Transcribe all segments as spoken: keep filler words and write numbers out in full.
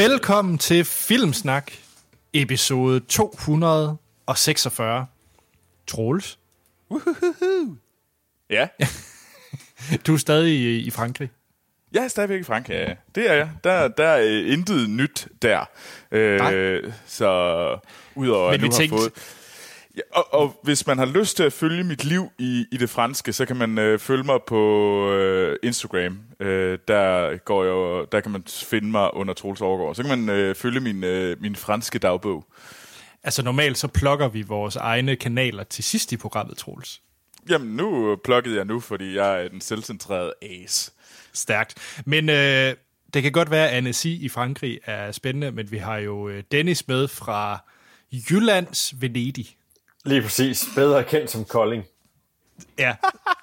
Velkommen til Filmsnak, episode to hundrede seksogfyrre. Troels. Uhuhu. Ja. Du er stadig i, i Frankrig. Jeg er stadigvæk i Frankrig, ja. Det er jeg. Der, der er øh, intet nyt der. Øh, så udover at Men nu vi har tænkte... fået... Ja, og, og hvis man har lyst til at følge mit liv i, i det franske, så kan man øh, følge mig på øh, Instagram. Øh, der går jeg, der kan man finde mig under Troels Overgaard. Så kan man øh, følge min, øh, min franske dagbog. Altså normalt så plukker vi vores egne kanaler til sidst i programmet, Troels. Jamen nu plukkede jeg nu, fordi jeg er den selvcentrerede ace. Stærkt. Men øh, det kan godt være, at Annecy i Frankrig er spændende, men vi har jo øh, Dennis med fra Jyllands Venedig. Lige præcis. Bedre kendt som Kolding. Ja.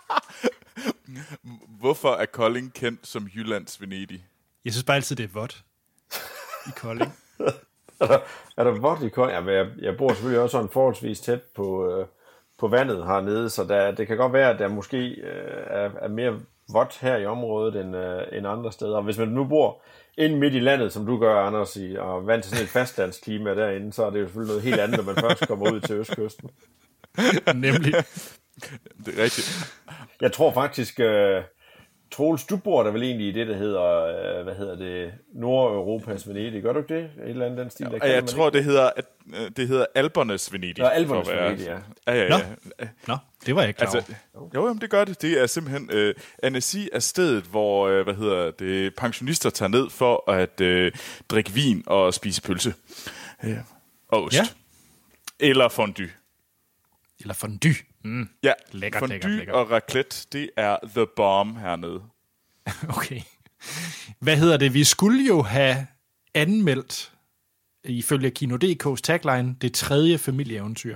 Hvorfor er Kolding kendt som Jyllands Venedig? Jeg synes bare altid, det er vådt i Kolding. er, der, er der vådt i Kolding? Ja, jeg, jeg bor selvfølgelig også sådan forholdsvis tæt på, øh, på vandet hernede, så der, det kan godt være, at der måske øh, er, er mere vådt her i området end, øh, end andre steder. Og hvis man nu bor inde midt i landet, som du gør, Anders, i, og vant til sådan et fastlandsklima derinde, så er det jo selvfølgelig noget helt andet, når man først kommer ud til østkysten. Nemlig. Det er rigtigt. Jeg tror faktisk, uh, Troels, du bor der vel egentlig i det, der hedder, uh, hvad hedder det, Nordeuropas Venedig. Gør du ikke det? Et eller andet den stil, der ja, jeg tror, ikke? det hedder, at, det hedder Alpernes Venedig. Ja, Alpernes Venedig, ja. Ja, ja, ja. Nå. Nå, det var jeg ikke klar over. Altså, jo, jamen, det gør det. Det er simpelthen... Øh, Annecy er stedet, hvor øh, hvad hedder det, pensionister tager ned for at øh, drikke vin og spise pølse. Øh, og ost. Ja. Eller fondue. Eller fondue. Mm. Ja, lækkert, fondue lækkert, lækkert. og raclette, det er the bomb hernede. Okay. Hvad hedder det? Vi skulle jo have anmeldt, ifølge Kino punktum dk's tagline, det tredje familieeventyr.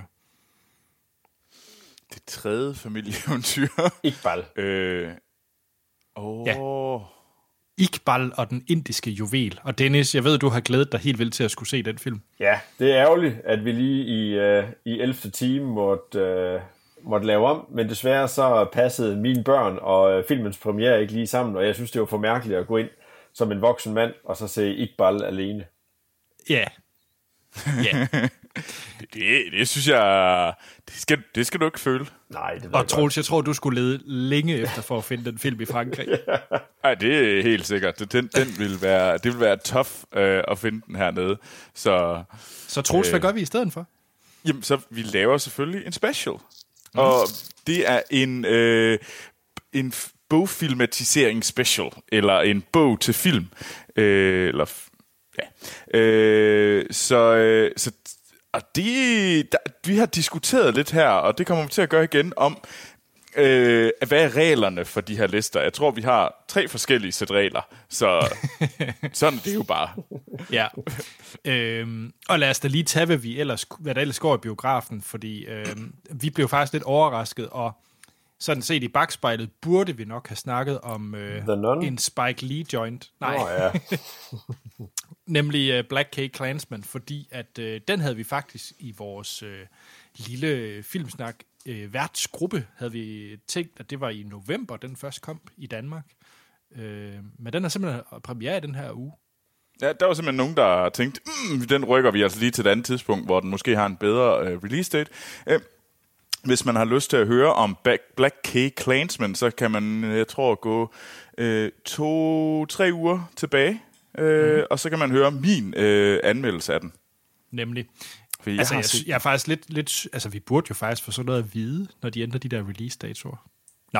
Det tredje familieeventyr. Iqbal. øh, oh. Ja. Iqbal og den indiske juvel. Og Dennis, jeg ved, du har glædet dig helt vildt til at skulle se den film. Ja, det er ærgerligt, at vi lige i, uh, i ellevte time måtte, uh, måtte lave om, men desværre så passede mine børn og uh, filmens premiere ikke lige sammen, og jeg synes, det var for mærkeligt at gå ind som en voksen mand og så se Iqbal alene. Ja. Ja. det, det, det synes jeg, det skal, det skal du ikke føle. Nej, det Og Troels, jeg tror, du skulle lede længe efter for at finde den film i Frankrig. Nej, det er helt sikkert. Den, den vil være, det vil være tough øh, at finde den hernede. Så, så Troels, øh, hvad gør vi i stedet for? Jamen, så vi laver selvfølgelig en special. Mm. Og det er en, øh, en bogfilmatisering special, eller en bog til film. Øh, eller, ja. Øh, så, øh, så og det, der, vi har diskuteret lidt her, og det kommer vi til at gøre igen, om øh, hvad er reglerne for de her lister. Jeg tror, vi har tre forskellige sæt regler, så sådan det er jo bare. Ja, øhm, og lad os da lige tage, hvad, vi ellers, hvad der ellers går i biografen, fordi øhm, vi blev faktisk lidt overrasket, og sådan set i bagspejlet burde vi nok have snakket om øh, en Spike Lee joint. Nej. Oh, ja. Nemlig uh, Black K Klansman, fordi at uh, den havde vi faktisk i vores uh, lille filmsnak uh, værtsgruppe, havde vi tænkt, at det var i november, den først kom i Danmark. Uh, men den er simpelthen premiere i den her uge. Ja, der var simpelthen nogen, der tænkte, mm, den rykker vi altså lige til et andet tidspunkt, hvor den måske har en bedre uh, release date. Uh, hvis man har lyst til at høre om Black K Klansman, så kan man, jeg tror, gå uh, to, tre uger tilbage. Øh, mm. Og så kan man høre min øh, anmeldelse af den. Nemlig. Jeg altså, jeg, jeg er faktisk lidt, lidt... Altså, vi burde jo faktisk få sådan noget at vide, når de ændrer de der release-datoer. Nå.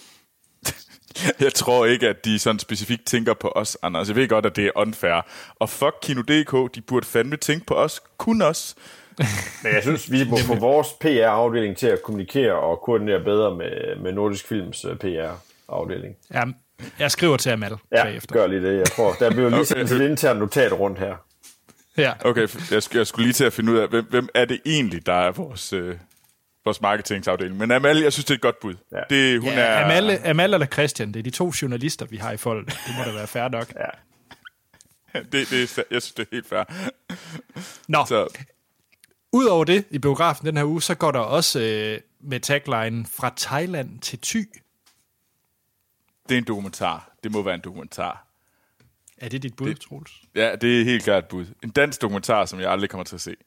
Jeg tror ikke, at de sådan specifikt tænker på os, Anders. Jeg ved godt, at det er unfair. Og fuck Kino punktum dk, de burde fandme tænke på os. Kun os. Men jeg synes, vi må få vores P R-afdeling til at kommunikere og koordinere bedre med, med Nordisk Films P R-afdeling. Ja, jeg skriver til Amal ja, bagefter. Gør lige det. Jeg tror, der bliver lige okay. et internt notat rundt her. Ja. Okay, jeg, jeg skulle lige til at finde ud af, hvem, hvem er det egentlig, der er vores, øh, vores marketingsafdeling. Men Amal, jeg synes, det er et godt bud. Ja. Det, hun ja, er... Amal, Amal eller Christian, det er de to journalister, vi har i foldet. Det må da være fair nok. Ja. det, det er, jeg synes, det er helt fair. Nå, så. Udover det i biografen den her uge, så går der også øh, med tagline fra Thailand til Thy. Det er en dokumentar. Det må være en dokumentar. Er det dit bud, det, Troels? Ja, det er helt klart et bud. En dansk dokumentar, som jeg aldrig kommer til at se.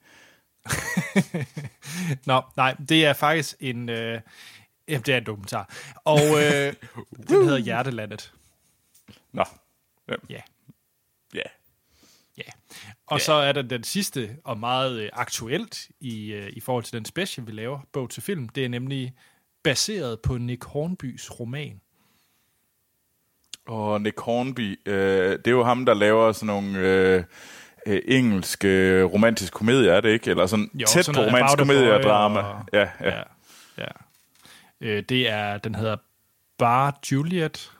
Nå, nej, det er faktisk en... Øh, det er en dokumentar. Og øh, den hedder Hjertelandet. Nå. Ja. Ja. Ja. Og Ja. så er der den sidste, og meget øh, aktuelt i, øh, i forhold til den special, vi laver, bog til film. Det er nemlig baseret på Nick Hornbys roman. Og Nick Hornby, øh, det er jo ham, der laver sådan nogle øh, øh, engelske romantiske komedier, er det ikke? Eller sådan Jo, tæt sådan på noget romantisk About a komedie og Boy drama. og- Ja, ja. Ja. ja. Øh, det er, den hedder Bar Juliet.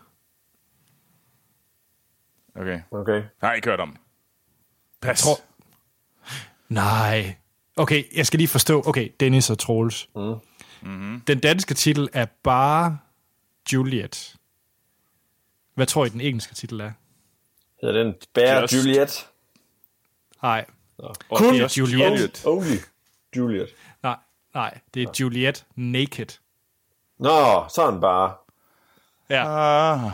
Okay. Okay. Nej, ikke hørt om. Pas. Tror- Nej. Okay, jeg skal lige forstå. Okay, Dennis og Troels. Mm. Mm-hmm. Den danske titel er Bar Juliet. Hvad tror I, den engelske titel er? Hedder den Bear Just- Juliet? Nej, Kun Just Juliet. Only Juliet. nej, nej. Det er Juliet Naked. Nå, sådan bare. Ja. Ah.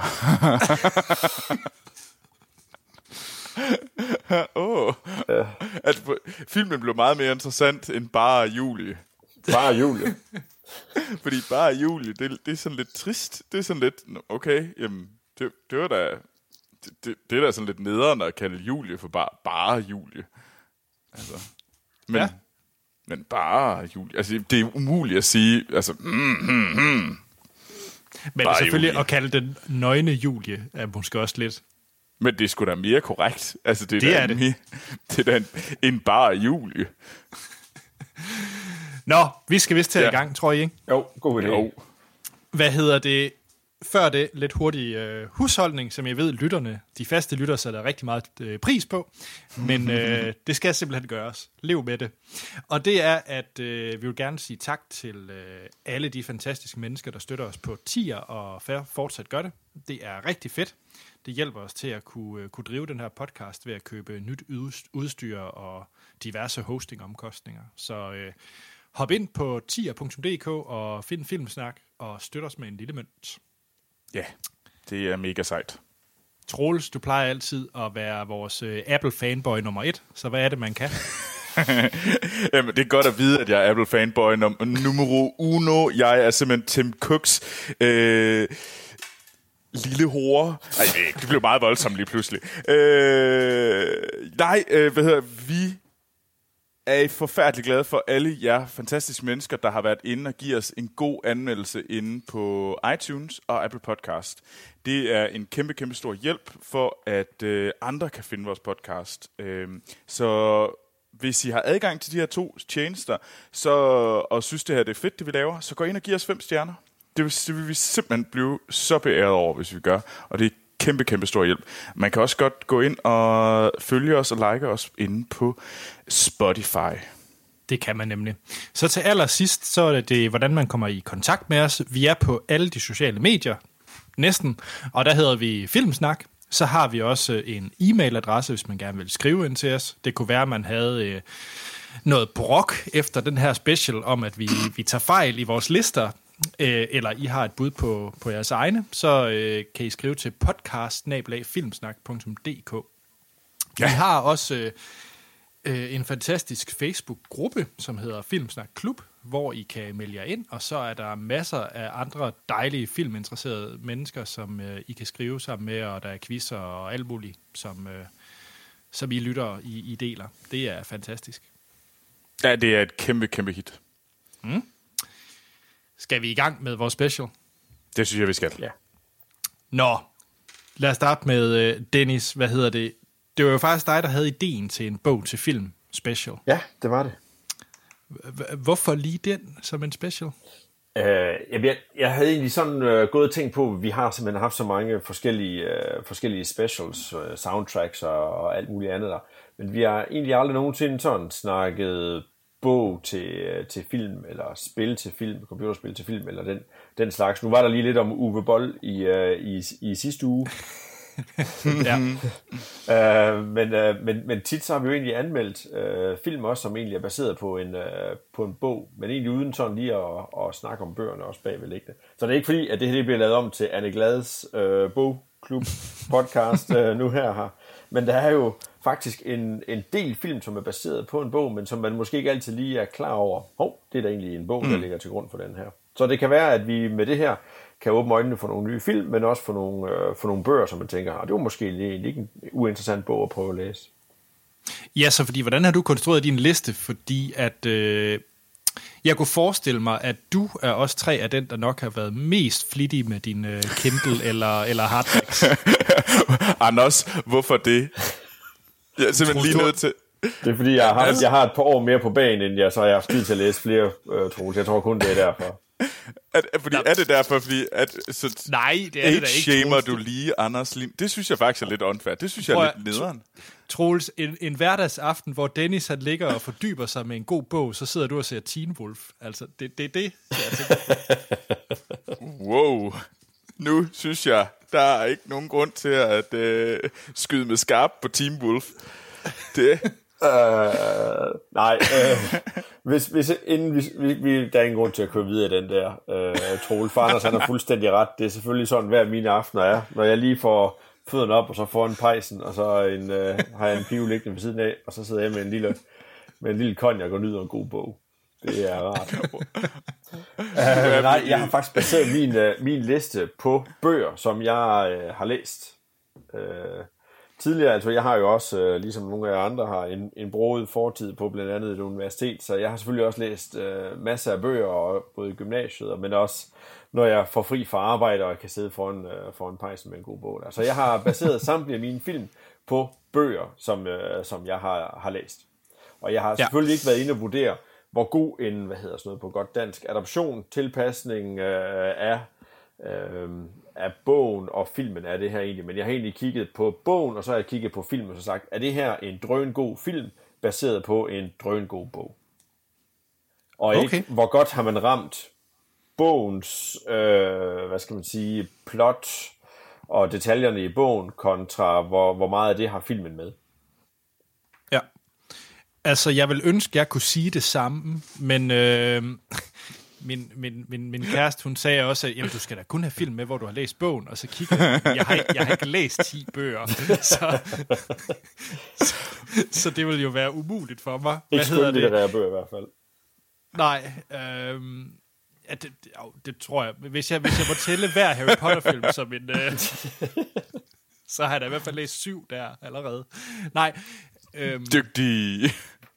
oh. Ja. At filmen blev meget mere interessant end bare Julie. Bare Julie. Fordi bare Julie, det, det er sådan lidt trist. Det er sådan lidt, okay, jamen, det, det var da... Det, det, det er da sådan lidt nederen at kalde Julie for bare, bare Julie. Altså, men, Ja. men bare Julie. Altså, det er umuligt at sige, altså... Mm, mm, mm. Men Bare selvfølgelig Julie. at kalde den nøgne Julie er måske også lidt... Men det er sgu da mere korrekt. Altså, det er, Det da er det. Mere, det er da en, en bare Julie. Nå, vi skal vist til Ja. i gang, tror I, ikke? Jo, god idé. Jo. Hvad hedder det? Før det, lidt hurtig øh, husholdning, som jeg ved, lytterne, de faste lytter, sætter rigtig meget øh, pris på. Men øh, det skal simpelthen gøres. Lev med det. Og det er, at øh, vi vil gerne sige tak til øh, alle de fantastiske mennesker, der støtter os på Tier og fortsat gør det. Det er rigtig fedt. Det hjælper os til at kunne, øh, kunne drive den her podcast ved at købe nyt udstyr og diverse hostingomkostninger. Så øh, hop ind på tier punktum d k og find Filmsnak og støt os med en lille mønt. Ja, det er mega sejt. Troels, du plejer altid at være vores øh, Apple-fanboy nummer et, så hvad er det, man kan? Jamen, det er godt at vide, at jeg er Apple-fanboy num- numero uno. Jeg er simpelthen Tim Cooks øh, lille hore. Ej, det blev meget voldsomt lige pludselig. Øh, nej, øh, hvad hedder vi? Er forfærdelig glade for alle jer fantastiske mennesker, der har været inde og givet os en god anmeldelse inde på iTunes og Apple Podcast. Det er en kæmpe, kæmpe stor hjælp for, at øh, andre kan finde vores podcast. Øh, så hvis I har adgang til de her to tjenester, så, og synes, det her det er fedt, det vi laver, så gå ind og giv os fem stjerner. Det vil, det vil vi simpelthen blive så beæret over, hvis vi gør. Og det er kæmpe, kæmpe stor hjælp. Man kan også godt gå ind og følge os og like os inde på Spotify. Det kan man nemlig. Så til allersidst, så er det, hvordan man kommer i kontakt med os. Vi er på alle de sociale medier, næsten, og der hedder vi Filmsnak. Så har vi også en e-mailadresse, hvis man gerne vil skrive ind til os. Det kunne være, at man havde øh, noget brok efter den her special, om at vi, vi tager fejl i vores lister, øh, eller I har et bud på, på jeres egne, så øh, kan I skrive til podcast bindestreg filmsnak punktum d k. Ja. Vi har også øh, øh, en fantastisk Facebook-gruppe, som hedder Filmsnak Klub, hvor I kan melde jer ind, og så er der masser af andre dejlige filminteresserede mennesker, som øh, I kan skrive sammen med, og der er quizzer og alt muligt, som, øh, som I lytter, I, I deler. Det er fantastisk. Ja, det er et kæmpe, kæmpe hit. Mm. Skal vi i gang med vores special? Det synes jeg, vi skal. Ja. Nå, lad os starte med øh, Dennis. Hvad hedder det? Det var jo faktisk dig, der havde ideen til en bog til film special. Ja, det var det. H- Hvorfor lige den som en special? Uh, jeg, jeg havde egentlig sådan uh, gået og tænkt på, at vi har simpelthen haft så mange forskellige, uh, forskellige specials, uh, soundtracks og, og alt muligt andet der. Men vi har egentlig aldrig nogensinde sådan snakket bog til, uh, til film, eller spil til film, computerspil til film, eller den, den slags. Nu var der lige lidt om Uwe Boll i, uh, i, i sidste uge. Ja. Uh, men, uh, men, men tit så har vi jo egentlig anmeldt uh, film også, som egentlig er baseret på en, uh, på en bog, men egentlig uden sådan lige at, at snakke om bøgerne også bagvedliggende. Så det er ikke fordi, at det her det bliver lavet om til Anne Glads uh, bogklub podcast uh, nu her. her. men der er jo faktisk en, en del film, som er baseret på en bog, men som man måske ikke altid lige er klar over. Hov, oh, det er da egentlig en bog, der mm. ligger til grund for den her. Så det kan være, at vi med det her kan åbne øjnene for nogle nye film, men også for nogle, øh, for nogle bøger, som man tænker, ah, det var måske lige, ikke en uinteressant bog at prøve at læse. Ja, så fordi, hvordan har du konstrueret din liste? Fordi at øh, jeg kunne forestille mig, at du er også tre af den, der nok har været mest flittig med din øh, Kindle eller, eller hardbacks. Anders, hvorfor det? Jeg er simpelthen lige nødt til... Det er fordi, jeg har, jeg har et par år mere på banen, end jeg, så jeg har tid til at læse flere, øh, Troels. Jeg tror kun, det er derfor. At, fordi, er det derfor, fordi at, så nej, det er det da ikke. Shamer du lige Anders Lim? Det synes jeg faktisk er lidt unfair. Det synes jeg er lidt nederen. Troels, en, en hverdagsaften, hvor Dennis han ligger og fordyber sig med en god bog, så sidder du og ser Teen Wolf. Altså, det er det, det, det wow. Nu synes jeg, der er ikke nogen grund til at øh, skyde med skarp på Teen Wolf. Det... Uh, nej, uh, hvis, hvis, inden vi, vi, vi, der er ingen grund til at køre videre i den der uh, Troels. For Anders, han har fuldstændig ret. Det er selvfølgelig sådan, hver mine aftener er. Når jeg lige får fødderne op, og så får en pejsen, og så en, uh, har jeg en pive liggende ved siden af, og så sidder jeg med en lille, med en lille konjak og nyder en god bog. Det er rart. uh, nej, jeg har faktisk baseret min, uh, min liste på bøger, som jeg uh, har læst. Uh, Tidligere, altså jeg har jo også, øh, ligesom nogle af jer andre, har en, en broget fortid på blandt andet et universitet, så jeg har selvfølgelig også læst øh, masser af bøger, og, både i gymnasiet, men også når jeg får fri fra arbejde, og jeg kan sidde foran, øh, foran pejsen med en god bog. Så jeg har baseret samtlige af mine film på bøger, som, øh, som jeg har, har læst. Og jeg har ja. selvfølgelig ikke været inde og vurdere, hvor god en, hvad hedder sådan noget på godt dansk, adoption, tilpasning øh, af... Øh, af bogen og filmen er det her egentlig, men jeg har egentlig kigget på bogen, og så har jeg kigget på filmen og så sagt, er det her en drøngod film, baseret på en drøngod bog? Og okay. ikke, hvor godt har man ramt bogens, øh, hvad skal man sige, plot og detaljerne i bogen, kontra hvor, hvor meget af det har filmen med? Ja, altså jeg vil ønske, at jeg kunne sige det samme, men... Øh... Min, min, min, min kæreste, hun sagde også, at jamen, du skal da kun have film med, hvor du har læst bogen, og så kigger jeg, jeg har, jeg har ikke læst ti bøger, så, så, så det vil jo være umuligt for mig. Ikke skønne litterære bøger i hvert fald. Nej, øhm, ja, det, det, det tror jeg. Hvis jeg, hvis jeg må tælle hver Harry Potter-film som en, øh, så har jeg da i hvert fald læst syv der allerede. Nej. Øhm, Dygtig.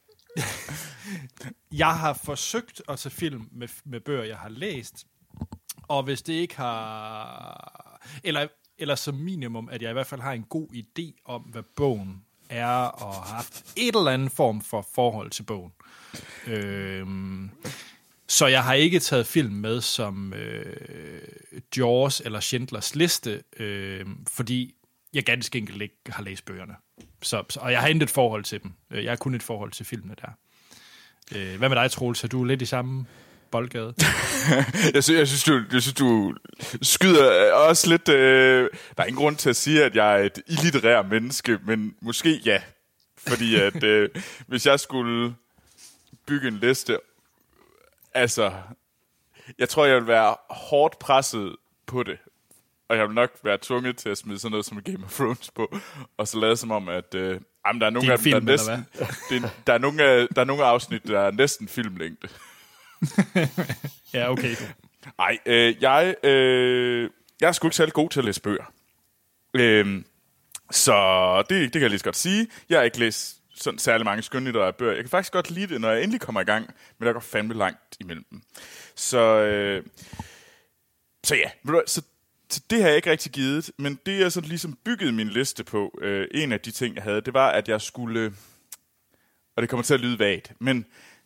Jeg har forsøgt at se film med, med bøger, jeg har læst, og hvis det ikke har... Eller, eller som minimum, at jeg i hvert fald har en god idé om, hvad bogen er, og har haft et eller andet form for forhold til bogen. Øhm, så jeg har ikke taget film med som øh, Jaws eller Schindlers Liste, øh, fordi jeg ganske enkelt ikke har læst bøgerne. Så, så, og jeg har intet forhold til dem. Jeg har kun et forhold til filmene der. Øh, hvad med dig, Troels? Er du lidt i samme boldgade? jeg, synes, jeg, synes, du, jeg synes, du skyder også lidt... Øh, der er ingen grund til at sige, at jeg er et illitterær menneske, men måske ja. Fordi at øh, hvis jeg skulle bygge en liste... Altså, jeg tror, jeg vil være hårdt presset på det. Og jeg vil nok være tvunget til at smide sådan noget som Game of Thrones på, og så lade som om, at øh, jamen, der er nogle af dem, der, næsten, det, der, er nogle af, der er nogle afsnit, der er næsten filmlængde. Ja, okay. Nej, øh, jeg, øh, jeg er sgu ikke særlig god til at læse bøger. Øh, så det, det kan jeg lige så godt sige. Jeg har ikke læst sådan særlig mange skønlitterære bøger. Jeg kan faktisk godt lide det, når jeg endelig kommer i gang, men der går fandme langt imellem dem. Så, øh, så ja, så Så det har jeg ikke rigtig givet, men det jeg sådan ligesom byggede min liste på, øh, en af de ting, jeg havde, det var, at jeg skulle, og det kommer til at lyde vagt, men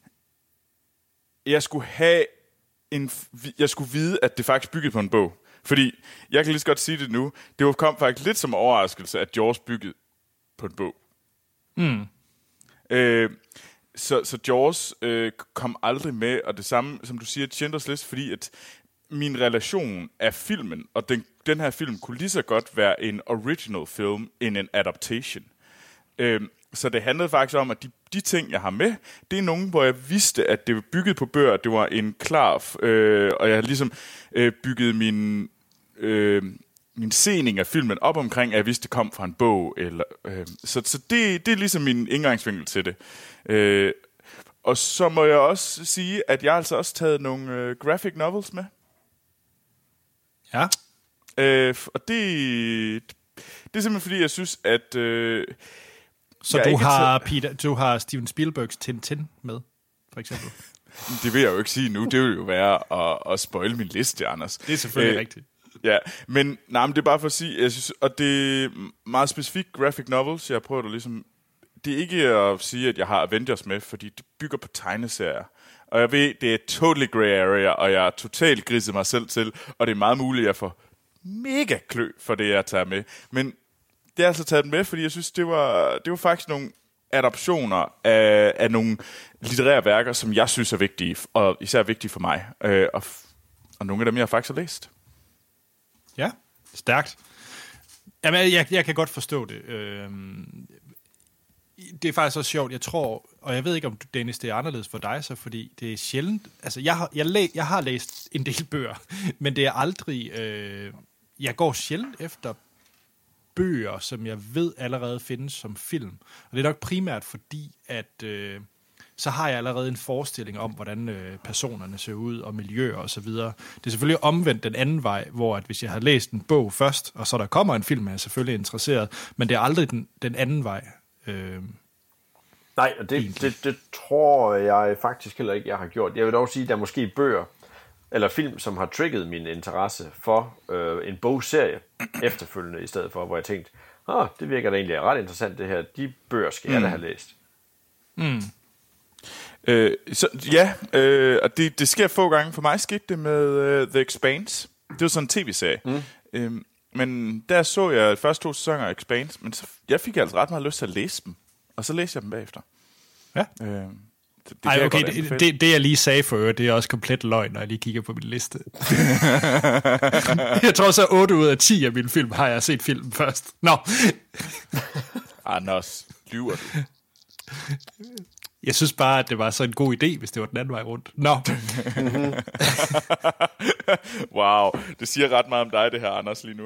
jeg skulle have en, jeg skulle vide, at det faktisk byggede på en bog. Fordi, jeg kan lige så godt sige det nu, det kom faktisk lidt som overraskelse, at Jaws byggede på en bog. Mm. Øh, så, så Jaws øh, kom aldrig med, og det samme, som du siger, Schindlers List, fordi at min relation af filmen, og den, den her film kunne lige så godt være en original film end en adaptation. Øhm, så det handlede faktisk om, at de, de ting, jeg har med, det er nogen, hvor jeg vidste, at det var bygget på bøger, det var en klar, øh, og jeg har ligesom øh, bygget min, øh, min sening af filmen op omkring, at jeg vidste, det kom fra en bog. Eller, øh, så så det, det er ligesom min indgangsvinkel til det. Øh, og så må jeg også sige, at jeg har altså også taget nogle øh, graphic novels med. Ja. Øh, og det, det er simpelthen fordi, jeg synes, at... Øh, så du har, taget... Peter, du har Steven Spielbergs Tintin med, for eksempel? Det vil jeg jo ikke sige nu. Det vil jo være at, at spoile min liste, Anders. Det er selvfølgelig øh, rigtigt. Ja, men, nej, men det er bare for at sige, jeg synes, og det er meget specifikt graphic novels, jeg prøver at ligesom... Det er ikke at sige, at jeg har Avengers med, fordi det bygger på tegneserier. Og jeg ved, det er totally gray area, og jeg er totalt griset mig selv til, og det er meget muligt, at jeg får mega klø for det, jeg tager med. Men det er altså taget med, fordi jeg synes, det var, det var faktisk nogle adaptioner af, af nogle litterære værker, som jeg synes er vigtige, og især vigtige for mig. Øh, og, og nogle af dem, jeg faktisk har læst. Ja, stærkt. Jamen, jeg, jeg kan godt forstå det. Øhm, det er faktisk også sjovt, jeg tror, og jeg ved ikke, om Dennis, det er anderledes for dig så, fordi det er sjældent, altså jeg har, jeg læ, jeg har læst en del bøger, men det er aldrig, øh, jeg går sjældent efter bøger, som jeg ved allerede findes som film. Og det er nok primært fordi, at øh, så har jeg allerede en forestilling om, hvordan øh, personerne ser ud, og miljøer og så videre. Det er selvfølgelig omvendt den anden vej, hvor at hvis jeg har læst en bog først, og så der kommer en film, er jeg selvfølgelig interesseret, men det er aldrig den, den anden vej. Øh, Nej, og det, det, det tror jeg faktisk heller ikke, jeg har gjort. Jeg vil dog sige, at der er måske bøger eller film, som har trigget min interesse for øh, en bogserie efterfølgende, i stedet for, hvor jeg tænkte, ah, det virker da egentlig ret interessant det her. De bøger skal mm. jeg da have læst. Mm. Øh, så, ja, øh, og det, det sker få gange. For mig skete det med uh, The Expanse. Det var sådan en tv-serie. Mm. Øh, men der så jeg de første to sæsoner af Expanse, men så, jeg fik altså ret meget lyst til at læse dem. Og så læste jeg dem bagefter. Ja. Øh, det, Ej, okay, det, det, det jeg lige sagde for øvrigt, det er også komplet løgn, når jeg lige kigger på min liste. Jeg tror så otte ud af ti af mine film har jeg set filmen først. Nå. Anders, lyver du? Jeg synes bare, at det var så en god idé, hvis det var den anden vej rundt. Nå. Wow, det siger ret meget om dig, det her, Anders, lige nu.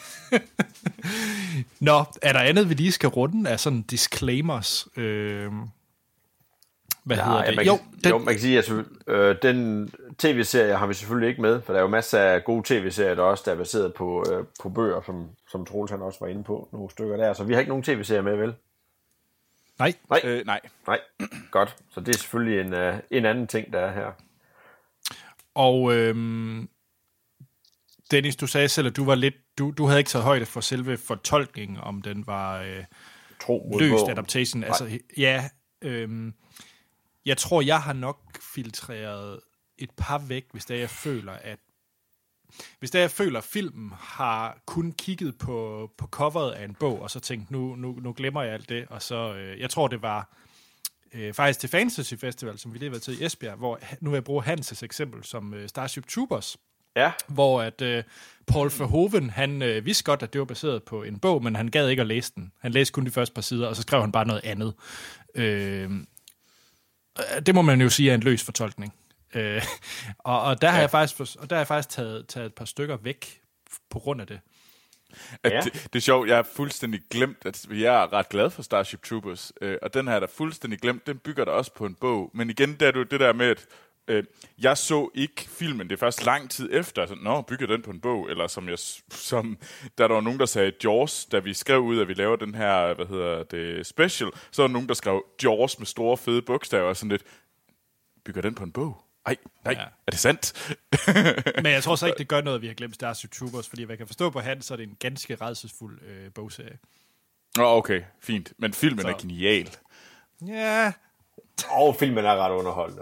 Nå, er der andet, vi lige skal runde af sådan disclaimers? Øh, hvad ja, hedder det? Man jo, kan, den, jo, man kan sige, at øh, den tv-serie har vi selvfølgelig ikke med, for der er jo masser af gode tv-serier, der også der er baseret på, øh, på bøger, som, som Troels han også var inde på, nogle stykker der. Så vi har ikke nogen tv-serier med, vel? Nej. Nej. Øh, nej. Nej, godt. Så det er selvfølgelig en, øh, en anden ting, der er her. Og øhm, Dennis, du sagde selv, at du var lidt, du, du havde ikke taget højde for selve fortolkningen, om den var øh, løst adaptation. Altså, ja, øhm, jeg tror, jeg har nok filtreret et par væk, hvis det er, jeg føler, at Hvis det er, jeg føler, at filmen har kun kigget på, på coveret af en bog, og så tænkt, nu, nu, nu glemmer jeg alt det, og så, øh, jeg tror, det var øh, faktisk til Fantasy Festival, som vi lige har været til i Esbjerg, hvor, nu vil jeg bruge Hans' eksempel som øh, Starship Troopers, ja. hvor at øh, Paul Verhoeven, han øh, vidste godt, at det var baseret på en bog, men han gad ikke at læse den. Han læste kun de første par sider, og så skrev han bare noget andet. Øh, det må man jo sige er en løs fortolkning. Øh, og, og der har ja. jeg faktisk og der har jeg faktisk taget, taget et par stykker væk på grund af det. At ja. det, det er sjovt, jeg har fuldstændig glemt, at jeg er ret glad for Starship Troopers, øh, og den her der fuldstændig glemt, den bygger der også på en bog. Men igen, der er det det der med, at øh, jeg så ikke filmen, det er først lang tid efter, altså, nå, bygger den på en bog, eller som jeg, som, der, der var nogen, der sagde Jaws, da vi skrev ud, at vi laver den her, hvad hedder det, special, så var der nogen, der skrev Jaws med store fede bogstaver, og sådan lidt, bygger den på en bog? Ej, nej, ja. Er det sandt? Men jeg tror så ikke, det gør noget, at vi har glemt Starship Troopers, fordi hvad jeg kan forstå på Hans, så er det en ganske rædselsfuld øh, bogserie. Åh, oh, okay, fint. Men filmen så. Er genial. Ja. Og filmen er ret underholdende.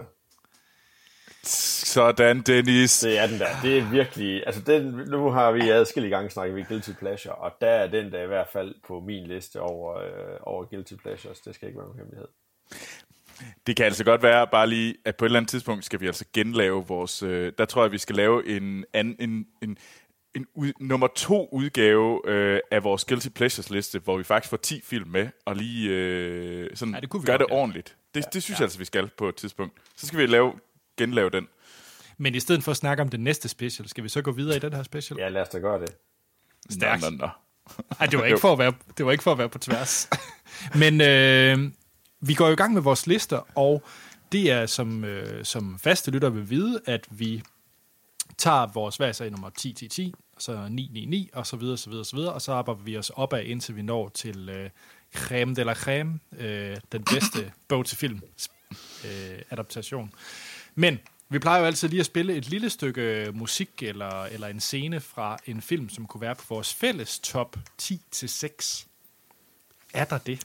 Sådan, Dennis. Det er den der. Det er virkelig... Altså, den, nu har vi adskillige gange snakket ved Guilty Pleasure, og der er den der i hvert fald på min liste over, øh, over Guilty Pleasures. Det skal ikke være nogen hemmelighed. Det kan altså godt være, bare lige, at på et eller andet tidspunkt skal vi altså genlave vores... Øh, der tror jeg, vi skal lave en, en, en, en, en ud, nummer to udgave øh, af vores Guilty Pleasures liste, hvor vi faktisk får ti film med, og lige øh, sådan, ja, det gør det ordentligt. Det, ja, det synes ja. jeg altså, vi skal på et tidspunkt. Så skal vi lave, genlave den. Men i stedet for at snakke om den næste special, skal vi så gå videre i den her special? Ja, lad os da gøre det. Stærkt. Nå, nå, nå. Ej, det var ikke for at være, det var ikke for at være på tværs. Men øh, vi går jo i gang med vores lister, og det er som, øh, som faste lytter vil vide, at vi tager vores hver sag nummer ti ti ti, og så ni ni ni, og så videre, så videre, så videre, og så arbejder vi os opad, indtil vi når til øh, creme de la creme, øh, den bedste bog til film øh, adaptation. Men vi plejer jo altid lige at spille et lille stykke musik eller, eller en scene fra en film, som kunne være på vores fælles top ti til seks. Er der det?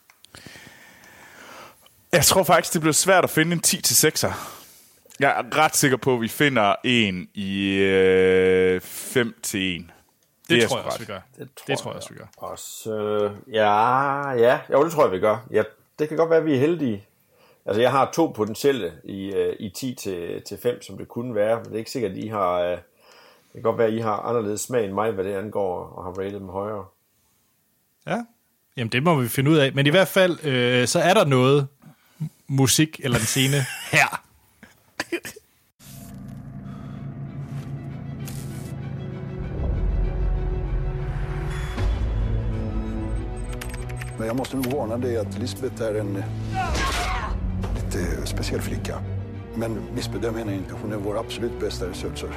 Jeg tror faktisk, det bliver svært at finde en ti til sekser. Jeg er ret sikker på, at vi finder en i øh, fem til en. Det, det tror jeg også, vi gør. Det tror, det tror jeg også, vi gør. Også, øh, ja, ja. Jo, det tror jeg, vi gør. Ja, det kan godt være, at vi er heldige. Altså, jeg har to potentielle i, øh, i ti til fem, som det kunne være. Men det er ikke sikkert, at I har... Øh, det kan godt være, at I har anderledes smag end mig, hvad det angår, og har rated dem højere. Ja, jamen det må vi finde ud af. Men i hvert fald, øh, så er der noget musik eller en scene her. Men jag måste nog varna dig att Lisbeth är en lite speciell flicka. Men missbedöm henne inte. Hon är vår absolut bästa researcher.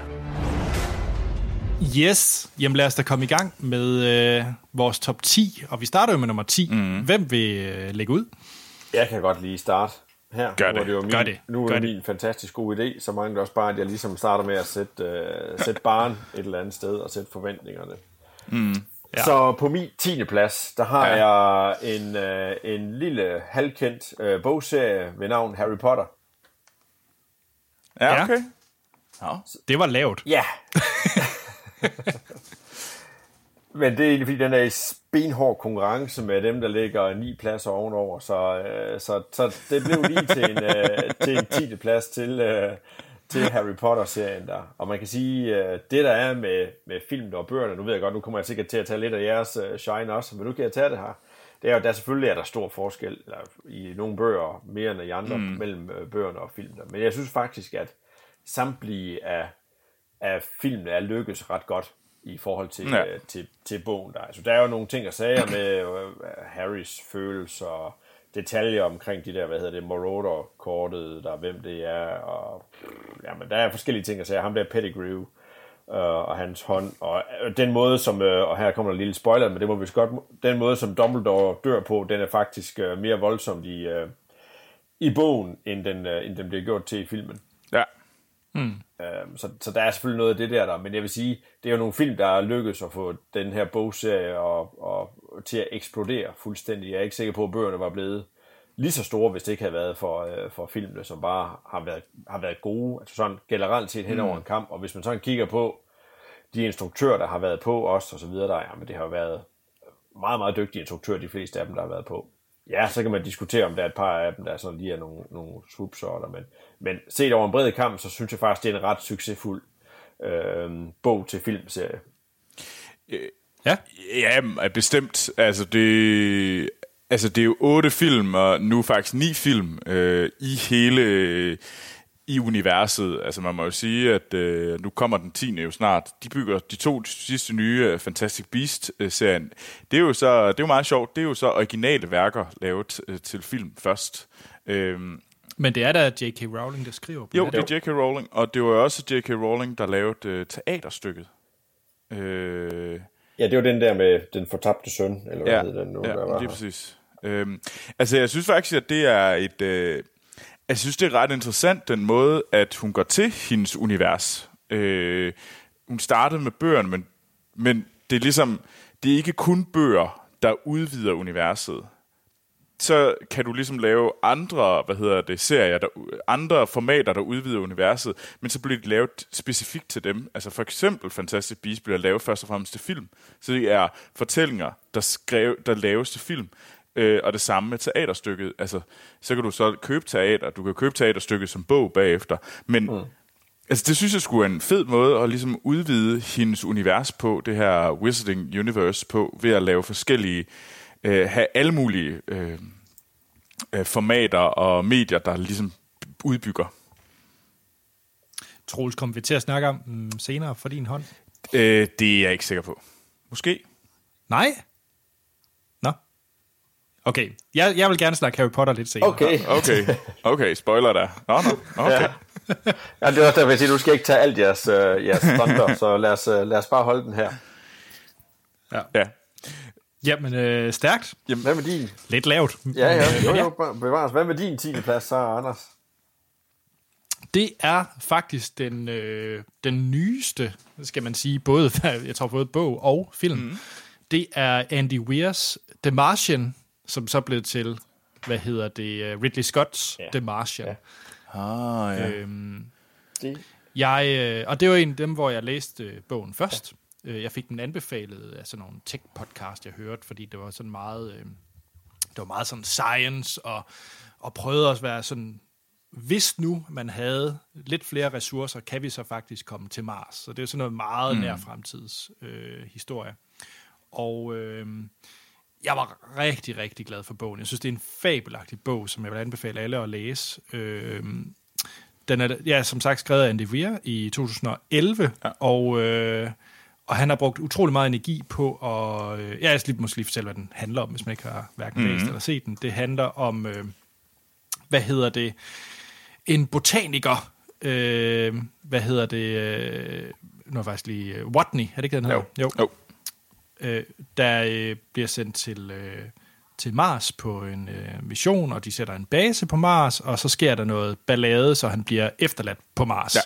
Yes, jamen lad os da komme i gang med øh, vores top ti. Og vi starter jo med nummer ti. Mm. Hvem vil øh, lægge ud? Jeg kan godt lige starte her. Gør nu er det jo min, Gør det. Nu er Gør det det. min fantastisk gode idé, så mange også bare, at jeg ligesom starter med at sætte, øh, sætte barn et eller andet sted og sætte forventningerne. Mm. Ja. Så på min tiende plads, der har ja. jeg en, øh, en lille halvkendt øh, bogserie ved navn Harry Potter. Ja, okay. Ja. Det var lavt. Ja. Men det er egentlig, fordi den er i benhård konkurrence med dem, der ligger ni pladser ovenover. Så, øh, så, så det blev lige til en, øh, til en tiende plads til, øh, til Harry Potter-serien der. Og man kan sige, øh, det der er med, med filmen og bøgerne, nu ved jeg godt, nu kommer jeg sikkert til at tage lidt af jeres øh, shine også, men nu kan jeg tage det her. Det er jo, der selvfølgelig er der stor forskel eller, i nogle bøger, mere end i andre, mm. mellem øh, bøgerne og filmene. Men jeg synes faktisk, at samtlige af, af filmene er lykkes ret godt i forhold til, ja. øh, til, til bogen der. Altså, der er jo nogle ting at sige med øh, Harrys følelser og detaljer omkring de der, hvad hedder det, Marauder-kortet, der hvem det er, og jamen, der er forskellige ting at sige. Ham der Pettigrew øh, og hans hånd, og øh, den måde som, øh, og her kommer der en lille spoiler, men det må vi godt, den måde som Dumbledore dør på, den er faktisk øh, mere voldsomt i, øh, i bogen, end den, øh, end den bliver gjort til i filmen. Ja. Mm. Øhm, så, så der er selvfølgelig noget af det der, der, men jeg vil sige, det er jo nogle film, der er lykkes at få den her bogserie og, og, til at eksplodere fuldstændig. Jeg er ikke sikker på, at bøgerne var blevet lige så store, hvis det ikke havde været for, øh, for filmene, som bare har været, har været gode, altså sådan generelt set hen over mm. en kamp. Og hvis man sådan kigger på de instruktører, der har været på os og så videre, der, jamen, det har været meget, meget dygtige instruktører, de fleste af dem, der har været på. Ja, så kan man diskutere, om der er et par af dem, der sådan lige er nogle, nogle swoopsorter, men, men set over en bred kamp, så synes jeg faktisk, det er en ret succesfuld øh, bog til filmserie. Ja, ja, bestemt. Altså det, altså det er jo otte film, og nu faktisk ni film øh, i hele i universet. Altså man må jo sige, at øh, nu kommer den tiende jo snart. De bygger de to sidste nye uh, Fantastic Beasts-serien. Det er jo så, det er jo meget sjovt. Det er jo så originale værker lavet uh, til film først. Øhm, Men det er da J K. Rowling, der skriver på jo, det. det er J K. Rowling, og det var jo også J K. Rowling, der lavede uh, teaterstykket. Øh, ja, det var den der med den fortabte søn, eller hvad ja, hedder den nu, ja, der var det er præcis. Øhm, altså jeg synes faktisk, at det er et... Øh, Jeg synes, det er ret interessant, den måde, at hun går til hendes univers. Øh, hun startede med bøgerne, men, men det er ligesom, det er ikke kun bøger, der udvider universet. Så kan du ligesom lave andre, hvad hedder det, serier, der, andre formater, der udvider universet, men så bliver de lavet specifikt til dem. Altså for eksempel Fantastic Beasts bliver lavet først og fremmest til film. Så det er fortællinger, der, skrev, der laves til film. Øh, og det samme med teaterstykket. Altså, så kan du så købe teater. Du kan købe teaterstykket som bog bagefter. Men mm. altså, det synes jeg skulle er en fed måde at ligesom udvide hendes univers på, det her Wizarding Universe på, ved at lave forskellige, øh, have alle mulige øh, øh, formater og medier, der ligesom udbygger. Troels, kommer vi til at snakke om mm, senere for din hånd? Øh, det er jeg ikke sikker på. Måske. Nej? Nå. Okay, jeg, jeg vil gerne snakke Harry Potter lidt senere. Okay. Okay, okay, spoiler der. Nå, nå, okay. Ja. Ja, det er også derfor, jeg siger, nu skal jeg ikke tage alt jeres, øh, jeres stunder, så lad os, øh, lad os bare holde den her. Ja. Jamen, øh, stærkt. Jamen, hvad med din? Lidt lavt. Ja, ja, Øh, jo, jo, bevares. Hvad med din tiende plads, så, Anders? Det er faktisk den, øh, den nyeste, skal man sige, både, jeg tror både bog og film. Mm. Det er Andy Weir's The Martian, som så blev til, hvad hedder det, Ridley Scott's ja. The Martian. Ja. Ah, ja. Øhm, Det. jeg, øh, og det var en af dem, hvor jeg læste øh, bogen først. Ja. Jeg fik den anbefalet af sådan nogle tech-podcast, jeg hørte, fordi det var sådan meget, øh, det var meget sådan science, og, og prøvede også at være sådan, hvis nu man havde lidt flere ressourcer, kan vi så faktisk komme til Mars. Så det er sådan noget meget mm. nær fremtids øh, historie. Og øh, jeg var rigtig, rigtig glad for bogen. Jeg synes, det er en fabelagtig bog, som jeg vil anbefale alle at læse. Øh, den er, ja, som sagt, skrevet af Andy Weir i to tusind og elleve, ja. og, øh, og han har brugt utrolig meget energi på at... Øh, ja, jeg skal lige, måske lige fortælle, hvad den handler om, hvis man ikke har hverken mm-hmm. læst eller set den. Det handler om, øh, hvad hedder det, en botaniker, øh, hvad hedder det, øh, nu er faktisk lige, uh, Watney, er det ikke den her? Jo. Jo. jo. Øh, der øh, bliver sendt til, øh, til Mars på en øh, mission, og de sætter en base på Mars, og så sker der noget ballade, så han bliver efterladt på Mars. Ja.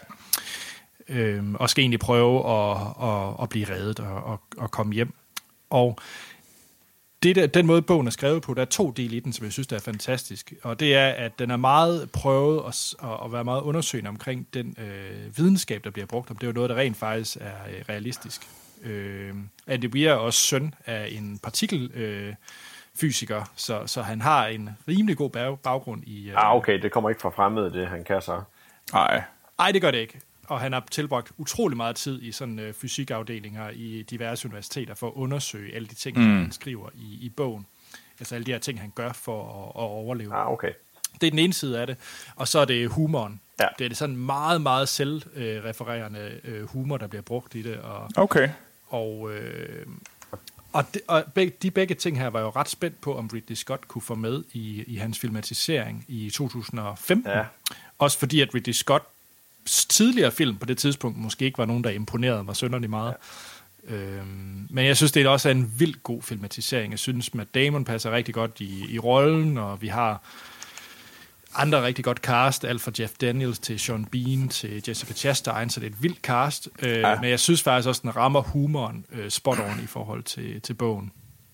Øh, og skal egentlig prøve at, at, at blive reddet og, og, og komme hjem. Og det der, den måde, bogen er skrevet på, der er to dele i den, som jeg synes, der er fantastisk. Og det er, at den er meget prøvet at, at være meget undersøgende omkring den øh, videnskab, der bliver brugt. Om det er jo noget, der rent faktisk er øh, realistisk. Øh, Andy Weir er også søn af en partikelfysiker, øh, så, så han har en rimelig god bag, baggrund i... Øh, ah, okay, det kommer ikke fra fremmede, det han kan så. Nej. Nej, det gør det ikke. Og han har tilbragt utrolig meget tid i sådan øh, fysikafdelinger i diverse universiteter for at undersøge alle de ting, mm. han skriver i, i bogen. Altså alle de her ting, han gør for at, at overleve. Ah, okay. Det er den ene side af det. Og så er det humoren. Ja. Det er det sådan meget, meget selvrefererende øh, humor, der bliver brugt i det. Og, Okay. Og, øh, og, de, og begge, de begge ting her var jo ret spændt på, om Ridley Scott kunne få med i, i hans filmatisering i to tusind og femten. Ja. Også fordi, at Ridley Scott tidligere film på det tidspunkt måske ikke var nogen, der imponerede mig synderligt meget. Ja. Øhm, men jeg synes, det er også en vildt god filmatisering. Jeg synes, Matt Damon passer rigtig godt i, i rollen, og vi har andre rigtig godt cast, alt fra Jeff Daniels til Sean Bean til Jessica Chastain, så det er et vildt cast. Øh, ja. Men jeg synes faktisk også, den rammer humoren øh, spot on i forhold til, til bogen.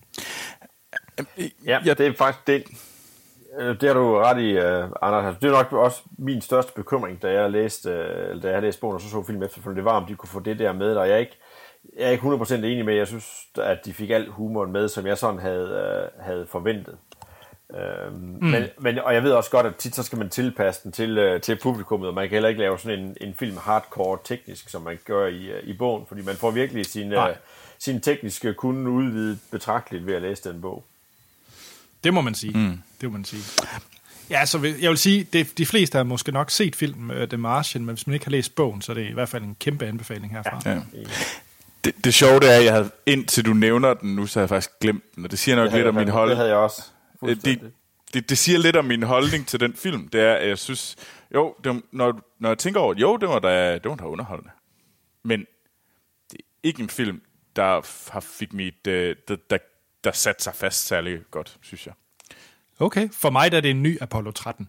Ja, ja, det er faktisk det. Det har du ret i, uh, Anders. Det er nok også min største bekymring, da jeg læste, uh, da jeg læste bogen og så så film efterfølgende. Det var, om de kunne få det der med, og jeg er ikke, jeg er ikke hundrede procent enig med. Jeg synes, at de fik al humoren med, som jeg sådan havde, uh, havde forventet. Uh, mm. men, men, og jeg ved også godt, at tit så skal man tilpasse den til, uh, til publikummet, og man kan heller ikke lave sådan en, en film hardcore teknisk, som man gør i, uh, i bogen, fordi man får virkelig sin, uh, sin tekniske kunde udvidet betragteligt ved at læse den bog. Det må man sige. Mm. Det må man sige. Ja, så jeg vil sige, det, de fleste har måske nok set filmen uh, The Martian, men hvis man ikke har læst bogen, så er det i hvert fald en kæmpe anbefaling herfra. Ja. Ja. Det, det sjove det er, at jeg havde, indtil du nævner den nu, så har jeg faktisk glemt den, og det siger nok det lidt om min holdning. Det havde jeg også. Det, det, det siger lidt om min holdning til den film. Det er, at jeg synes, jo, det, når, når jeg tænker over det, jo, det var da, det var da underholdende. Men det er ikke en film, der har fik mit, der, der der satte sig fast særlig godt, synes jeg. Okay, for mig der er det en ny Apollo tretten.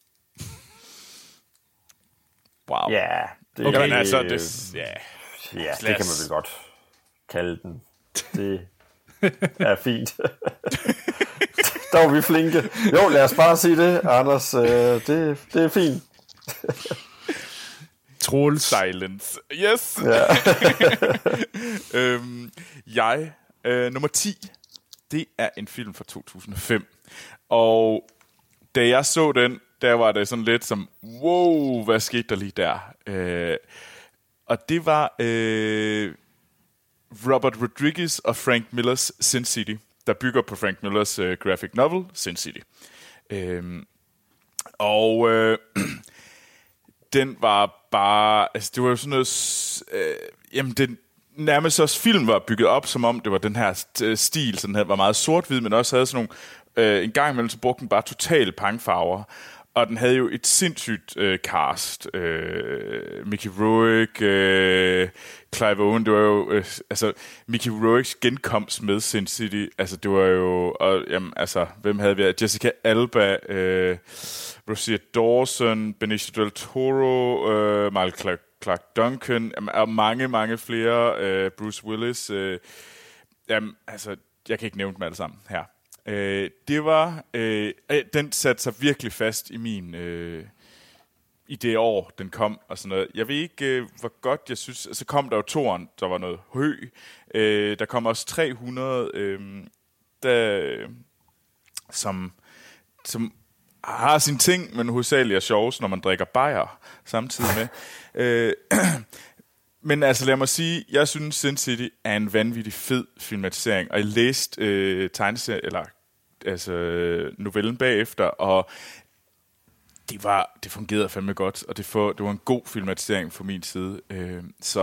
Wow. Ja, det, okay, jamen, altså, det, ja, ja, det kan man vel godt kalde den. Det er fint. Der var vi flinke. Jo, lad os bare sige det, Anders. Øh, det, det er fint. Troels. Silence. Yes. Ja. øhm, jeg, øh, nummer ti, det er en film fra to tusind og fem. Og da jeg så den, der var det sådan lidt som, wow, hvad skete der lige der? Øh, og det var øh, Robert Rodriguez og Frank Millers Sin City, der bygger på Frank Millers øh, graphic novel, Sin City. Øh, og øh, den var bare, altså det var jo sådan noget, øh, jamen den, nærmest også film var bygget op, som om det var den her stil, sådan her, var meget sort-hvid, men også havde sådan nogle, øh, en gang imellem, så brugte den bare total pangfarver. Og den havde jo et sindssygt øh, cast. Øh, Mickey Rourke, øh, Clive Owen, det var jo... Øh, altså, Mickey Rourkes genkomst med Sin City, altså, det var jo... Og, jamen, altså, hvem havde vi? Jessica Alba, øh, Rosario Dawson, Benicio del Toro, øh, Michael Clark, Clark Duncan, og mange, mange flere. Øh, Bruce Willis. Øh, jamen, altså, jeg kan ikke nævne dem alle sammen her. Øh, det var øh, den satte sig virkelig fast i min øh, i det år den kom og sådan noget. Jeg ved ikke øh, hvor godt jeg synes. Så kom der jo toren, der var noget hø. Øh, der kom også tre hundrede øh, der, som som har sine ting, men hovedsageligt er sjovs, når man drikker bajer samtidig med. øh, Men altså, lad mig sige, jeg synes, Sin City er en vanvittig fed filmatisering, og jeg læste øh, tegneserien, eller altså novellen bagefter, og det var det fungerede fandme godt, og det, for, det var en god filmatisering fra min side. Øh, så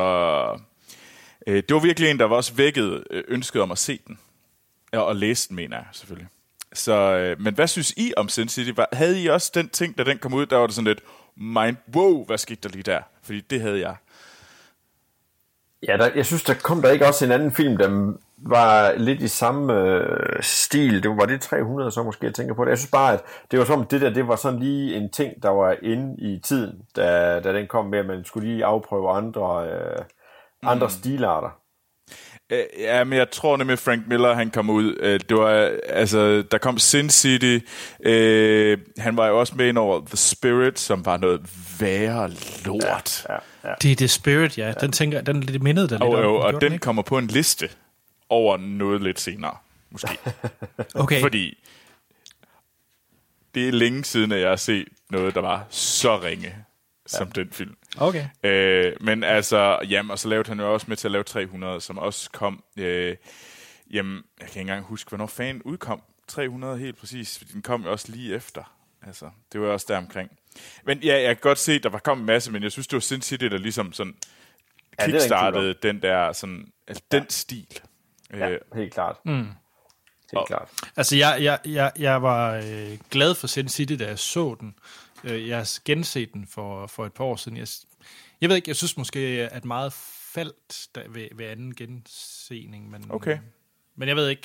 øh, det var virkelig en, der var også vækket øh, ønsket om at se den, og, og læse den, mener jeg selvfølgelig. Så, øh, men hvad synes I om Sin City? Var, havde I også den ting, da den kom ud, der var det sådan lidt, mind, wow, hvad skete der lige der? Fordi det havde jeg. Ja, der, jeg synes, der kom der ikke også en anden film, der var lidt i samme øh, stil. Det var det tre hundrede, så måske jeg tænker på det. Jeg synes bare, at det var som det der, det var sådan lige en ting, der var inde i tiden, da, da den kom med, at man skulle lige afprøve andre, øh, andre mm. stilarter. Ja, men jeg tror nemlig, Frank Miller, han kom ud. Det var, altså, der kom Sin City. Øh, han var jo også med ind over The Spirit, som var noget værre lort. Ja, ja, ja. Det er The Spirit, ja. Den tænker, den lidt mindede der lidt og, om. Jo, og den ikke? kommer på en liste over noget lidt senere, måske. Okay. Fordi det er længe siden, at jeg har set noget, der var så ringe som ja. den film. Okay. Øh, men altså, jamen, og så lavede han jo også med til at lave tre hundrede, som også kom, øh, jamen, jeg kan ikke engang huske, hvornår fanden udkom tre hundrede helt præcis, fordi den kom jo også lige efter. Altså, det var også der omkring. Men ja, jeg kan godt se, der var kommet en masse, men jeg synes, det var Sin City, der ligesom sådan ja, kickstartede den der, sådan, altså ja. den stil. Ja, helt klart. Mm. Helt og, klart. Altså, jeg, jeg, jeg, jeg var øh, glad for Sin City, da jeg så den. Jeg har genset den for, for et par år siden. Jeg, jeg ved ikke, jeg synes måske, at meget faldt der ved, ved anden gensening. Men, okay. Men jeg ved ikke.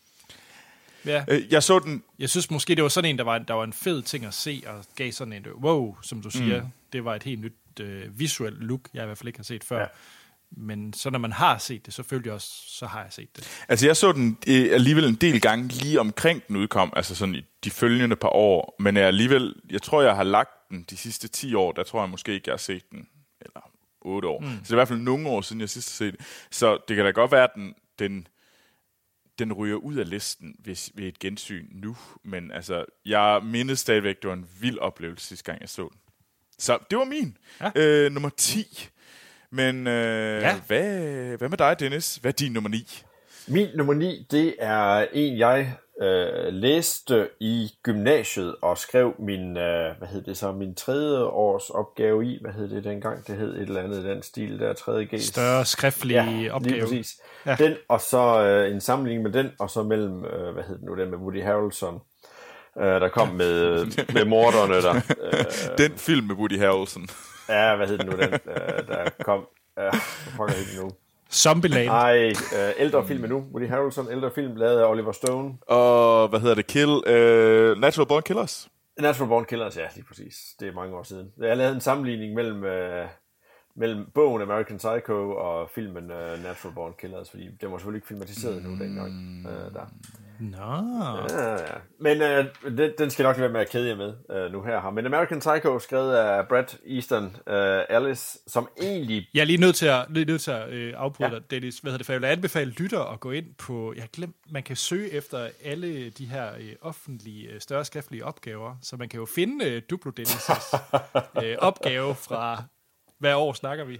Ja. Øh, jeg så den. Jeg synes måske, det var sådan en, der var, der var en fed ting at se, og gav sådan en, wow, som du siger. Mm. Det var et helt nyt øh, visuelt look, jeg i hvert fald ikke har set før. Ja. Men så når man har set det, så følte jeg også, så har jeg set det. Altså jeg så den øh, alligevel en del gange lige omkring den udkom, altså sådan i de følgende par år, men jeg alligevel, jeg tror jeg har lagt den de sidste ti år, der tror jeg måske ikke jeg har set den, eller otte år. Mm. Så det er i hvert fald nogle år siden jeg sidst har set det. Så det kan da godt være, at den, den, den ryger ud af listen ved, ved et gensyn nu, men altså jeg mindede stadigvæk, det var en vild oplevelse sidste gang jeg så den. Så det var min. Ja. Øh, nummer ti. Men øh, ja. hvad, hvad med dig, Dennis? Hvad er din nummer ni? Min nummer ni, det er en, jeg øh, læste i gymnasiet og skrev min, øh, hvad hed det så, min tredje års opgave i. Hvad hed det dengang? Det hed et eller andet i den stil, der tredje G. Større skriftlige ja, opgave. Lige præcis. Ja. Den, og så øh, en sammenligning med den, og så mellem, øh, hvad hed det nu, den med Woody Harrelson, øh, der kom med, med morderne der. Øh, den film med Woody Harrelson. Ja, hvad hed den nu, den, øh, der kom? Øh, hvad pokker hed den nu? Zombieland. Nej, øh, ældre film nu. Woody Harrelson, ældre film, lavet af Oliver Stone. Og hvad hedder det? Kill, uh, Natural Born Killers? Natural Born Killers, ja, lige præcis. Det er mange år siden. Jeg har lavet en sammenligning mellem, øh, mellem bogen American Psycho og filmen øh, Natural Born Killers, fordi den var selvfølgelig ikke filmatiseret mm. nu dengang. Øh, der. Nå. Ja, ja. Men øh, den, den skal nok være med at kæde jer med øh, nu her. Men American Psycho skrevet af Brad Easton øh, Ellis, som egentlig... Jeg er lige nødt til at, lige nødt til at øh, afbryde ja. dig, Dennis. Hvad hedder det? For jeg vil anbefale lytter at gå ind på... Jeg har glemt, man kan søge efter alle de her øh, offentlige, øh, større skriftlige opgaver, så man kan jo finde øh, Duplo Dennis' øh, opgave fra... Hvad år snakker vi?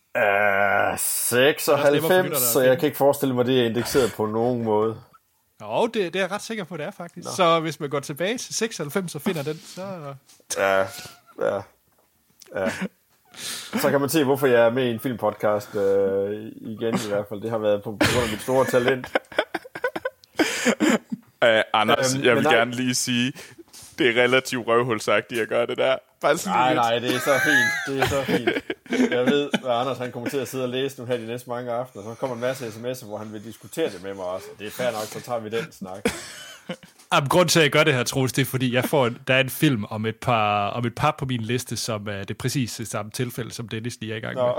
Uh, seksoghalvfems, så jeg kan ikke forestille mig, det er indekseret på nogen måde. Jo, det, det er jeg ret sikker på, det er faktisk. Nå. Så hvis man går tilbage til seksoghalvfems og finder den, så... Ja, ja, ja. Så kan man se, hvorfor jeg er med i en filmpodcast øh, igen i hvert fald. Det har været på, på grund af mit store talent. Uh, Anders, øhm, jeg vil nej. gerne lige sige, det er relativt røvhulsagtigt at gøre det der. Bare sådan Nej, lidt. nej, det er så fint. Det er så fint. Jeg ved, hvad Anders han kommer til at sidde og læse nu her de næste mange aftener. Så kommer en masse sms'er, hvor han vil diskutere det med mig også. Det er fair nok, så tager vi den snak. Jamen, grunden til, at jeg gør det her, Troels, det er, fordi jeg får en, der er en film om et par, om et par på min liste, som er det præcis det samme tilfælde, som Dennis lige er i gang med.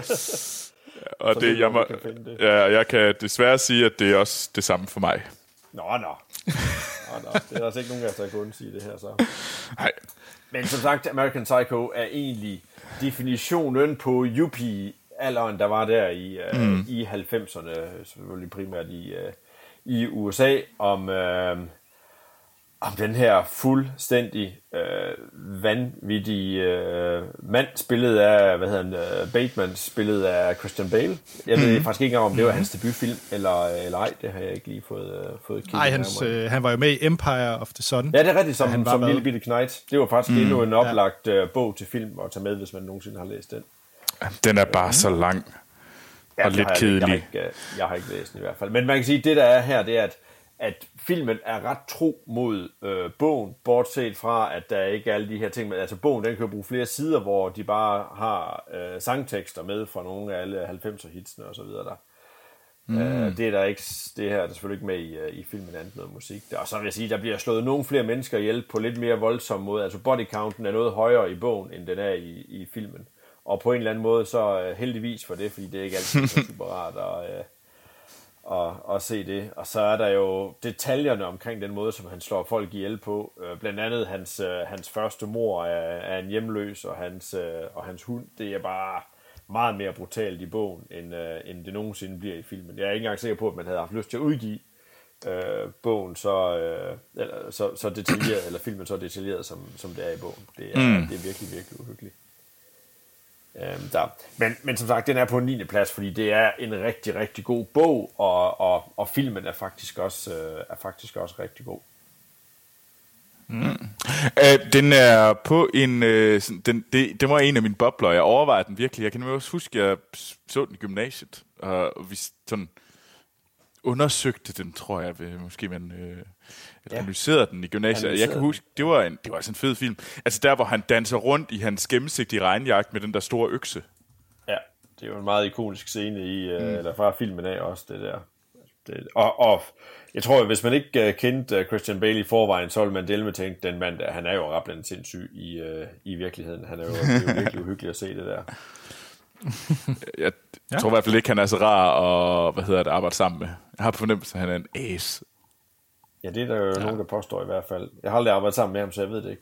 Og det, jeg, må, det. ja, jeg kan desværre sige, at det er også det samme for mig. Nå, nå. Nå, nå. Det er der altså ikke nogen af os, der kan undsige det her, så. Nej. Men som sagt, American Psycho er egentlig definitionen på yuppie-alderen, der var der i, mm. uh, i halvfemserne, selvfølgelig primært i, uh, i U S A, om, uh, om den her fuldstændig uh, vanvittige uh, mand, spillet af, hvad hedder han, uh, Bateman, spillet af Christian Bale. Jeg ved mm. faktisk ikke engang, om det var hans debutfilm, eller, eller ej, det har jeg ikke lige fået, uh, fået kigget. Nej, hans, øh, han var jo med i Empire of the Sun. Ja, det er rigtigt, som, han som med. Lille Bitte Knight. Det var faktisk mm, endnu en oplagt ja. uh, bog til film at tage med, hvis man nogensinde har læst den. Den er bare mm. så lang ja, og lidt jeg, kedelig. Jeg har, ikke, jeg har ikke læst den i hvert fald. Men man kan sige, at det der er her, det er, at, at filmen er ret tro mod øh, bogen, bortset fra, at der ikke er alle de her ting. Men altså bogen, den kan jo bruge flere sider, hvor de bare har øh, sangtekster med fra nogle af alle halvfemser-hitsene og så videre der. Mm. Uh, det er der ikke, det her er der selvfølgelig ikke med i, uh, i filmen andet noget musik. Og så vil jeg sige, der bliver slået nogle flere mennesker ihjel på lidt mere voldsom måde. Altså body counten er noget højere i bogen, end den er i, i filmen. Og på en eller anden måde, så uh, heldigvis for det, fordi det er ikke altid så super rart at, uh, at, at se det. Og så er der jo detaljerne omkring den måde, som han slår folk ihjel på. Uh, blandt andet hans, uh, hans første mor er, er en hjemløs, og hans, uh, og hans hund, det er bare meget mere brutalt i bogen, end, øh, end det nogensinde bliver i filmen. Jeg er ikke engang sikker på, at man havde haft lyst til at udgive øh, bogen så, øh, eller, så, så detaljeret, eller filmen så detaljeret, som, som det er i bogen. Det er, mm. det er virkelig, virkelig uhyggeligt. Øhm, der. Men, men som sagt, den er på en niende plads, fordi det er en rigtig, rigtig god bog, og, og, og filmen er faktisk også, øh, er faktisk også rigtig god. Mm. Uh, den er på en uh, den, det, det var en af mine bobler. Jeg overvejede den virkelig. Jeg kan også huske at jeg så den i gymnasiet, og vi sådan undersøgte den, tror jeg, ved, måske man uh, analyserede ja. den i gymnasiet. Jeg kan huske, det var en det var sådan en fed film. Altså der hvor han danser rundt i hans gennemsigtige regnjagt med den der store økse. Ja, det er jo en meget ikonisk scene i uh, mm. eller fra filmen af også det der. Det, og, og jeg tror, at hvis man ikke uh, kendte uh, Christian Bale i forvejen, så ville man dele med tænke, den mand der, han er jo rablende sindssyg i, uh, i virkeligheden. Han er jo, det er jo virkelig uhyggeligt at se det der. Jeg ja. tror i hvert fald ikke, han er så rar og hvad hedder det, arbejde sammen med. Jeg har på fornemmelse, at han er en ace. Ja, det er der jo ja. nogen, der påstår i hvert fald. Jeg har aldrig arbejdet sammen med ham, så jeg ved det ikke.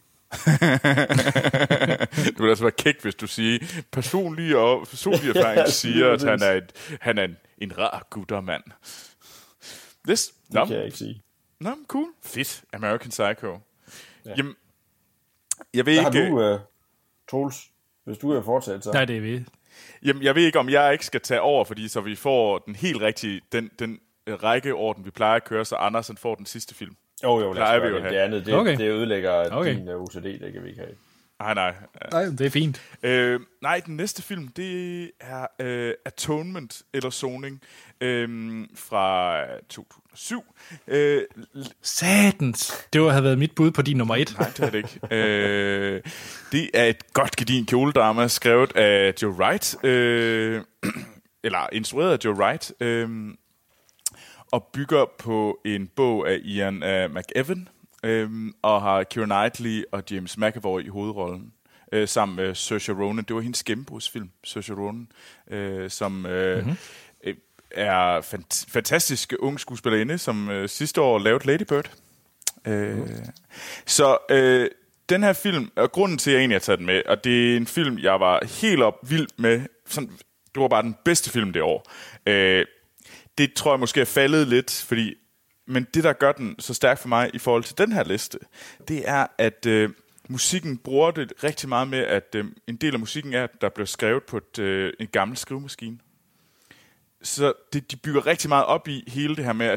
Det vil altså være kæk, hvis du siger personlige og personlige erfaringer siger, at han er, et, han er en, en rar guttermand. This? Det no. kan jeg ikke sige. Nå, no, cool. Fedt. American Psycho. Ja. Jamen, jeg ved der ikke... har du, uh, Troels, hvis du er fortsat, så... Nej, det er vi. Jamen, jeg ved ikke, om jeg ikke skal tage over, fordi så vi får den helt rigtige, den, den rækkeorden, vi plejer at køre, så Andersen får den sidste film. Jo, jo, lad os gøre det. Det andet, det, okay. det ødelægger okay. din uh, O C D, det kan vi ikke have. Nej, nej. Nej, det er fint. Øh, nej, den næste film, det er øh, Atonement, eller Soning, øh, fra to tusind og syv. Øh, Satans! Det havde været mit bud på din nummer et. Nej, det er det ikke. øh, det er et godt gedin kjoledrama, skrevet af Joe Wright, øh, eller instrueret af Joe Wright, øh, og bygger på en bog af Ian uh, McEwan, Øhm, og har Keira Knightley og James McAvoy i hovedrollen, øh, sammen med Saoirse Ronan. Det var hendes gennembrudsfilm, Saoirse Ronan, øh, som øh, mm-hmm. øh, er fant- fantastisk ung skuespillerinde, som øh, sidste år lavede Lady Bird. Øh, mm. Så øh, den her film, og grunden til, at jeg egentlig har taget den med, og det er en film, jeg var helt op vild med. Sådan, det var bare den bedste film det år. Øh, det tror jeg måske er faldet lidt, fordi men det, der gør den så stærk for mig i forhold til den her liste, det er, at øh, musikken bruger det rigtig meget med, at øh, en del af musikken er, at der bliver skrevet på et, øh, en gammel skrivemaskine. Så det, de bygger rigtig meget op i hele det her med, at det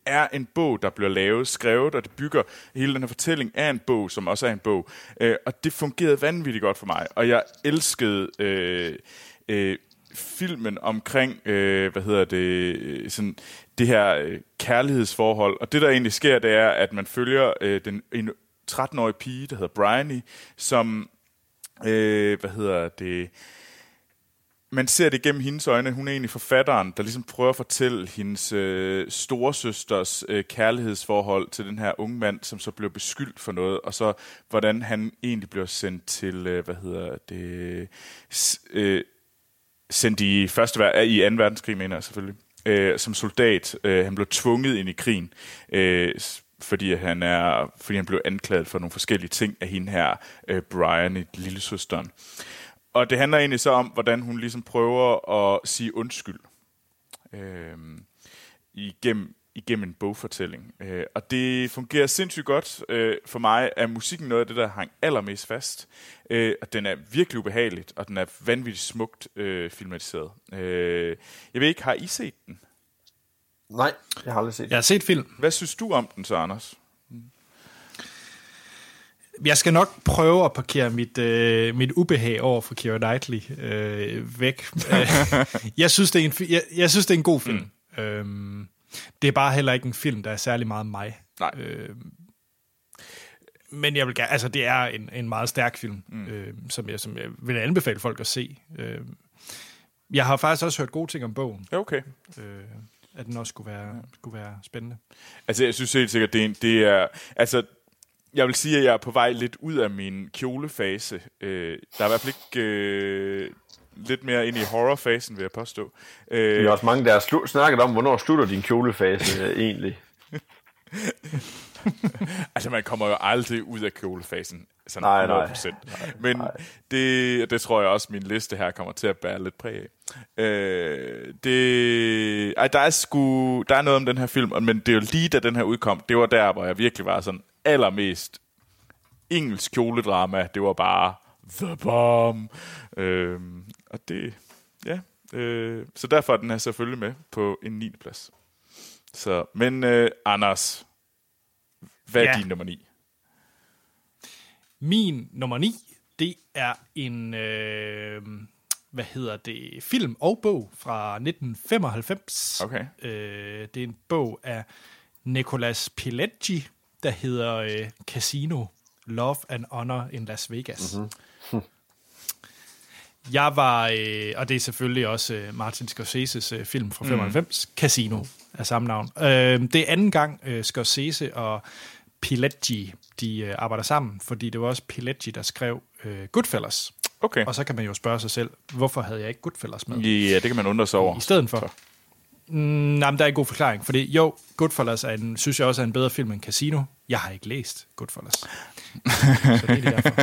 er en bog, der bliver lavet, skrevet, og det bygger hele den her fortælling af en bog, som også er en bog. Øh, og det fungerede vanvittigt godt for mig, og jeg elskede øh, øh, filmen omkring, øh, hvad hedder det, sådan det her øh, kærlighedsforhold. Og det, der egentlig sker, det er, at man følger øh, den, en tretten-årig pige, der hedder Bryony, som, øh, hvad hedder det, man ser det gennem hendes øjne. Hun er egentlig forfatteren, der ligesom prøver at fortælle hendes øh, storesøsters øh, kærlighedsforhold til den her unge mand, som så bliver beskyldt for noget, og så hvordan han egentlig bliver sendt til, øh, hvad hedder det, øh, sendt i første ver- i anden verdenskrig, mener jeg selvfølgelig, øh, som soldat. Øh, han blev tvunget ind i krigen, øh, fordi han er, fordi han blev anklaget for nogle forskellige ting af hende her, øh, Bryony, lillesøsteren. Og det handler egentlig så om, hvordan hun ligesom prøver at sige undskyld øh, igennem, igennem en bogfortælling. Øh, og det fungerer sindssygt godt. Øh, for mig er musikken noget af det, der hang allermest fast. Øh, og den er virkelig ubehageligt, og den er vanvittigt smukt øh, filmatiseret. Øh, jeg ved ikke, har I set den? Nej, jeg har aldrig set den. Jeg har set film. Hvad synes du om den så, Anders? Jeg skal nok prøve at parkere mit, øh, mit ubehag over for Keira Knightley øh, væk. jeg, synes, det er en, jeg, jeg synes, det er en god film. Mm. Øhm, det er bare heller ikke en film, der er særlig meget mig. Nej. Øhm, men jeg vil gerne, altså, det er en, en meget stærk film, mm. øh, som, jeg, som jeg vil anbefale folk at se. Øh, jeg har faktisk også hørt gode ting om bogen. Okay. Øh, at den også skulle være, skulle være spændende. Altså, jeg synes helt sikkert, det er, det er altså, jeg vil sige, at jeg er på vej lidt ud af min kjolefase. Øh, der er i hvert fald ikke øh, lidt mere ind i horrorfasen, vil jeg påstå. Øh, Der er også mange, der har slu- snakket om, hvornår slutter din kjolefase øh, egentlig. altså, man kommer jo aldrig ud af kjolefasen. Sådan Nej, hundrede procent. nej. Men Nej. det, det tror jeg også, min liste her kommer til at bære lidt præg af. Øh, det, ej, der, er sgu, der er noget om den her film, men det er jo lige da den her udkom, det var der, hvor jeg virkelig var sådan allermest engelsk kjoledrama. Det var bare The Bomb. Øh, og det, ja. Øh, så derfor er den her selvfølgelig med på en niende plads. Så, men øh, Anders, hvad er Ja. din nummer ni? Min nummer ni, det er en, øh, hvad hedder det, film og bog fra nitten femoghalvfems. Okay. Øh, det er en bog af Nicolas Pileggi, der hedder øh, Casino, Love and Honor in Las Vegas. Mm-hmm. Jeg var, øh, og det er selvfølgelig også øh, Martin Scorseses øh, film fra femoghalvfems, mm. Casino af samme navn. Øh, det er anden gang øh, Scorsese og Pileggi, de øh, arbejder sammen, fordi det var også Pileggi, der skrev øh, Goodfellas. Okay. Og så kan man jo spørge sig selv, hvorfor havde jeg ikke Goodfellas med? Ja, det kan man undre sig over. I stedet for. Mm, nej, men der er en god forklaring, fordi jo, Goodfellas er en, synes jeg også er en bedre film end Casino. Jeg har ikke læst Goodfellas. Så det er det derfor.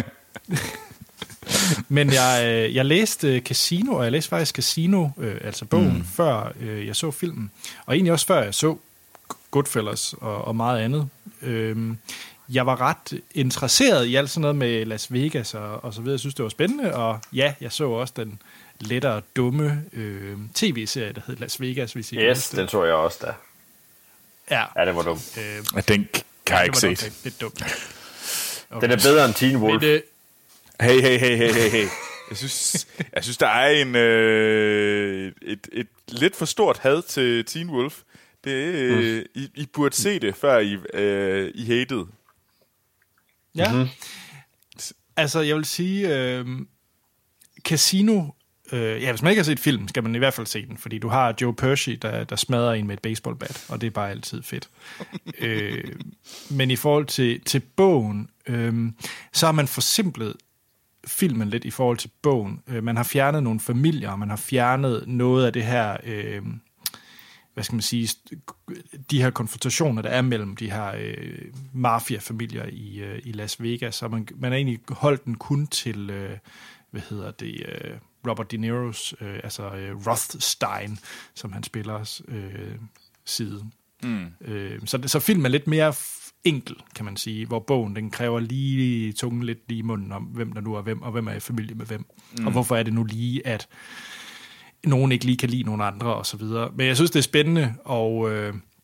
Men jeg, øh, jeg læste Casino, og jeg læste faktisk Casino, øh, altså bogen, mm. før øh, jeg så filmen. Og egentlig også før jeg så Goodfellas og, og meget andet. Øh, jeg var ret interesseret i alt sådan noget med Las Vegas og, og så videre. Jeg synes, det var spændende, og ja, jeg så også den lettere dumme øh, tv-serie, der hed Las Vegas, hvis I Yes, den så jeg også da. Ja, Ja, det var dumt. øh, Ja, den kan jeg ikke det var se. nok lidt dumt. Okay. Den er bedre end Teen Wolf. Men, øh, Hey, hey, hey, hey, hey, hey. Jeg synes, jeg synes der er en øh, et, et lidt for stort had til Teen Wolf. Det, øh, mm. I, I burde se det, før I, øh, I hatede. Ja, mm-hmm. Altså jeg vil sige, øh, Casino, øh, ja, hvis man ikke har set filmen, skal man i hvert fald se den, fordi du har Joe Pesci, der, der smadrer en med et baseballbat, og det er bare altid fedt. øh, men i forhold til, til bogen, øh, så har man forsimplet filmen lidt i forhold til bogen. Øh, man har fjernet nogle familier, og man har fjernet noget af det her... Øh, hvad skal man sige, de her konfrontationer, der er mellem de her øh, mafia-familier i, øh, i Las Vegas, og man, man har egentlig holdt den kun til, øh, hvad hedder det, øh, Robert De Niro's, øh, altså øh, Rothstein, som han spiller øh, side. Mm. Øh, så, så filmen er lidt mere enkel, kan man sige, hvor bogen, den kræver lige tungen lidt lige i munden om, hvem der nu er hvem, og hvem er i familie med hvem. Mm. Og hvorfor er det nu lige, at nogen ikke lige kan lide nogen andre, og så videre. Men jeg synes, det er spændende, og, øh,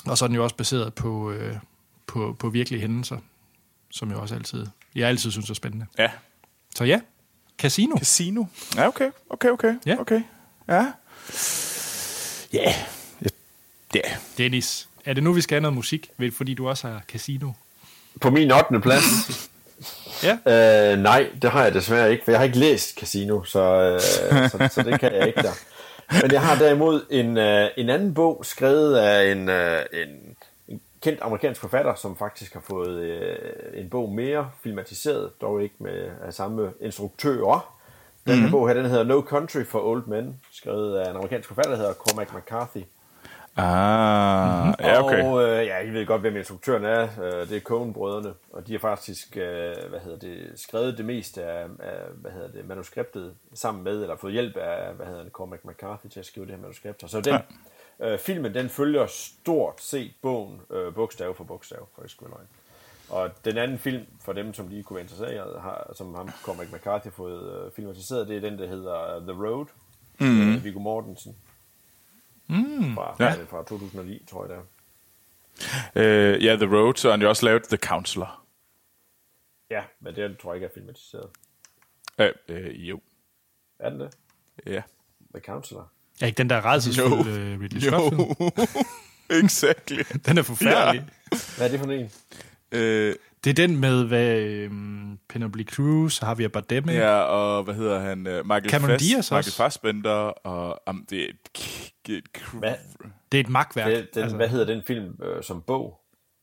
Og så er den jo også baseret på, øh, på, på virkelige hændelser, som jo også altid, jeg altid synes er spændende. Ja. Så ja, Casino. Casino. Ja, okay. Okay, okay. Ja. Okay. Ja. Ja. Ja. Dennis, er det nu, vi skal have noget musik? Fordi du også har Casino. På min ottende plads. Ja. Øh, nej, det har jeg desværre ikke, for jeg har ikke læst Casino, så, øh, så, så det kan jeg ikke der. Men jeg har derimod en, øh, en anden bog, skrevet af en, øh, en, en kendt amerikansk forfatter, som faktisk har fået øh, en bog mere filmatiseret, dog ikke med af samme instruktører. Den mm-hmm. her bog her, den hedder No Country for Old Men, skrevet af en amerikansk forfatter, der hedder Cormac McCarthy. Ah, mm-hmm. Ja, okay. Og øh, ja, I ved godt, hvem instruktøren er. Øh, det er Coen-brødrene, og de har faktisk øh, hvad hedder det, skrevet det meste af, af hvad hedder det, manuskriptet sammen med, eller fået hjælp af hvad hedder det, Cormac McCarthy til at skrive det her manuskript. Så den ja. øh, filmen, den følger stort set bogen øh, bogstav for bogstav, for ikke løgn. Og den anden film, for dem, som lige kunne være interesseret, har, som ham Cormac McCarthy har fået øh, filmatiseret, det er den, der hedder The Road, mm. øh, Viggo Mortensen. Mm, fra, ja. fra to tusind og ni, tror jeg det er. Uh, ja, The Road, så har han jo også lavet The Counselor. Ja, men det tror jeg ikke er filmatiseret. Uh, uh, jo. Er den det? Ja. The Counselor? Ja, ikke den der rædselsfulde uh, Ridley Scott-film? Jo, exactly. Den er forfærdelig. Ja. Hvad er det for en? Uh, det er den med hvad, um, Penelope Cruz, Javier Bardem. Ja, og hvad hedder han? Uh, Michael Cameron Diaz også. Michael Fassbender, og um, det er et... Hvad? Det er et magtværk. Det, den, altså. Hvad hedder den film øh, som bog?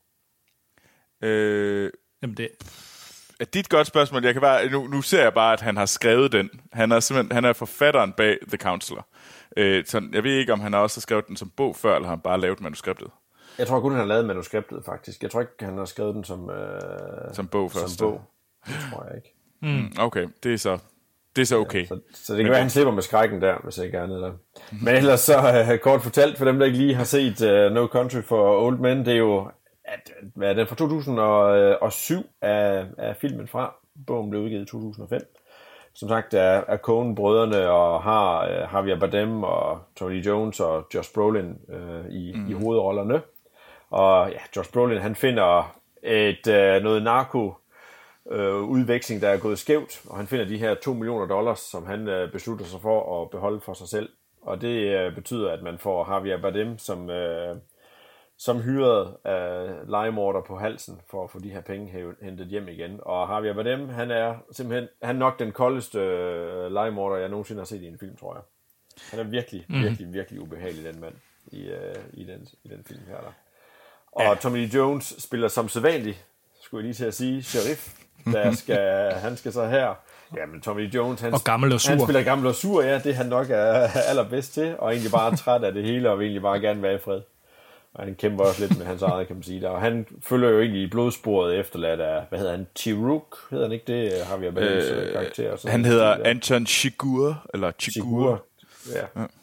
Øh, Jamen det... Er det et godt spørgsmål? Jeg kan bare, nu, nu ser jeg bare, at han har skrevet den. Han er simpelthen han er forfatteren bag The Counselor. Øh, så jeg ved ikke, om han også har skrevet den som bog før, eller har han bare lavet manuskriptet. Jeg tror kun, han har lavet manuskriptet, faktisk. Jeg tror ikke, han har skrevet den som, øh, som bog først. Som bog. Det tror jeg ikke. Mm, okay, det er så... Det er så okay. Ja, så, så det kan Men være, at han slipper med skrækken der, hvis jeg gerne der. Men ellers så uh, kort fortalt, for dem, der ikke lige har set uh, No Country for Old Men, det er jo, at, hvad er den fra to tusind og syv af, af filmen fra. Bogen blev udgivet i to tusind og fem. Som sagt er, er Coen-brødrene og har uh, Javier Bardem og Tony Jones og Josh Brolin uh, i, mm. i hovedrollerne. Og ja, Josh Brolin, han finder et, uh, noget narko Øh, udveksling, der er gået skævt, og han finder de her to millioner dollars, som han øh, beslutter sig for at beholde for sig selv. Og det øh, betyder, at man får Javier Bardem som, øh, som hyret af legemorder på halsen, for at få de her penge hentet hjem igen. Og Javier Bardem, han er simpelthen, han er nok den koldeste øh, legemorder, jeg nogensinde har set i en film, tror jeg. Han er virkelig, mm. virkelig, virkelig ubehagelig, den mand, i, øh, i, den, i den film her. Der. Og ja. Tommy Lee Jones spiller som sædvanligt, skulle jeg lige til at sige, sheriff. Der skal, han skal så her. Jamen, Tommy Lee Jones, han, og gammel og sur. Han spiller gammel og sur, ja, det han nok er allerbedst til, og egentlig bare træt af det hele, og vil egentlig bare gerne være i fred. Og han kæmper også lidt med hans eget, kan man sige. Der. Og han følger jo egentlig i blodsporet efterladt af, hvad hedder han, Chirook, hedder han ikke det? Har vi jo øh, karakter. Sådan han hedder der. Anton Chigurh, eller Chigurh. Ja. ja.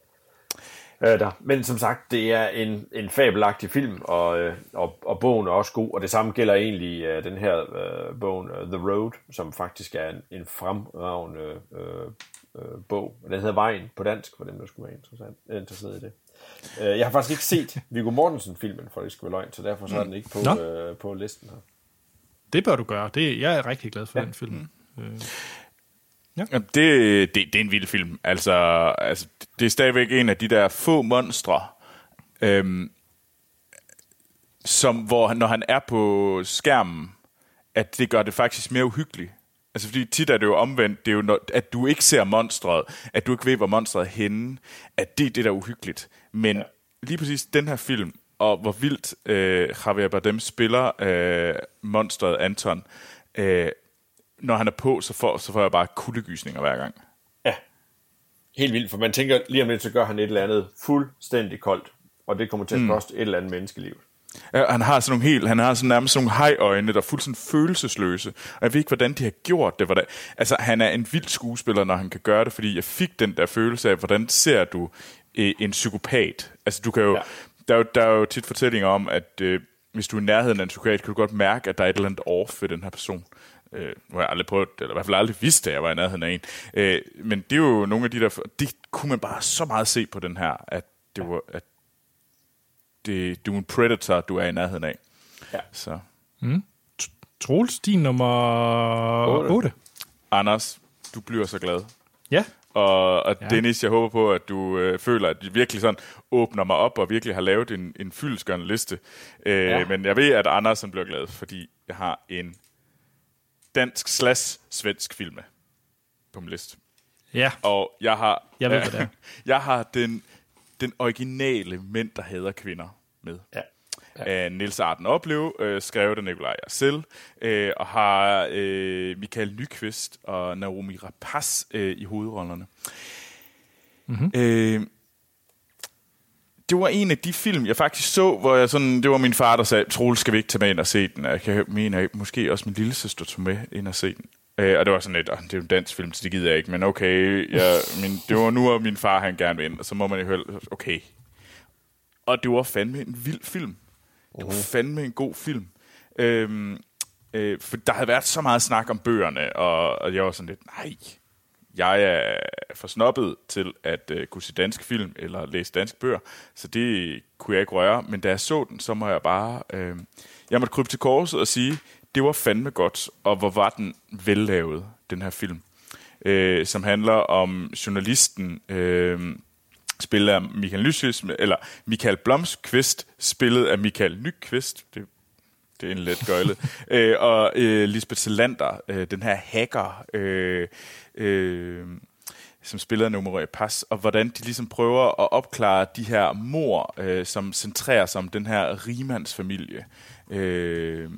Øh, der. Men som sagt, det er en, en fabelagtig film, og, øh, og, og bogen er også god, og det samme gælder egentlig øh, den her øh, bogen, uh, The Road, som faktisk er en, en fremragende øh, øh, bog. Den hedder Vejen på dansk, for dem, der skulle være interesseret i det. Øh, jeg har faktisk ikke set Viggo Mortensen-filmen, for det skal være løgn, så derfor så er den ikke på, øh, på listen her. Det bør du gøre. Det, jeg er rigtig glad for ja. den film. Mm. Øh. Ja. Det, det, det er en vild film. Altså, altså, det er stadigvæk en af de der få monstre, øhm, som, hvor når han er på skærmen, at det gør det faktisk mere uhyggeligt. Altså, fordi tit er det jo omvendt, det er jo, når, at du ikke ser monstret, at du ikke ved, hvor monstret er henne, at det er det, der er uhyggeligt. Men ja. lige præcis den her film, og hvor vildt øh, Javier Bardem spiller øh, monstret Anton, øh, når han er på, så får, så får jeg bare kuldegysninger hver gang. Ja, helt vildt, for man tænker lige om lidt, så gør han et eller andet fuldstændig koldt, og det kommer til at koste mm. et eller andet menneskeliv. Ja, han har sådan nogle helt, han har sådan nærmest sådan nogle hajøjne, der er fuldstændig følelsesløse, og jeg ved ikke, hvordan de har gjort det. Hvordan, altså, han er en vild skuespiller, når han kan gøre det, fordi jeg fik den der følelse af, hvordan ser du øh, en psykopat? Altså, du kan jo, ja. der, er jo der er jo tit fortællinger om, at øh, hvis du er i nærheden af en psykopat, kan du godt mærke, at der er et eller andet off ved den her person. Øh, nu har jeg aldrig prøvet, eller i hvert fald aldrig vidste, at jeg var i nærheden af en. Øh, men det er jo nogle af de der, det kunne man bare så meget se på den her, at det var, at det, du er en predator, du er i nærheden af. Ja. Så. Mm. Troels, din nummer otte. Anders, du bliver så glad. Ja. Og, og ja. Dennis, jeg håber på, at du øh, føler, at du virkelig sådan åbner mig op, og virkelig har lavet en, en fyldestgørende liste. Øh, ja. Men jeg ved, at Anders bliver glad, fordi jeg har en dansk slash svensk film med på min liste. Ja. Og jeg har, jeg ved, hvad det er. jeg har den, den originale Mænd, der hader kvinder med. Ja. Ja. Af Niels Arden Oplev, øh, skrevet af Nikolaj Arcel, øh, og har øh, Michael Nyqvist og Naomi Rapace øh, i hovedrollerne. Mm-hmm. Øh, det var en af de film, jeg faktisk så, hvor jeg sådan, det var min far, der sagde, Troels, skal vi ikke tage med ind og se den? Jeg kan mene, at måske også min lille søster tog med ind og se den. Øh, og det var sådan lidt, det er jo en dansk film, så det gider jeg ikke, men okay, jeg, min, det var nu, og min far, han gerne vil ind, og så må man jo høre, okay. Og det var fandme en vild film. Det var fandme en god film. Øhm, øh, for der havde været så meget snak om bøgerne, og, og jeg var sådan lidt, nej, jeg er for snobbet til at øh, kunne se danske film eller læse danske bøger, så det kunne jeg ikke røre. Men da jeg så den, så må jeg bare, øh, jeg måtte krybe til korset og sige, det var fandme godt, og hvor var den vellavet, den her film, øh, som handler om journalisten, øh, spillet af Michael Nyqvist, eller Michael Blomqvist, spillet af Michael Nyqvist, det, det er en lidt gøjlet, øh, og øh, Lisbeth Salander, øh, den her hacker, øh, øh, som spiller Naomi Rapace, og hvordan de ligesom prøver at opklare de her mord, øh, som centrerer sig om den her rigmandsfamilie. Øh,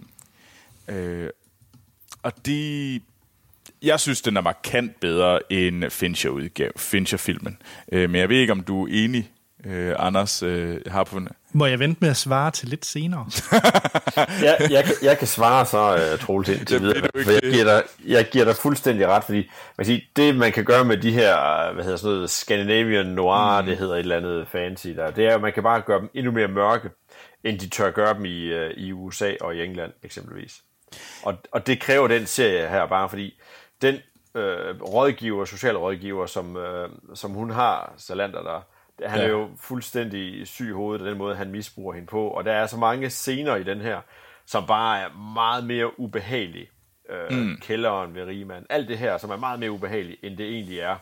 øh, og det... Jeg synes, den er markant bedre end Fincher-udgave, Fincher-filmen. Øh, men jeg ved ikke, om du er enig, øh, Anders, øh, har på den. Må jeg vente med at svare til lidt senere? jeg, jeg, kan, jeg kan svare så, uh, Troels, indtil videre. For jeg giver, dig, jeg giver dig fuldstændig ret, fordi man siger, det, man kan gøre med de her, hvad hedder sådan noget, Scandinavian noir, mm. det hedder et eller andet fancy der, det er, at man kan bare gøre dem endnu mere mørke, end de tør gøre dem i, uh, i U S A og i England, eksempelvis. Og, og det kræver den serie her bare, fordi den øh, rådgiver, social rådgiver, som, øh, som hun har, Salander der, han ja. er jo fuldstændig syg i hovedet af den måde, han misbruger hende på. Og der er så mange scener i den her, som bare er meget mere ubehagelige. Øh, mm. Kælderen ved Rigmand. Alt det her, som er meget mere ubehageligt, end det egentlig er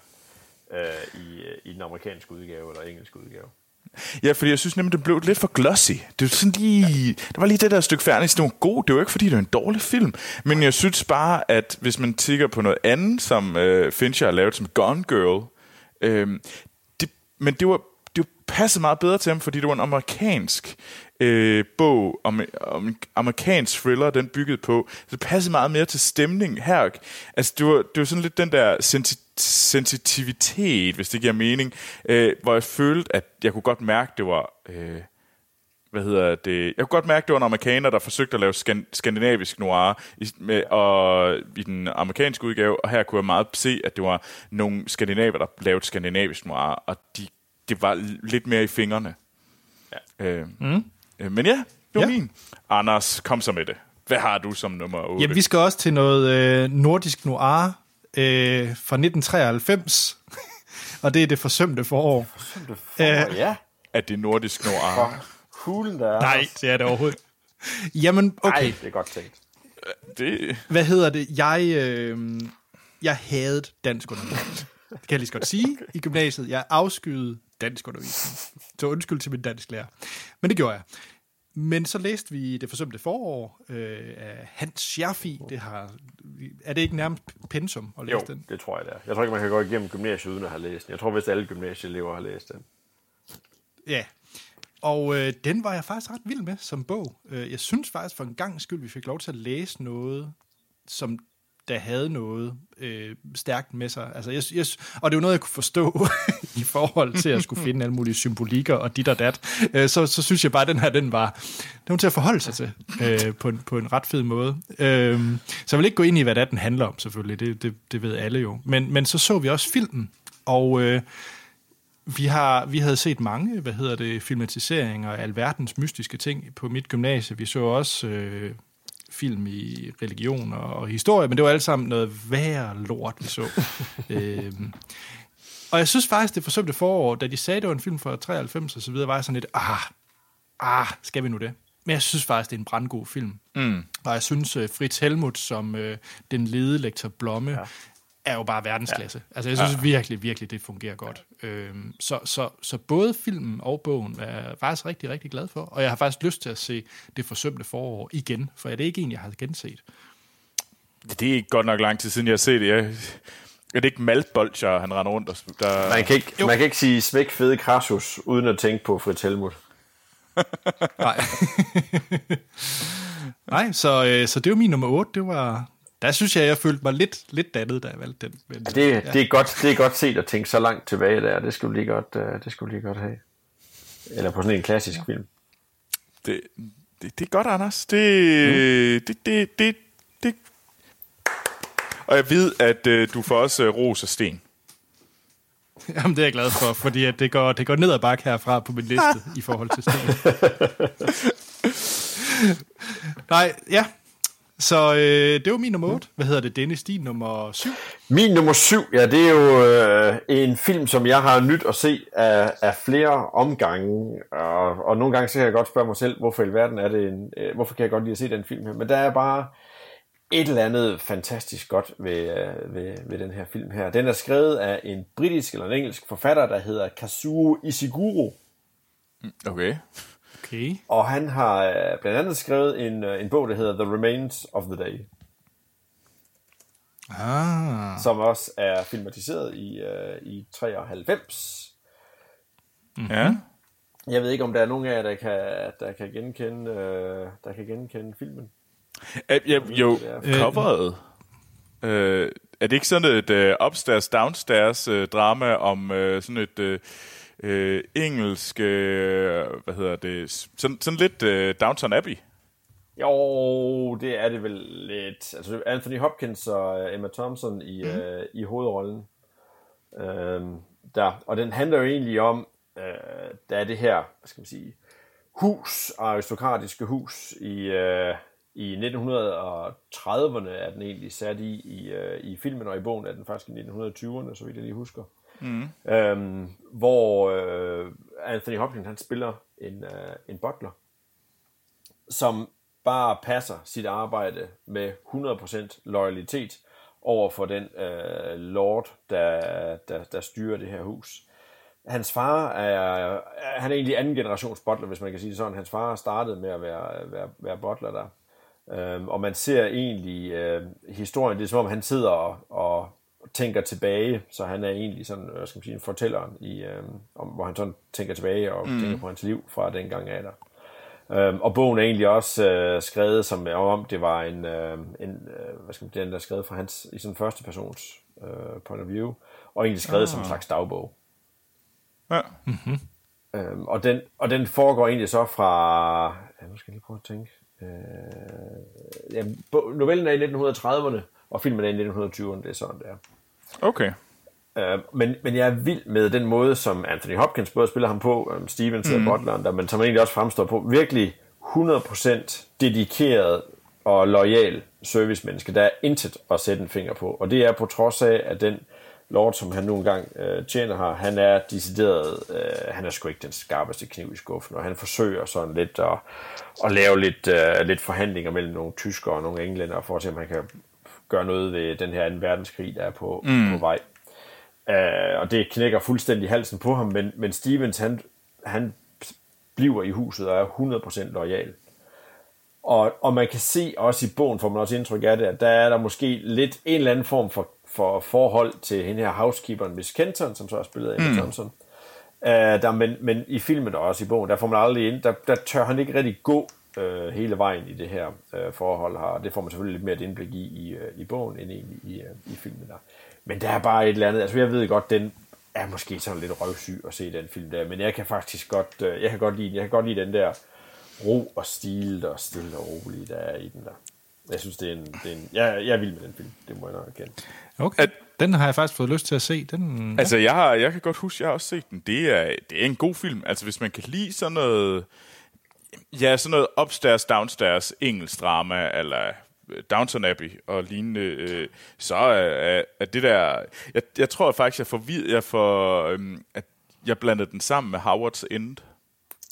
øh, i, i den amerikanske udgave eller engelske udgave. Ja, fordi jeg synes nemlig, det blev lidt for glossy. Det var sådan lige, der var lige det der stykke færdigt, det var god. Det var ikke, fordi det var en dårlig film. Men jeg synes bare, at hvis man kigger på noget andet, som øh, Fincher har lavet, som Gone Girl, øh, det, men det var, det var passet meget bedre til ham, fordi det var en amerikansk øh, bog, om, om en amerikansk thriller, den byggede på. Så det passede meget mere til stemning her. Altså, det var, det var sådan lidt den der sensitiv sensitivitet, hvis det giver mening, øh, hvor jeg følte, at jeg kunne godt mærke, det var, øh, hvad hedder det, jeg kunne godt mærke, det var en amerikaner, der forsøgte at lave skan- skandinavisk noir i, med, og, i den amerikanske udgave, og her kunne jeg meget se, at det var nogle skandinaver, der lavede skandinavisk noir, og de, det var lidt mere i fingrene. Ja. Øh, mm. øh, men ja, det var ja. min. Anders, kom så med det. Hvad har du som nummer otte? Ja, vi skal også til noget øh, nordisk noir, Øh, fra nitten treoghalvfems, og det er Det forsømte forår. Forsømte forår, øh, ja. Er det nordisk noir? Hulen der. Nej, det er det overhovedet. Jamen, okay. Nej, det er godt tænkt. Det... Hvad hedder det? Jeg, øh, jeg havde dansk undervisning. Det kan jeg lige så godt sige okay. i gymnasiet. Jeg afskyede dansk undervisning. Så undskyld til min dansklærer. Men det gjorde jeg. Men så læste vi Det forsømte forår øh, af Hans Scherfig. Det har, er det ikke nærmest pensum at læse jo, den? det tror jeg, det er. Jeg tror ikke, man kan gå igennem gymnasiet uden at have læst den. Jeg tror, hvis alle gymnasieelever har læst den. Ja, og øh, den var jeg faktisk ret vild med som bog. Jeg synes faktisk for en gang skyld, vi fik lov til at læse noget, som der havde noget øh, stærkt med sig. Altså, jeg, jeg, og det var noget, jeg kunne forstå i forhold til at skulle finde alle mulige symbolikker og dit og dat. Øh, så, så synes jeg bare, at den her, den var, den var til at forholde sig til øh, på, en, på en ret fed måde. Øh, så jeg vil ikke gå ind i, hvad det er, den handler om, selvfølgelig. Det, det, det ved alle jo. Men, men så så vi også filmen, og øh, vi, har, vi havde set mange, hvad hedder det, filmatiseringer af alverdens mystiske ting på mit gymnasie. Vi så også... Øh, film i religion og historie, men det var alt sammen noget værre lort, vi så. øhm. Og jeg synes faktisk, Det forsømte forår, da de sagde, det var en film fra treoghalvfems og så videre, var jeg sådan lidt, ah, ah, skal vi nu det? Men jeg synes faktisk, det er en brandgod film. Mm. Og jeg synes, uh, Fritz Helmuth som uh, den lede lektor Blomme, ja. er jo bare verdensklasse. Ja. Altså, jeg synes ja. virkelig, virkelig, det fungerer godt. Øhm, så, så, så både filmen og bogen er jeg faktisk rigtig, rigtig glad for. Og jeg har faktisk lyst til at se Det forsømte forår igen, for det er ikke en, jeg har genset. Det er ikke godt nok lang tid siden, jeg har set det. Jeg... Er det ikke maltbolcher, han render rundt? Der... Man, kan ikke, man kan ikke sige smæk fede Krassus, uden at tænke på Fritz Helmuth. Nej. Nej, så, øh, så det var min nummer otte. Det var... Der synes jeg, jeg følte mig lidt, lidt dannet, da jeg valgte den. Men, ja, det, ja. det, er godt, det er godt set at tænke så langt tilbage der. Det skulle lige godt, uh, det skulle lige godt have. Eller på sådan en klassisk ja. film. Det, det, det er godt, Anders. Det, mm. det, det, det, det. Og jeg ved, at uh, du får også uh, ros af Sten. Jamen, det er jeg glad for, fordi at det, går, det går ned ad bakke herfra på min liste i forhold til Sten. Nej, ja. Så øh, det var min nummer otte. Hvad hedder det, Dennis? Din nummer syv? Min nummer syv, ja, det er jo øh, en film, som jeg har nyt at se af, af flere omgange. Og, og nogle gange så kan jeg godt spørge mig selv, hvorfor i alverden er det en, øh, hvorfor kan jeg godt lide at se den film her? Men der er bare et eller andet fantastisk godt ved, øh, ved, ved den her film her. Den er skrevet af en britisk eller en engelsk forfatter, der hedder Kazuo Ishiguro. Okay. Okay. Og han har øh, blandt andet skrevet en, øh, en bog, der hedder The Remains of the Day. Ah. Som også er filmatiseret i, øh, i treoghalvfems. Mm-hmm. Ja. Jeg ved ikke, om der er nogen af jer, der kan, der kan, genkende, øh, der kan genkende filmen. Æ, ja, jo, coveret. Øh, er det ikke sådan et uh, upstairs-downstairs uh, drama om uh, sådan et... Uh, Øh, engelsk, øh, hvad hedder det, sådan, sådan lidt øh, Downton Abbey? Jo, det er det vel lidt. Altså Anthony Hopkins og Emma Thompson i, mm. øh, i hovedrollen. Øhm, der. Og den handler jo egentlig om, øh, der er det her, hvad skal man sige, hus, aristokratiske hus i, øh, i nitten trediverne er den egentlig sat i, i, øh, i filmen, og i bogen er den faktisk i nitten tyverne, så vidt jeg lige husker. Mm. Øhm, hvor øh, Anthony Hopkins han spiller en, øh, en butler, som bare passer sit arbejde med hundrede procent loyalitet over for den øh, lord, der, der, der styrer det her hus. Hans far er, han er egentlig anden generations butler, hvis man kan sige det sådan. Hans far startede med at være, være, være butler der. Øhm, og man ser egentlig øh, historien, det er som om han sidder og, og tænker tilbage, så han er egentlig sådan, hvad skal man sige, fortælleren i, øh, om, hvor han sådan tænker tilbage og mm. tænker på hans liv fra den gang af der. Øhm, og bogen er egentlig også øh, skrevet som om det var en, øh, en øh, hvad skal man sige, den der er skrevet fra hans i sådan første persons øh, point of view, og egentlig skrevet ah. som en slags dagbog. Ja. Mm-hmm. Øhm, og den og den foregår egentlig så fra, ja, nu skal jeg lige prøve at tænke. Øh, ja, novellen er i nitten trediverne, og filmen er i nitten tyverne, det er sådan der. Okay. Øh, men, men jeg er vild med den måde, som Anthony Hopkins både spiller ham på, um, Stevens og mm. Butleren, der, men som egentlig også fremstår på, virkelig hundrede procent dedikeret og loyal servicemenneske. Der er intet at sætte en finger på, og det er på trods af, at den lord, som han nogle gange øh, tjener her, han er decideret, øh, han er sgu ikke den skarpeste kniv i skuffen, og han forsøger sådan lidt at, at lave lidt, øh, lidt forhandlinger mellem nogle tyskere og nogle englænder, for at se, om han kan gøre noget ved den her anden verdenskrig, der er på, mm. på vej. Uh, og det knækker fuldstændig halsen på ham, men, men Stevens, han, han bliver i huset og er hundrede procent loyal. Og, og man kan se også i bogen, får man også indtryk af det, at der er der måske lidt en eller anden form for, for forhold til hende her housekeeperen, Miss Kenton, som så er spillet af Emma mm. Thompson. Uh, der, men, men i filmen og også i bogen, der får man aldrig ind, der, der tør han ikke rigtig gå uh, hele vejen i det her uh, forhold her. Det får man selvfølgelig lidt mere et indblik i i, uh, i bogen, end egentlig i, uh, i filmen der. Men der er bare et eller andet, altså jeg ved godt, den er måske sådan lidt røvsyg at se den film der, men jeg kan faktisk godt, jeg kan godt lide, jeg kan godt lide den der ro og stil og stille og rolige, der er i den der. Jeg synes, det er en, det er en jeg, jeg er vild med den film, det må jeg nok erkende. Okay, at, den har jeg faktisk fået lyst til at se. Den, altså ja. jeg, har, jeg kan godt huske, jeg har også set den. Det er, det er en god film, altså hvis man kan lide sådan noget, ja, sådan noget upstairs, downstairs, engelsk drama, eller Downton Abbey og lignende, øh, så er, er det der... Jeg, jeg tror faktisk, jeg får vid, jeg får, øhm, at jeg blandede den sammen med Howard's End.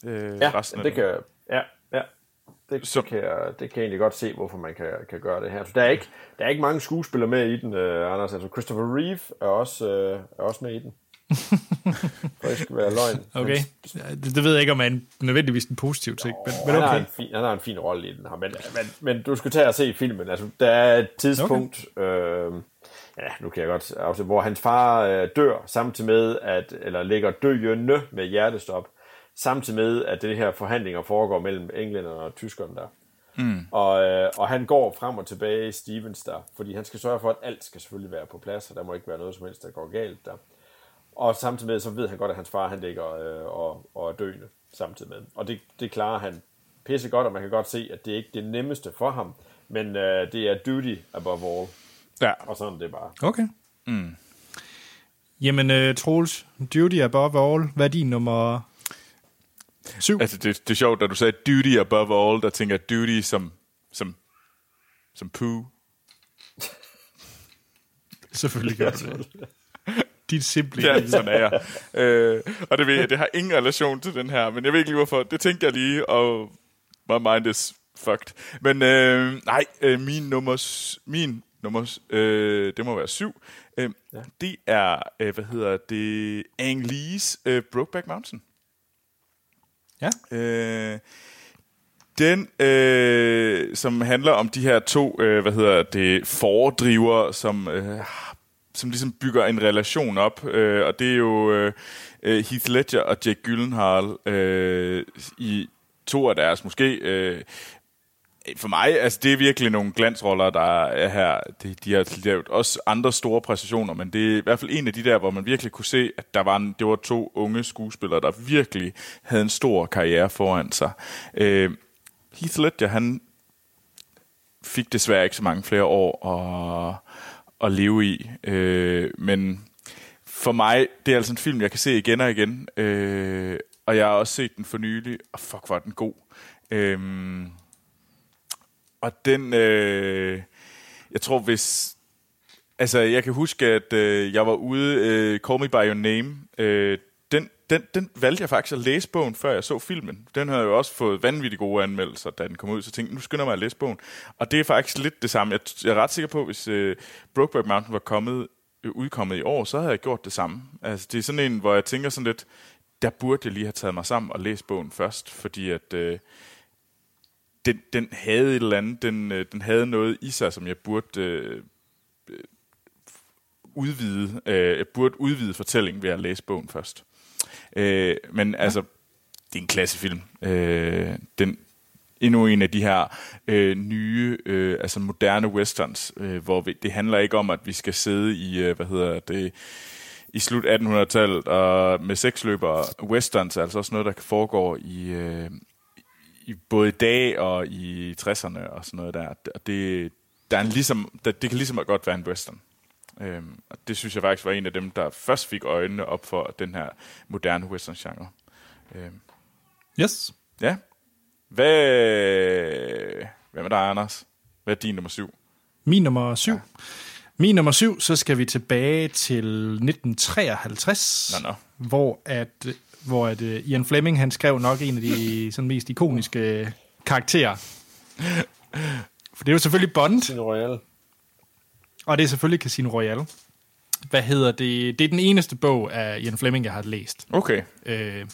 Øh, ja, resten af det dem. kan, ja, ja. Det, Så- det, kan jeg, det kan jeg egentlig godt se, hvorfor man kan, kan gøre det her. Så der er ikke, der er ikke mange skuespillere med i den, uh, Anders. Altså Christopher Reeve er også, uh, er også med i den. For det skal være løgn. Okay, det, det ved jeg ikke, om er en, nødvendigvis en positiv ting, men, men han, har okay. en fin, han har en fin rolle i den her, men, men, men du skal tage og se filmen. Altså, der er et tidspunkt, okay. øh, ja, nu kan jeg godt afsætte, hvor hans far øh, dør, samtidig med, at, eller ligger døende med hjertestop, samtidig med, at det her forhandlinger foregår mellem englænderne og tyskerne der. Mm. Og, øh, og han går frem og tilbage i Stevens der, fordi han skal sørge for, at alt skal selvfølgelig være på plads, og der må ikke være noget som helst, der går galt der. Og samtidig med, så ved han godt, at hans far, han ligger øh, og, og er døende samtidig med. Og det, det klarer han pisse godt, og man kan godt se, at det er ikke det nemmeste for ham, men øh, det er duty above all. Ja. Og sådan er det bare. Okay. Mm. Jamen, uh, Troels, duty above all, hvad er din nummer syv? Altså, det, det er sjovt, da du sagde duty above all, der tænker jeg duty som, som, som poo. Selvfølgelig gør du det. Dit simple. Ja, sådan er jeg. øh, og det ved jeg, det har ingen relation til den her, men jeg ved ikke lige hvorfor. Det tænkte jeg lige, og my mind is fucked. Men øh, nej, øh, min nummer, min nummer øh, det må være syv. Øh, ja. Det er, øh, hvad hedder det, Ang Lees øh, Brokeback Mountain. Ja. Øh, den, øh, som handler om de her to, øh, hvad hedder det, fordriver, som... Øh, som ligesom bygger en relation op, øh, og det er jo øh, Heath Ledger og Jake Gyllenhaal øh, i to af deres måske. Øh, for mig, altså det er virkelig nogle glansroller, der er her. De, de har lavet også andre store præstationer, men det er i hvert fald en af de der, hvor man virkelig kunne se, at der var en, det var to unge skuespillere, der virkelig havde en stor karriere foran sig. Øh, Heath Ledger, han fik desværre ikke så mange flere år, og at leve i. Øh, men for mig, det er altså en film, jeg kan se igen og igen. Øh, og jeg har også set den for nylig, og fuck, var den god. Øh, og den... Øh, jeg tror, hvis... Altså, jeg kan huske, at øh, jeg var ude... Øh, Call Me By Your Name. Øh, den, den, den valgte jeg faktisk at læse bogen, før jeg så filmen. Den havde jo også fået vanvittigt gode anmeldelser, da den kom ud. Så jeg tænkte, nu skynder jeg mig at læse bogen. Og det er faktisk lidt det samme. Jeg, jeg er ret sikker på, hvis øh, Brokeback Mountain var kommet, øh, udkommet i år, så havde jeg gjort det samme. Altså, det er sådan en, hvor jeg tænker sådan lidt, der burde jeg lige have taget mig sammen og læst bogen først, fordi at øh, den, den havde et eller andet, den, øh, den havde noget i sig, som jeg burde... Øh, udvide, øh, jeg burde udvide fortællingen ved at læse bogen først. Øh, men ja. altså, det er en klassefilm. Øh, den endnu en af de her øh, nye, øh, altså moderne westerns, øh, hvor vi, det handler ikke om, at vi skal sidde i, øh, hvad hedder det, i slut attenhundredetallet og med seksløbere. Westerns er altså også noget, der foregår i, øh, i både i dag og i tresserne og sådan noget der. Og det, der er en ligesom, der, det kan ligesom godt være en western. Øhm, og det synes jeg faktisk var en af dem, der først fik øjnene op for den her moderne western-genre. Øhm. Yes. Ja. Hvad, hvad med dig, Anders? Hvad er din nummer syv? Min nummer syv? Ja. Min nummer syv, så skal vi tilbage til nitten treoghalvtreds, nå, nå. hvor at, hvor at uh, Ian Fleming, han skrev nok en af de sådan mest ikoniske karakterer. For det er jo selvfølgelig Bond. Casino Royale. Og det er selvfølgelig Casino Royale. Hvad hedder det? Det er den eneste bog af Ian Fleming, jeg har læst. Okay. Øh,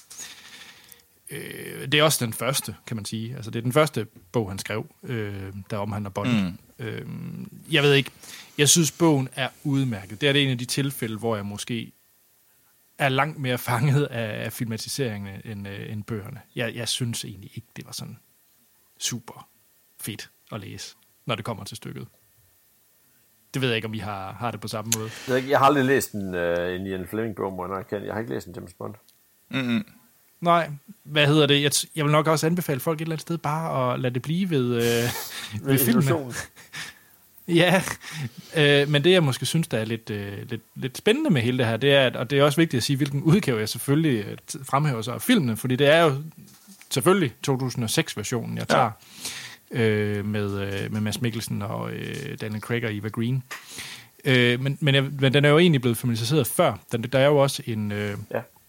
øh, det er også den første, kan man sige. Altså, det er den første bog, han skrev, øh, der omhandler Bond. Mm. Øh, jeg ved ikke. Jeg synes, bogen er udmærket. Det er det en af de tilfælde, hvor jeg måske er langt mere fanget af, af filmatiseringen end, øh, end bøgerne. Jeg, jeg synes egentlig ikke, det var sådan super fedt at læse, når det kommer til stykket. Det ved jeg ikke, om vi har, har det på samme måde. Jeg har aldrig læst en, uh, en Ian Fleming-bog, må jeg Jeg har ikke læst en James Bond. Mm-hmm. Nej, hvad hedder det? Jeg, jeg vil nok også anbefale folk et eller andet sted bare at lade det blive ved, øh, ved filmen. Ja, øh, men det jeg måske synes, der er lidt, øh, lidt, lidt spændende med hele det her, det er, at, og det er også vigtigt at sige, hvilken udgave jeg selvfølgelig fremhæver sig af filmene, fordi det er jo selvfølgelig to tusind og seks-versionen, jeg tager. Ja. Øh, med, øh, med Mads Mikkelsen og øh, Daniel Craig og Eva Green. Øh, men, men, jeg, men den er jo egentlig blevet filmatiseret før. Den, der er jo også en, øh, ja.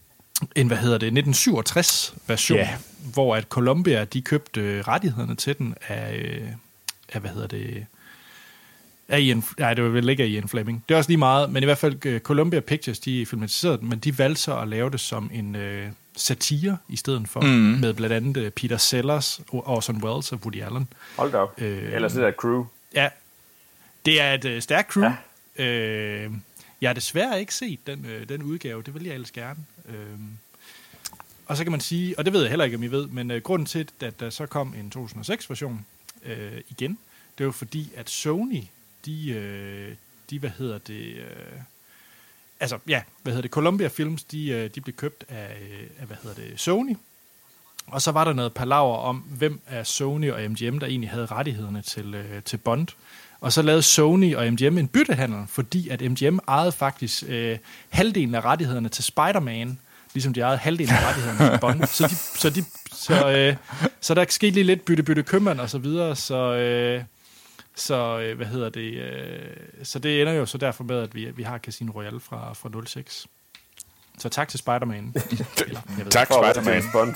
en, hvad hedder det, nitten syvogtres version, Yeah. hvor at Columbia, de købte rettighederne til den af, øh, af hvad hedder det, af Ian, nej, det var vel ikke af Ian Fleming. Det er også lige meget, men i hvert fald uh, Columbia Pictures, de filmatiserede den, men de valgte så at lave det som en øh, satire i stedet for, mm. med blandt andet uh, Peter Sellers, Orson Welles og Woody Allen. Hold da op. Øh, Ellers det der crew. Ja, det er et uh, stærkt crew. Ja. Øh, jeg har desværre ikke set den, øh, den udgave, det vil jeg ellers gerne. Øh, og så kan man sige, og det ved jeg heller ikke, om I ved, men øh, grunden til, at der så kom en to tusind og seks-version øh, igen, det var fordi, at Sony, de, øh, de hvad hedder det, øh, altså, ja, hvad hedder det, Columbia Films, de, øh, de blev købt af, af, hvad hedder det, Sony, og så var der noget palaver om, hvem af Sony og M G M, der egentlig havde rettighederne til, øh, til Bond. Og så lavede Sony og M G M en byttehandel, fordi at M G M ejede faktisk øh, halvdelen af rettighederne til Spider-Man, ligesom de ejede halvdelen af rettighederne til Bond. Så, de, så, de, så, øh, så der skete lige lidt bytte-bytte købmand og så videre, så, øh, så øh, hvad hedder det, øh, så det ender jo så derfor med, at vi, vi har Casino Royale fra, fra nul seks. Så tak til Spider-Man. Eller, tak Spider-Man. Bond.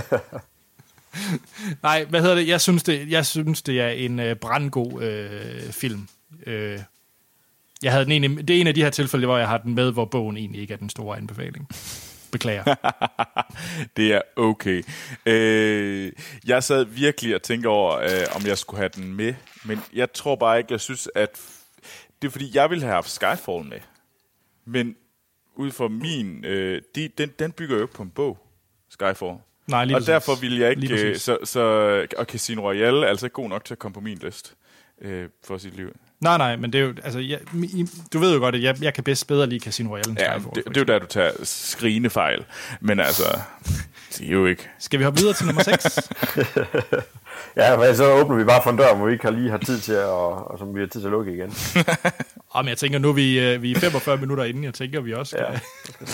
Nej, hvad hedder det? Jeg synes, det, jeg synes, det er en øh, brandgod øh, film. Øh, jeg havde den egentlig, det er en af de her tilfælde, hvor jeg har den med, hvor bogen egentlig ikke er den store anbefaling. Beklager. Det er okay. Øh, jeg sad virkelig og tænkte over, øh, om jeg skulle have den med, men jeg tror bare ikke, jeg synes, at det er fordi, jeg ville have haft Skyfall med. Men ud fra min, øh, de, den, den bygger jo ikke på en bog, Skyfall. Nej, lige og præcis. derfor vil jeg ikke, så, så, og Casino Royale er altså ikke god nok til at komme på min liste øh, for sit liv. Nej, nej, men det er jo, altså, jeg, du ved jo godt, at jeg, jeg kan bedst bedre lide Casino Royale end ja, Skyfall. Det, det er jo der, du tager skrigende fejl. Men altså, det er jo ikke. Skal vi hoppe videre til nummer seks? Ja, men så åbner vi bare for en dør, hvor vi ikke har lige har tid til at, og, og som vi har tid til at lukke igen. Jamen, jeg tænker, nu er vi, vi er femogfyrre minutter inden, jeg tænker, vi også ja.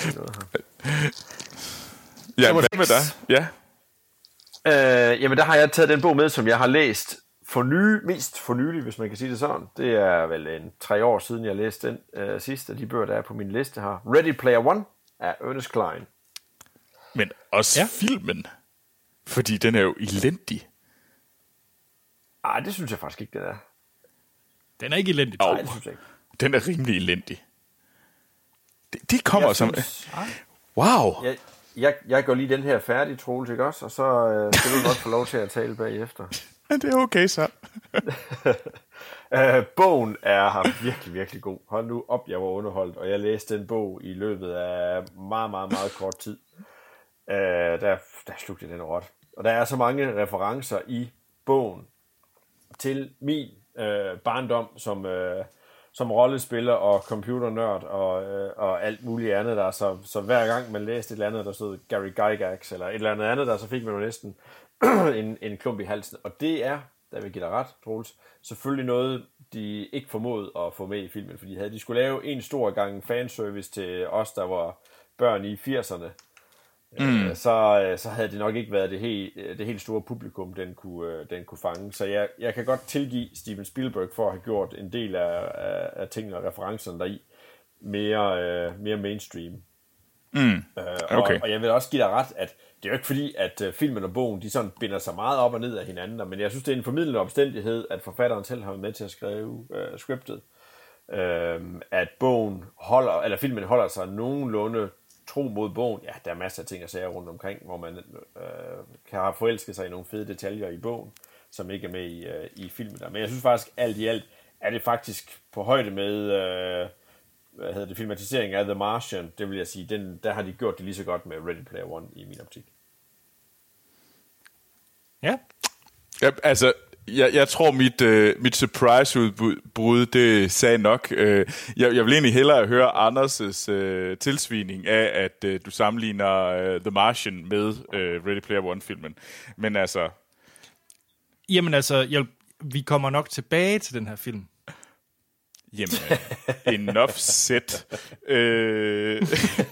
Ja, hvad med dig? Ja. Øh, jamen, der har jeg taget den bog med, som jeg har læst for ny, mest for nylig, hvis man kan sige det sådan. Det er vel en tre år siden, jeg læste den øh, sidste af de bøger, der er på min liste her. Ready Player One af Ernest Cline. Men også ja. filmen. Fordi den er jo elendig. Ej, det synes jeg faktisk ikke, den er. Den er ikke elendig. Oh, Nej, det synes jeg ikke. Den er rimelig elendig. Det, det kommer jeg som... Synes, wow! Jeg, jeg, jeg går lige den her færdig, Troels, ikke også? Og så øh, skal du godt få lov til at tale bagefter. Ja, det er okay, så. uh, bogen er virkelig, virkelig god. Hold nu op, jeg var underholdt, og jeg læste den bog i løbet af meget, meget, meget kort tid. Uh, der, der slugte jeg den råt. Og der er så mange referencer i bogen til min uh, barndom som, uh, som rollespiller og computernørd og, uh, og alt muligt andet der. Så, så hver gang man læste et eller andet, der stod Gary Gygax eller et eller andet andet der, så fik man jo næsten en, en klump i halsen. Og det er, der vil give dig ret, Troels, selvfølgelig noget, de ikke formåede at få med i filmen, fordi havde de skulle lave en stor gang fanservice til os, der var børn i firserne, mm. øh, så, så havde det nok ikke været det helt, det helt store publikum, den kunne, den kunne fange. Så jeg, jeg kan godt tilgive Steven Spielberg for at have gjort en del af, af, af tingene og referencerne deri mere, øh, mere mainstream. Mm. Øh, okay. og, og jeg vil også give dig ret, at det er jo ikke fordi, at uh, filmen og bogen, de sådan binder sig meget op og ned af hinanden, men jeg synes, det er en formidlende omstændighed, at forfatteren selv har været med til at skrive uh, scriptet. Uh, at bogen holder, eller filmen holder sig nogenlunde tro mod bogen. Ja, der er masser af ting at sige rundt omkring, hvor man uh, kan have forelsket sig i nogle fede detaljer i bogen, som ikke er med i, uh, i filmen der. Men jeg synes faktisk, alt i alt, er det faktisk på højde med... Uh, hvad hedder det, filmatisering af The Martian, det vil jeg sige, den, der har de gjort det lige så godt med Ready Player One i min optik. Ja. Ja, altså, jeg, jeg tror, mit, uh, mit surprise-udbrud, det sagde nok. Uh, jeg, jeg vil egentlig hellere høre Anders' uh, tilsvining af, at uh, du sammenligner uh, The Martian med uh, Ready Player One-filmen. Men altså... Jamen altså, jeg, vi kommer nok tilbage til den her film. Jamen, enough set. Øh...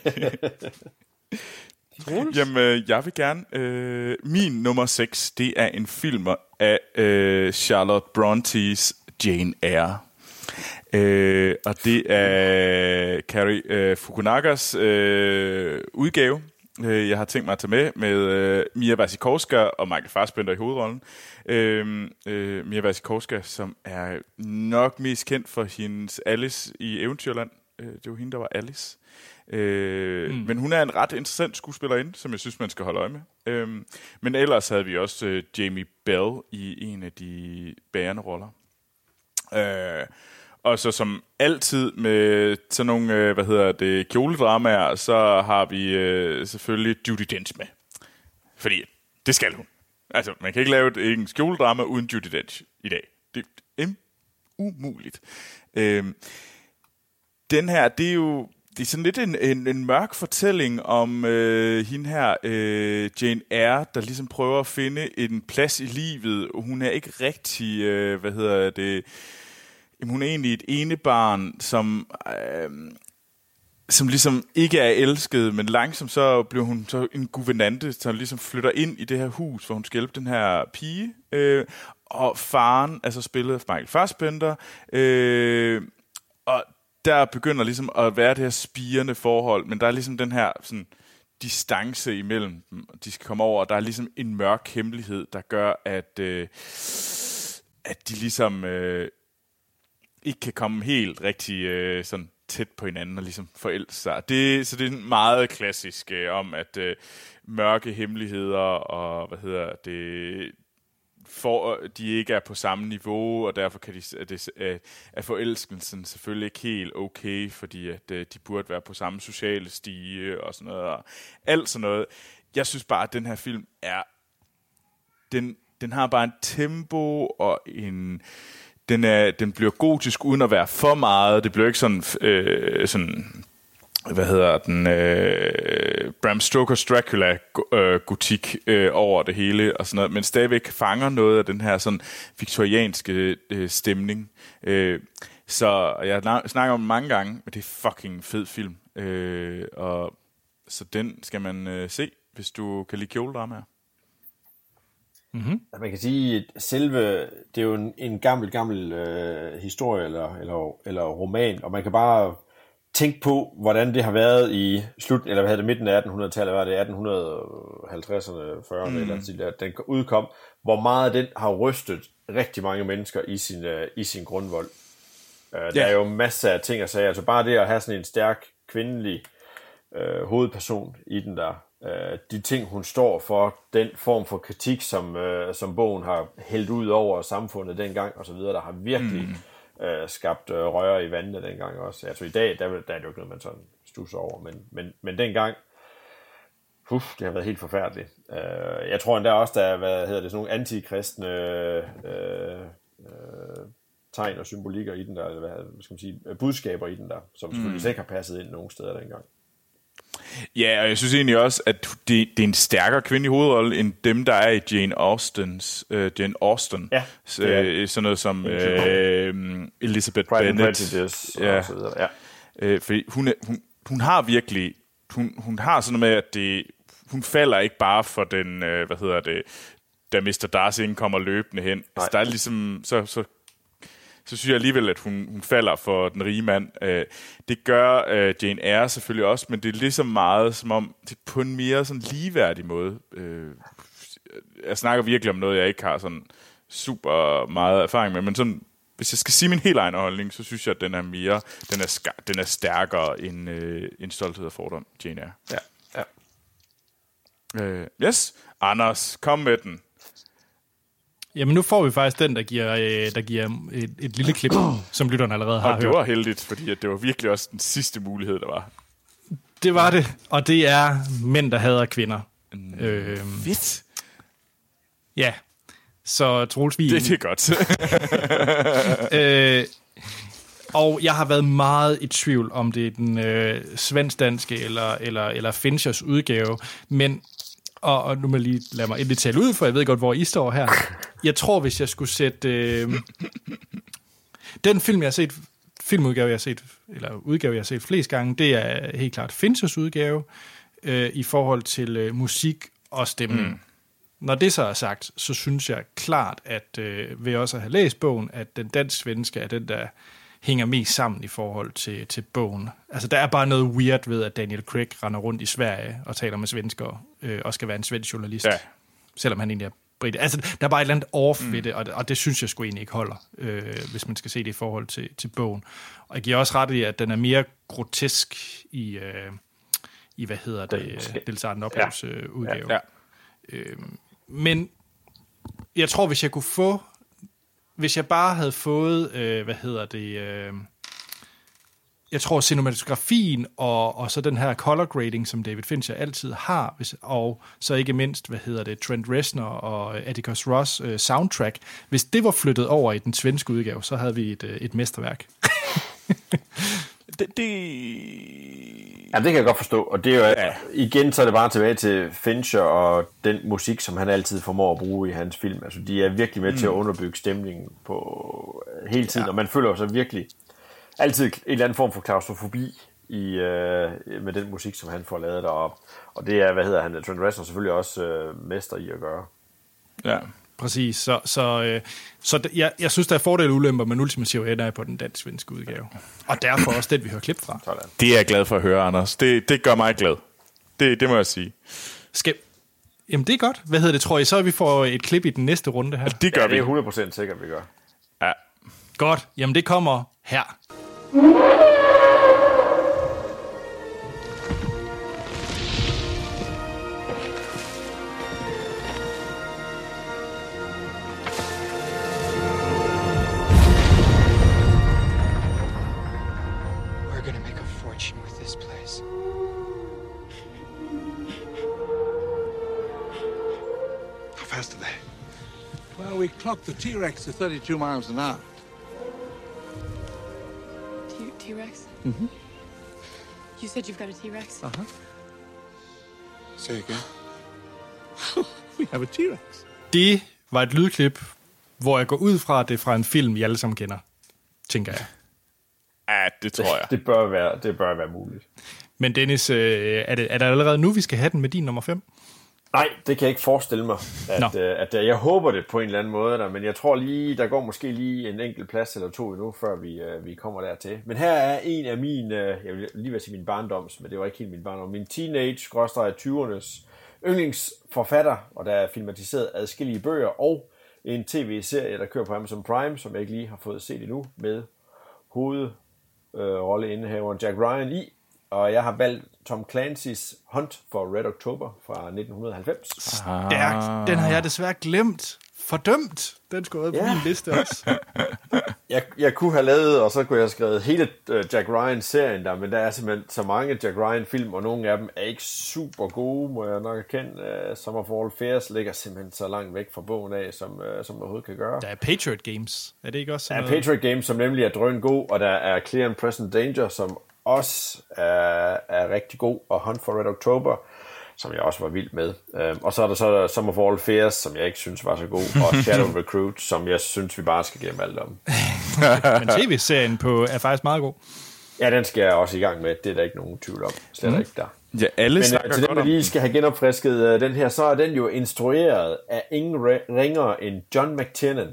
Jamen, jeg vil gerne... Øh... Min nummer seks, det er en film af øh, Charlotte Brontes Jane Eyre. Øh, og det er Cary øh, Fukunaga's øh, udgave. øh, jeg har tænkt mig at tage med, med øh, Mia Wasikowska og Michael Fassbender i hovedrollen. Øh, øh, Mia Wasikowska, som er nok mest kendt for hendes Alice i Eventyrland. Øh, det var hende, der var Alice. Øh, mm. Men hun er en ret interessant skuespillerinde, som jeg synes, man skal holde øje med. Øh, men ellers havde vi også øh, Jamie Bell i en af de bærende roller. Øh, og så som altid med sådan nogle, øh, hvad hedder det, kjoledramaer, så har vi øh, selvfølgelig Judi Dench med. Fordi det skal hun. Altså, man kan ikke lave et engelsk kjoledrama uden Judi Dench i dag. Det er umuligt. Øh, den her, det er jo det er sådan lidt en, en, en mørk fortælling om øh, hende her, øh, Jane Eyre, der ligesom prøver at finde en plads i livet. Hun er ikke rigtig, øh, hvad hedder det, hun er egentlig et enebarn, som, øh, som ligesom ikke er elsket, men langsomt så bliver hun så en guvernante, som ligesom flytter ind i det her hus, hvor hun skal hjælpe den her pige. Øh, og faren, altså spillet af Michael Fassbender, øh, og der begynder ligesom at være det her spirende forhold, men der er ligesom den her sådan, distance imellem dem, de skal komme over, og der er ligesom en mørk hemmelighed, der gør, at, øh, at de ligesom øh, ikke kan komme helt rigtig øh, sådan tæt på hinanden og ligesom forelske sig. Det, så det er meget klassisk øh, om, at øh, mørke hemmeligheder og, hvad hedder det, for de ikke er på samme niveau, og derfor kan de, at, det, at forelskelsen selvfølgelig ikke helt okay, fordi at de burde være på samme sociale stige og sådan noget, og alt sådan noget. Jeg synes bare, at den her film er, den, den har bare en tempo og en, den, er, den bliver gotisk uden at være for meget. Det bliver ikke sådan, øh, sådan hvad hedder den, øh, Bram Stokers Dracula-gotik øh, over det hele, og sådan noget, men stadigvæk fanger noget af den her sådan viktorianske øh, stemning. Øh, så jeg snakker om den mange gange, men det er fucking fed film. Øh, og så den skal man øh, se, hvis du kan lide kjoledramaer. Mm-hmm. Man kan sige, at selve, det er jo en, en gammel, gammel øh, historie eller, eller, eller roman, og man kan bare tænk på, hvordan det har været i slut, eller hvad hedder det, midten af attenhundredetallet, var det atten halvtredserne, fyrrerne, mm. eller sådan der, den udkom, hvor meget den har rystet rigtig mange mennesker i sin, uh, i sin grundvold. Uh, yeah. Der er jo masser af ting at sige, altså bare det at have sådan en stærk kvindelig uh, hovedperson i den der, uh, de ting hun står for, den form for kritik, som, uh, som bogen har hældt ud over samfundet dengang, og så videre, der har virkelig mm. Øh, skabt øh, røre i vandene dengang også. Altså i dag, der, der er det jo ikke noget, man sådan stusser over, men, men, men dengang, uff, det har været helt forfærdeligt. Øh, jeg tror endda også, der er, hvad hedder det, sådan nogle antikristne øh, øh, tegn og symbolikker i den der, eller hvad, hvad skal man sige, budskaber i den der, som selvfølgelig mm. ikke har passet ind nogen steder dengang. Ja, og jeg synes egentlig også, at det, det er en stærkere kvindelig hovedrolle, end dem, der er i Jane Austens, uh, Jane Austen. Ja, så, uh, sådan noget som uh, Elizabeth Pride Bennet. Ja. Og så videre. Ja. Uh, fordi hun, er, hun, hun har virkelig, hun, hun har sådan noget med, at det, hun falder ikke bare for den, uh, hvad hedder det, da mister Darcy kommer løbende hen. Altså, der er ligesom, så, så så synes jeg alligevel, at hun, hun falder for den rige mand. Øh, det gør øh, Jane Eyre selvfølgelig også, men det er ligesom meget som om, det er på en mere sådan ligeværdig måde. Øh, jeg snakker virkelig om noget, jeg ikke har sådan super meget erfaring med, men sådan, hvis jeg skal sige min helt egen holdning, så synes jeg, at den er mere, den er, ska- den er stærkere end, øh, end Stolthed og Fordom, Jane Eyre. Ja, ja. Øh, yes, Anders, kom med den. Jamen nu får vi faktisk den, der giver, øh, der giver et, et lille klip, som lytteren allerede har og hørt. det var heldigt, fordi at det var virkelig også den sidste mulighed, der var. Det var det, og det er mænd, der hader kvinder. Mm, øh, fedt. Ja, så Troels, vi... Det, det er godt. øh, og jeg har været meget i tvivl, om det er den øh, svensk-danske eller, eller, eller Finchers udgave, men... Og, og nu må jeg lige lade mig endelig tale ud, for jeg ved godt, hvor I står her. Jeg tror, hvis jeg skulle sætte... Øh, den film, jeg har set... Filmudgave, jeg har set... Eller udgave, jeg har set flest gange, det er helt klart Finchers udgave, øh, i forhold til øh, musik og stemning. Mm. Når det så er sagt, så synes jeg klart, at øh, ved også at have læst bogen, at den dansk-svenske er den, der hænger mest sammen i forhold til, til bogen. Altså, der er bare noget weird ved, at Daniel Craig render rundt i Sverige og taler med svenskere, øh, og skal være en svensk journalist, ja. Selvom han egentlig er brit. Altså, der er bare et eller andet off mm. ved det, og, det, og det synes jeg sgu egentlig ikke holder, øh, hvis man skal se det i forhold til, til bogen. Og jeg giver også ret i, at den er mere grotesk i, øh, i hvad hedder det, Niels Arden Oplevs ja. øh, udgave. Ja. Ja. Øh, men jeg tror, hvis jeg kunne få, hvis jeg bare havde fået, øh, hvad hedder det, øh, jeg tror, cinematografien og, og så den her color grading, som David Fincher altid har, hvis, og så ikke mindst, hvad hedder det, Trent Reznor og Atticus Ross øh, soundtrack, hvis det var flyttet over i den svenske udgave, så havde vi et, øh, et mesterværk. det, det... Ja, det kan jeg godt forstå, og det er jo, ja. igen så er det bare tilbage til Fincher og den musik, som han altid formår at bruge i hans film. Altså, de er virkelig med mm. til at underbygge stemningen på hele tiden, ja. Og man føler sig virkelig altid en eller anden form for klaustrofobi i, øh, med den musik, som han får lavet deroppe. Og det er, hvad hedder han, Trent Reznor selvfølgelig også øh, mester i at gøre. Ja, præcis. Så, så, øh, så d- jeg, jeg synes, der er fordele og ulemper, men ultimativt ender jeg på den dansk-svenske udgave. Og derfor også den, vi hører klip fra. Sådan. Det er jeg glad for at høre, Anders. Det, det gør mig glad. Det, det må jeg sige. Skal... Jamen, det er godt. Hvad hedder det, tror I? Så vi får et klip i den næste runde her. Det gør ja, vi. det er hundrede procent sikkert, vi gør. Ja. Godt. Jamen, det kommer her. We clocked the T-Rex at thirty-two miles an hour. T- T-Rex? Mm-hmm. You said you've got a T-Rex? Uh-huh. Say again. We have a T-Rex. Det var et lydklip, hvor jeg går ud fra, at det er fra en film, I alle sammen kender, tænker jeg. Ja, det tror jeg. Det, det, bør, være, det bør være muligt. Men Dennis, øh, er, det, er det allerede nu, vi skal have den med din nummer fem? Nej, det kan jeg ikke forestille mig, at, no. at, at jeg håber det på en eller anden måde, der, men jeg tror lige, der går måske lige en enkelt plads eller to endnu, før vi, uh, vi kommer dertil. Men her er en af mine, uh, jeg vil lige vil sige min barndoms, men det var ikke helt min barndom, min teenage-tyvernes yndlingsforfatter, og der er filmatiseret adskillige bøger, og en tv-serie, der kører på Amazon Prime, som jeg ikke lige har fået set endnu, med hovedrolleindhaveren uh, Jack Ryan i. Og jeg har valgt Tom Clancy's Hunt for Red October fra nitten halvfems. Stærkt. Den har jeg desværre glemt. Fordømt. Den skulle have på ja. min liste også. jeg, jeg kunne have lavet, og så kunne jeg have skrevet hele uh, Jack Ryan-serien der, men der er simpelthen så mange Jack Ryan-film, og nogle af dem er ikke super gode, må jeg nok erkende. Uh, Summer for All Fears ligger simpelthen så langt væk fra bogen af, som, uh, som overhovedet kan gøre. Der er Patriot Games. Er det ikke også sådan Der er noget? Patriot Games, som nemlig er drøn god, og der er Clear and Present Danger, som også er, er rigtig god, og Hunt for Red October, som jeg også var vild med. Um, og så er der så Summer for All Fears, som jeg ikke synes var så god, og Shadow Recruit, som jeg synes, vi bare skal glemme alt om. Men tv-serien på er faktisk meget god. Ja, den skal jeg også i gang med. Det er der ikke nogen tvivl om. Slet mm. ikke der. Ja, alle Men uh, til dem, der lige skal have genopfrisket uh, den her, så er den jo instrueret af ingen ringere end John McTiernan.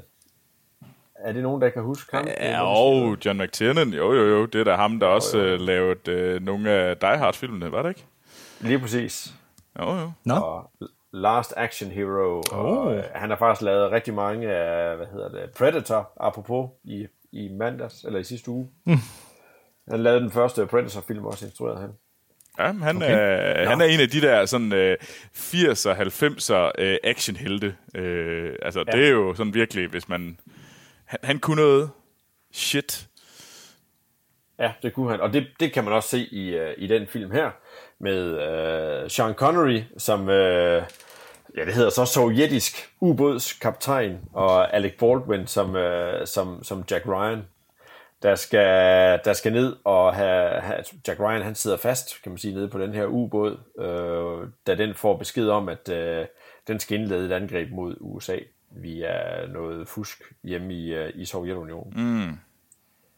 Er det nogen, der kan huske ham? Ja, og John McTiernan, jo jo jo, det er da ham, der også uh, lavede uh, nogle af Die Hard-filmene, var det ikke? Lige præcis. Jo jo. No. Og Last Action Hero, oh. og uh, han har faktisk lavet rigtig mange af, hvad hedder det, Predator, apropos, i, i mandags, eller i sidste uge. Mm. Han lavede den første Predator-film, også instrueret han. Ja, han, okay. er, han er en af de der sådan uh, firser, halvfemser uh, actionhelte. Uh, altså, ja. Det er jo sådan virkelig, hvis man... Han, han kunne noget shit. Ja, det kunne han. Og det, det kan man også se i, uh, i den film her, med uh, Sean Connery, som, uh, ja, det hedder så sovjetisk ubådskaptajn, og Alec Baldwin som, uh, som, som Jack Ryan, der skal, der skal ned og have, have... Jack Ryan, han sidder fast, kan man sige, nede på den her ubåd, uh, da den får besked om, at uh, den skal indlede et angreb mod U S A via noget fusk hjemme i, uh, i Sovjetunionen. Mm.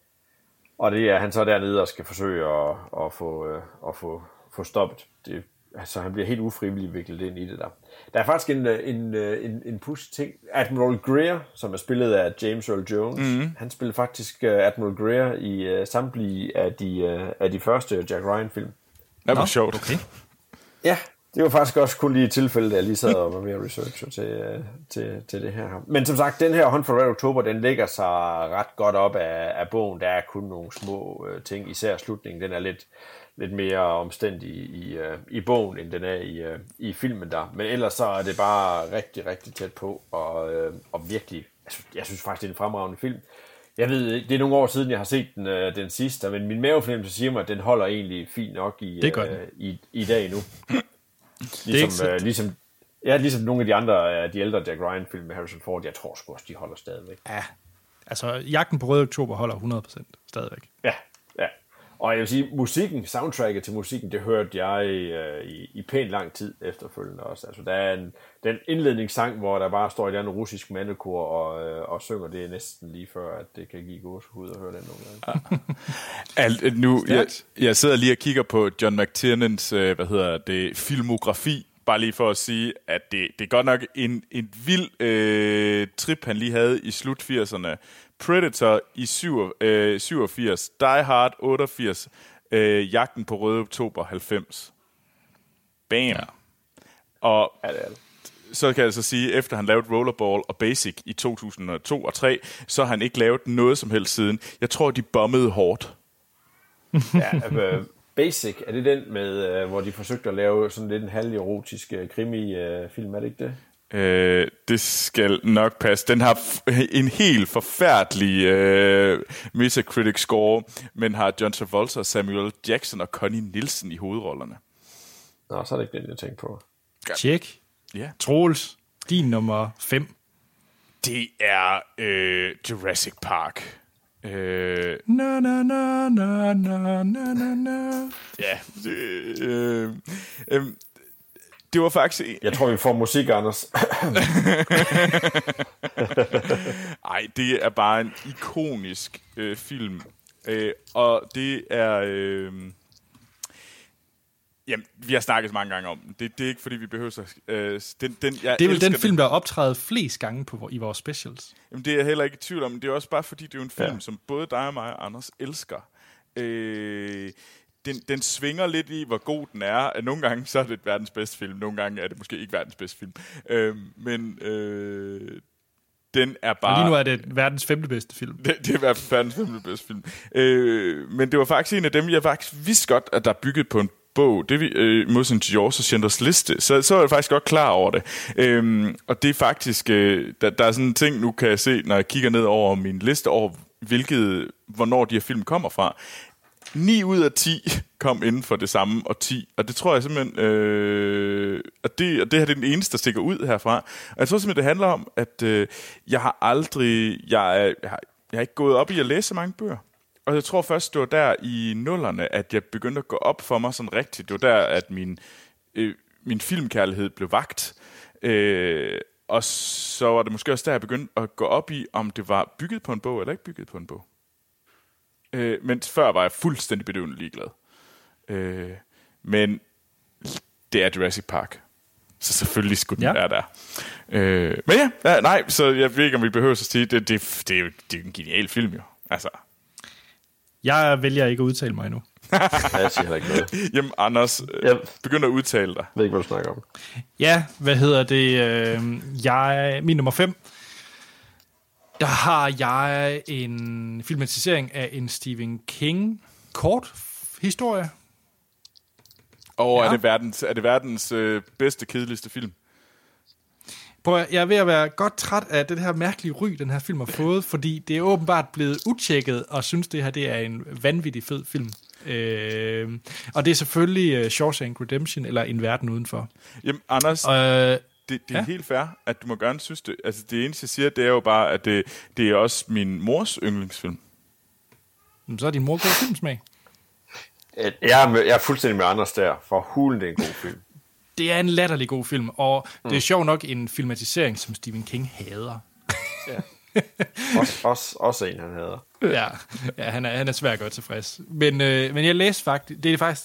Og det er han så dernede og skal forsøge at, at, få, uh, at få, få stoppet. Det, altså, han bliver helt ufrivilligt viklet ind i det der. Der er faktisk en, en, en, en pudsig ting. Admiral Greer, som er spillet af James Earl Jones, mm-hmm. han spillede faktisk uh, Admiral Greer i uh, samtlige af de, uh, af de første Jack Ryan-film. Det var sjovt. Okay. Ja, det var faktisk også kun lige et tilfælde, da jeg lige sad og var ved at researche til, til, til det her. Men som sagt, den her Hunt for Red October, den lægger sig ret godt op af, af bogen. Der er kun nogle små uh, ting, især slutningen. Den er lidt, lidt mere omstændig i, uh, i bogen, end den er i, uh, i filmen der. Men ellers så er det bare rigtig, rigtig tæt på, og, uh, og virkelig, altså, jeg synes faktisk, det er en fremragende film. Jeg ved, det er nogle år siden, jeg har set den, uh, den sidste, men min mavefornemmelse siger mig, at den holder egentlig fint nok i, uh, i, i dag nu. Ligesom, øh, ligesom, ja, ligesom nogle af de andre uh, de ældre Jack Ryan-film med Harrison Ford, jeg tror sgu også, de holder stadigvæk. Ja, altså Jagten på Røde Oktober holder hundrede procent stadigvæk. Ja, ja. Og jeg vil sige, musikken, soundtracket til musikken, det hørte jeg uh, i, i pænt lang tid efterfølgende også. Altså, der er en, den indledningssang, hvor der bare står et andet russisk mandekor og, uh, og synger, det er næsten lige før, at det kan give gåsehud at høre den nogle gange. Alt, nu, jeg, jeg sidder lige og kigger på John McTiernans, øh, hvad hedder det, filmografi, bare lige for at sige, at det, det er godt nok en, en vild øh, trip, han lige havde i slut firserne. Predator i syvogfirs, Die Hard otteogfirs, øh, Jagten på Røde Oktober halvfems. Bam! Ja. Og ja, det er det. Så kan jeg altså sige, efter han lavede Rollerball og Basic i to tusind og to og tre, så har han ikke lavet noget som helst siden. Jeg tror, de bombede hårdt. Ja, uh, Basic, er det den med, uh, hvor de forsøgte at lave sådan lidt en halverotisk uh, krimi-film, uh, er det ikke det? Øh, det skal nok passe. Den har f- en helt forfærdelig øh, Metacritic score, men har John Travolta, Samuel Jackson og Connie Nielsen i hovedrollerne. Nå, så er det ikke den, jeg tænkte på. Tjek. Ja. Troels, din nummer fem. Det er øh, Jurassic Park. Øh, na, na, na, na, na, na, na. Ja. Det, øh, øh, det var faktisk... Jeg tror, vi får musik, Anders. Ej, det er bare en ikonisk øh, film. Øh, og det er... Øh, jamen, vi har snakket så mange gange om den. Det, det er ikke, fordi vi behøver så... Øh, den, den, jeg det er vel den den. film, der er optrædet flest gange på, i vores specials. Jamen, det er jeg heller ikke i tvivl om. Det er også bare, fordi det er en film, ja. som både dig og mig og Anders elsker. Øh... Den, den svinger lidt i, hvor god den er. Nogle gange så er det verdens bedste film, nogle gange er det måske ikke verdens bedste film. Øh, men øh, den er bare... Og lige nu er det verdens femte bedste film. Det, det er verdens femte bedste film. Øh, men det var faktisk en af dem, jeg faktisk vidste godt, at der er bygget på en bog. Det øh, modsat til Jaws og Schindlers Liste. Så, så er jeg faktisk godt klar over det. Øh, og det er faktisk... Øh, der, der er sådan en ting, nu kan jeg se, når jeg kigger ned over min liste over, hvilket, hvornår de her film kommer fra. ni ud af ti kom inden for det samme årti, og det tror jeg simpelthen, øh, at det, og det her det er den eneste, der stikker ud herfra. Og jeg tror simpelthen, det handler om, at øh, jeg har aldrig, jeg, jeg, har, jeg har ikke gået op i at læse så mange bøger. Og jeg tror først, det var der i nullerne, at jeg begyndte at gå op for mig sådan rigtigt. Det var der, at min, øh, min filmkærlighed blev vakt. Øh, og så var det måske også der, jeg begyndte at gå op i, om det var bygget på en bog, eller ikke bygget på en bog. Øh, mens før var jeg fuldstændig bedøvende ligeglad. Øh, men det er Jurassic Park. Så selvfølgelig skulle den ja. være der. Øh, men ja, ja, nej, så jeg ved ikke, om vi behøver at sige, det, det, det, er jo, det er en genial film jo. Altså. Jeg vælger ikke at udtale mig endnu. Ja, jeg siger heller ikke noget. Jamen, Anders, øh, begynd at udtale dig. Jeg ved ikke, hvad du snakker om. Ja, hvad hedder det? Øh, jeg, min nummer fem. Der har jeg en filmatisering af en Stephen King kort historie. Og ja. er det verdens, er det verdens øh, bedste, kedeligste film? Prøv, jeg er ved at være godt træt af det her mærkelige ry, den her film har fået, fordi det er åbenbart blevet utjekket, og synes, det her det er en vanvittig fed film. Øh, og det er selvfølgelig uh, Shawshank Redemption, eller En verden udenfor. Jamen, Anders... Øh, Det, det er ja. helt fair, at du må gerne synes det. Altså, det eneste, jeg siger, det er jo bare, at det, det er også min mors yndlingsfilm. Så er din mor god filmsmag. Jeg er, jeg er fuldstændig med Anders der. For hulen, det er en god film. Det er en latterlig god film, og mm. det er sjovt nok en filmatisering, som Stephen King hader. Ja. også, også, også en, han hader. Ja, ja han, er, han er svær at gøre tilfreds. Men, øh, men jeg læste faktisk, det er faktisk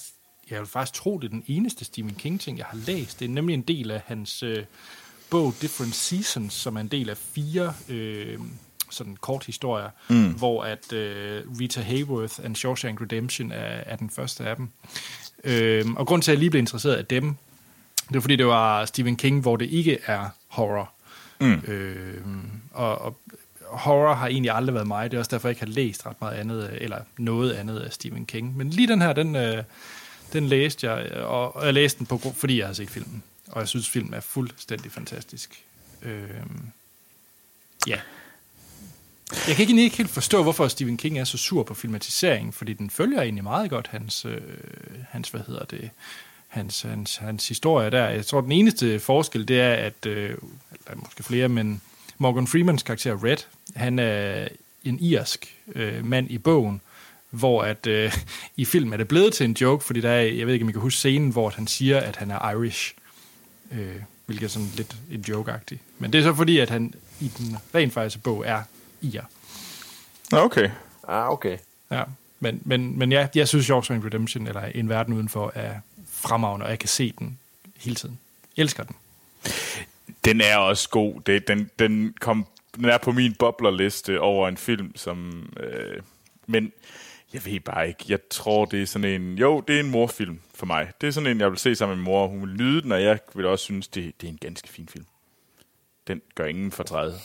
jeg vil faktisk tro, det er den eneste Stephen King-ting, jeg har læst. Det er nemlig en del af hans øh, bog Different Seasons, som er en del af fire øh, sådan kort historier, mm. hvor at øh, Rita Hayworth and Shawshank Redemption er, er den første af dem. Øh, og grund til, at jeg lige blev interesseret af dem, det er fordi, det var Stephen King, hvor det ikke er horror. Mm. Øh, og, og horror har egentlig aldrig været mig. Det er også derfor, jeg ikke har læst ret meget andet, eller noget andet af Stephen King. Men lige den her, den, øh, den læste jeg, og, og jeg læste den, på, fordi jeg har set filmen. Og jeg synes, filmen er fuldstændig fantastisk. Øh, ja. Jeg kan ikke, ikke helt forstå, hvorfor Stephen King er så sur på filmatiseringen, fordi den følger egentlig meget godt hans, øh, hans hvad hedder det, hans, hans, hans historie der. Jeg tror, den eneste forskel, det er, at, øh, eller måske flere, men Morgan Freemans karakter Red, han er en irsk øh, mand i bogen, hvor at øh, i filmen er det blevet til en joke, fordi der er, jeg ved ikke, om I kan huske scenen, hvor han siger, at han er Irish, øh, hvilket er sådan lidt en joke-agtigt. Men det er så fordi, at han i den rent faktisk bog er ir. Okay. Ah, okay. Ja, men, men, men ja, jeg synes, Shawshank Redemption, eller En verden udenfor, er fremragende, og jeg kan se den hele tiden. Jeg elsker den. Den er også god. Det, den, den, kom, den er på min boblerliste over en film, som... Øh, men jeg ved bare ikke. Jeg tror, det er sådan en... Jo, det er en morfilm for mig. Det er sådan en, jeg vil se sammen med min mor. Hun vil nyde den, og jeg vil også synes, det, det er en ganske fin film. Den gør ingen fortræd.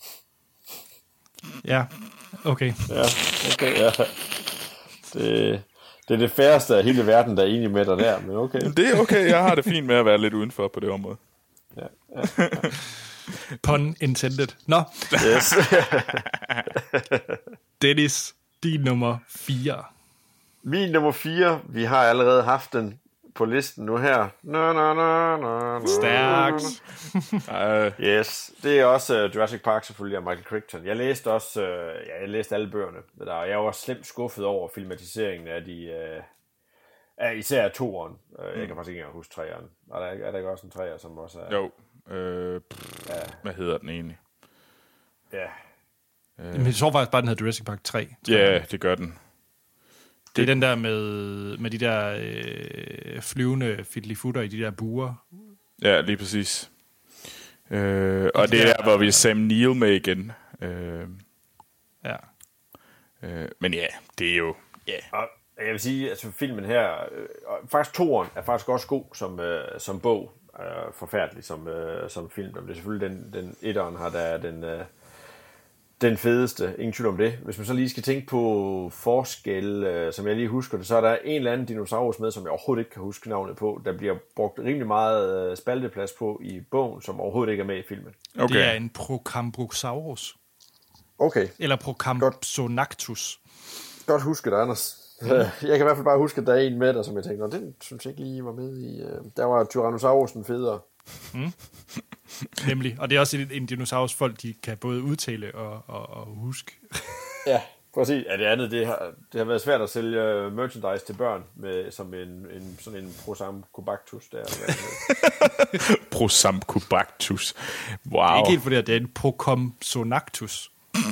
Ja, okay. Ja, okay, ja. Det, det er det færreste af hele verden, der er enig med dig der, men okay. Det er okay, jeg har det fint med at være lidt udenfor på det område. Ja, ja, ja. Pun intended. Nå. Yes. Dennis, din nummer fire. Min nummer fire, vi har allerede haft den på listen nu her. Nå, nå, nå, nå, nå. Stærkt. uh, yes, det er også uh, Jurassic Park selvfølgelig af Michael Crichton. Jeg læste også, uh, ja, jeg læste alle bøgerne. Der, og jeg var slemt skuffet over filmatiseringen af de, uh, af især toeren. Uh, mm. Jeg kan faktisk ikke engang huske treeren. Er der, er der ikke også en treer, som også er... Jo. Øh, pff, ja. Hvad hedder den egentlig? Ja. Øh. Men jeg tror faktisk bare, den hedder Jurassic Park tre. Ja, det gør den. Det, det er den der med, med de der øh, flyvende fiddly-futter i de der buer. Ja, lige præcis. Øh, og det er der, hvor vi er Sam Neill med igen. Øh, ja. Øh, men ja, det er jo... Yeah. Og jeg vil sige, at altså, filmen her... Øh, faktisk toeren er faktisk også god som, øh, som bog. Øh, forfærdelig som, øh, som film. Men det er selvfølgelig den, den etteren har der den... Øh, den fedeste, ingen tvivl om det. Hvis man så lige skal tænke på forskel, øh, som jeg lige husker det, så er der en eller anden dinosaurus med, som jeg overhovedet ikke kan huske navnet på, der bliver brugt rimelig meget øh, spalteplads på i bogen, som overhovedet ikke er med i filmen. Okay. Det er en Procampsosaurus. Okay. Eller Procampsonactus. Godt, Godt husket, Anders. Mm. Jeg kan i hvert fald bare huske, at der er en med der, som jeg tænkte, den synes jeg ikke lige var med i. Øh, der var Tyrannosaurusen federe. Mm. Nemlig. Og det er også en, en dinosaurus, folk de kan både udtale og, og, og huske. Ja, præcis. Ja, det andet, det har, det har været svært at sælge merchandise til børn med, som en, en, sådan en Prosampubactus der. Prosampubactus. Wow. Det er ikke helt for det, det er en Procompsonactus.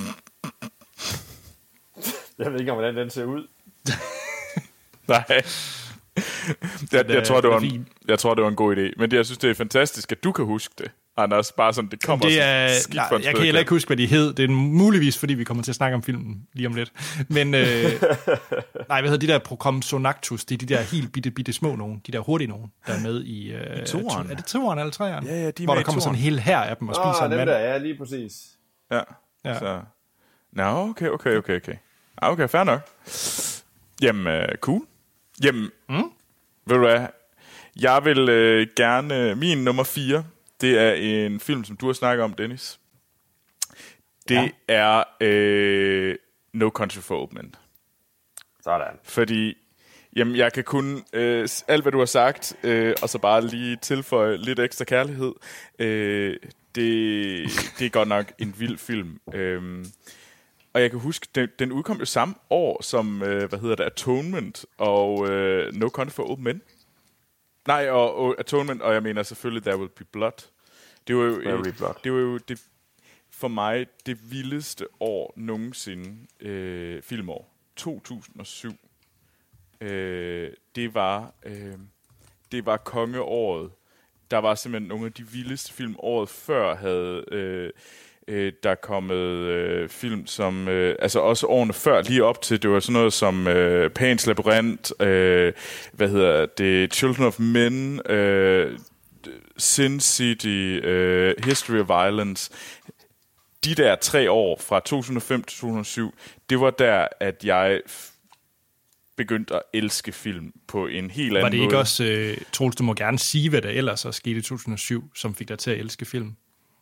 Jeg ved ikke, hvordan den ser ud. Nej. Jeg, jeg, tror, det var en, jeg tror, det var en god idé. Men det, jeg synes, det er fantastisk, at du kan huske det, Anders. Bare sådan, det kommer det er, skidt nej, jeg kan heller ikke huske, hvad de hed. Det er muligvis, fordi vi kommer til at snakke om filmen lige om lidt. Men, øh, nej, hvad hedder de der Procompsonactus? Det er de der helt bitte, bitte små nogen. De der hurtige nogen, der er med i... Øh, I toeren. Er det toeren eller treeren? Ja, ja, de er hvor med der kommer sådan en hel hær af dem og spiser oh, en mand. Der, ja, lige præcis. Ja, ja. Så... Nå, okay, okay, okay, okay. Okay, fair nok. Jamen, uh, cool. Jamen... Mm? Ved du hvad? Jeg vil øh, gerne... Min nummer fire, det er en film, som du har snakket om, Dennis. Det ja. er øh, No Country for Old Men. Sådan. Fordi, jamen, jeg kan kun... Øh, alt, hvad du har sagt, øh, og så bare lige tilføje lidt ekstra kærlighed. Øh, det, det er godt nok en vild film. Øh, Og jeg kan huske, den, den udkom jo samme år som, øh, hvad hedder det, Atonement og øh, No Country for Old Men. Nej, og, og Atonement, og jeg mener selvfølgelig There Will Be Blood. Det var jo, øh, det var jo det, for mig det vildeste år nogensinde, øh, filmår. to tusind og syv. Øh, det var øh, det var kongeåret. Der var simpelthen nogle af de vildeste film. Året før havde øh, øh, der kommet øh, film som øh, altså også årene før lige op til. Det var sådan noget som øh, Pan's Labyrinth, øh, hvad hedder det, Children of Men, øh, Sin City, øh, History of Violence. De der tre år fra to tusind og fem til to tusind og syv, det var der, at jeg begyndte at elske film på en helt anden måde. Var det ikke måde. også, øh, Troels, du må gerne sige, hvad der ellers er sket i to tusind og syv, som fik dig til at elske film?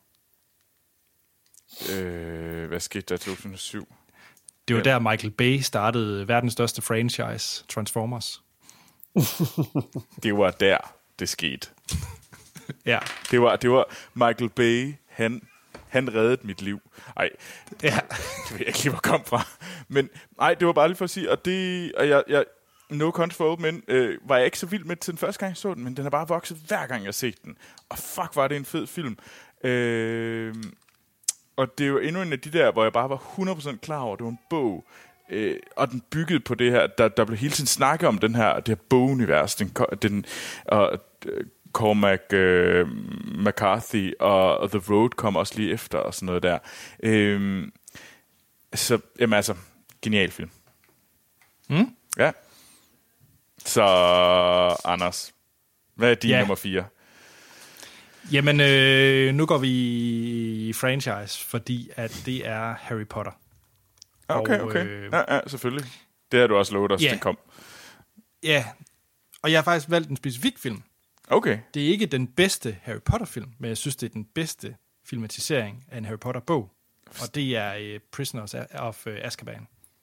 Øh, hvad skete der i to tusind og syv? Det var ja. der, Michael Bay startede verdens største franchise, Transformers. Det var der, det skete. Ja. Det var, det var Michael Bay, han... Han reddede mit liv. Ej, ja. Det ved jeg ikke lige, hvor kom fra. Men ej, det var bare lige for at sige, og det, og jeg, jeg no country for old men, øh, var jeg ikke så vild med til den første gang, jeg så den, men den har bare vokset hver gang, jeg har set den. Og fuck, var det en fed film. Øh, og det er jo endnu en af de der, hvor jeg bare var hundrede procent klar over, det var en bog, øh, og den byggede på det her, der, der blev hele tiden snakket om den her, det her bogunivers, den, den og, øh, Cormac øh, McCarthy og, og The Road kom også lige efter og sådan noget der. Øhm, så, jamen altså, genial film. Mm? Ja. Så, Anders, hvad er din ja. nummer fire? Jamen, øh, nu går vi i franchise, fordi at det er Harry Potter. Okay, og, okay. Øh, ja, ja, selvfølgelig. Det har du også lovet os, ja. den kom. Ja, og jeg har faktisk valgt en specifik film. Okay. Det er ikke den bedste Harry Potter-film, men jeg synes, det er den bedste filmatisering af en Harry Potter-bog. Og det er uh, Prisoners of uh, Azkaban.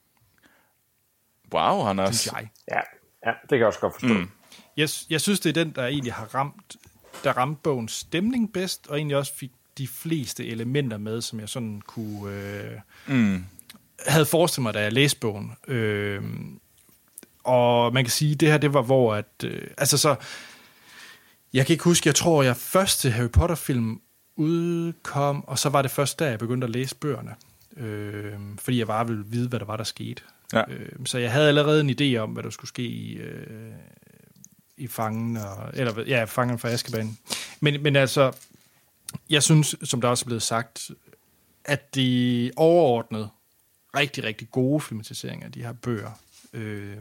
Wow, Anders. Synes jeg. Ja, ja, det kan jeg også godt forstå. Mm. Jeg, jeg synes, det er den, der egentlig har ramt, der ramte bogens stemning bedst, og egentlig også fik de fleste elementer med, som jeg sådan kunne... Øh, mm. havde forestillet mig, da jeg læste bogen. Øh, og man kan sige, det her, det var hvor, at... Øh, altså så... Jeg kan ikke huske, jeg tror, jeg første Harry Potter-film udkom, og så var det først der, jeg begyndte at læse bøgerne. Øh, fordi jeg bare ville vide, hvad der var, der skete. Ja. Øh, så jeg havde allerede en idé om, hvad der skulle ske i, øh, i fangen, og, eller ja, fangen fra Azkaban. Men, men altså, jeg synes, som der også er blevet sagt, at de overordnede, rigtig, rigtig gode filmatiseringer af de her bøger, øh,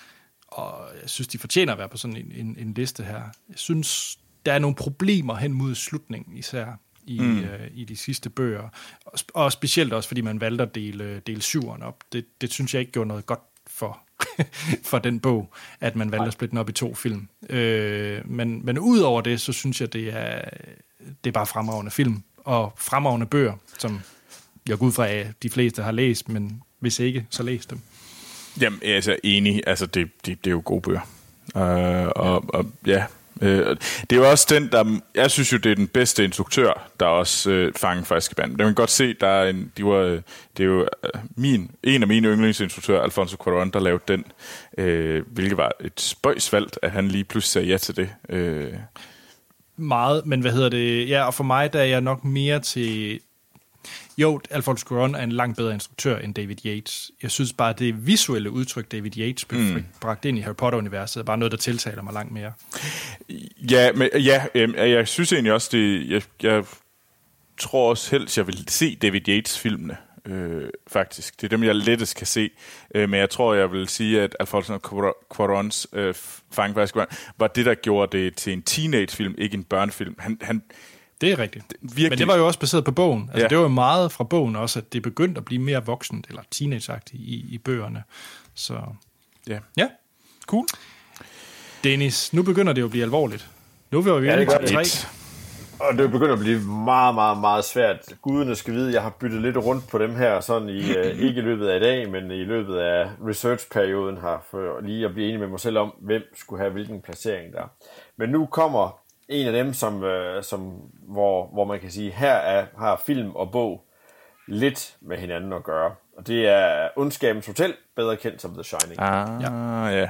og jeg synes, de fortjener at være på sådan en, en, en liste her. Jeg synes, der er nogle problemer hen mod slutningen, især i, mm. øh, i de sidste bøger. Og, og specielt også, fordi man valgte at dele, dele syveren op. Det, det synes jeg ikke gjorde noget godt for, for den bog, at man valgte at splitte den op i to film. Øh, men, men ud over det, så synes jeg, det er, det er bare fremragende film. Og fremragende bøger, som jeg går ud fra, at de fleste har læst, men hvis ikke, så læs dem. Jamen, jeg er altså enig. Altså, det, det, det er jo gode bøger. Uh, og, og ja, uh, det er jo også den, der... Jeg synes jo, det er den bedste instruktør, der også uh, fanger for Azkaban. Det kan man godt se, der er en... De var, det er jo uh, min, en af mine yndlingsinstruktører, Alfonso Cuarón, der lavede den. Uh, hvilket var et spøjsvalgt, at han lige pludselig sagde ja til det. Uh. Meget, men hvad hedder det? Ja, og for mig, der er jeg nok mere til... Jo, Alfonso Cuarón er en langt bedre instruktør end David Yates. Jeg synes bare, at det visuelle udtryk, David Yates blev mm. bragt ind i Harry Potter-universet, er bare noget, der tiltaler mig langt mere. Ja, men, ja jeg, jeg synes egentlig også, det, jeg, jeg tror også helst, jeg vil se David Yates-filmene, øh, faktisk. Det er dem, jeg lettest kan se. Øh, men jeg tror, jeg vil sige, at Alfonso Cuaróns øh, Fangen for Azkaban var det, der gjorde det til en teenagefilm, ikke en børnefilm. Han... han Det er rigtigt. Virkelig. Men det var jo også baseret på bogen. Altså, ja. Det var jo meget fra bogen også, at det begyndte at blive mere voksent, eller teenageagtigt i, i bøgerne. Så ja. Ja, cool. Dennis, nu begynder det jo at blive alvorligt. Nu vil vi ja, jo det tre. Og det begynder at blive meget, meget, meget svært. Guderne skal vide, jeg har byttet lidt rundt på dem her, sådan i, uh, ikke i løbet af i dag, men i løbet af researchperioden her, for lige at blive enig med mig selv om, hvem skulle have hvilken placering der. Men nu kommer en af dem, som, øh, som, hvor, hvor man kan sige, her er, har film og bog lidt med hinanden at gøre. Og det er Ondskabens Hotel, bedre kendt som The Shining. Ah, ja. ja.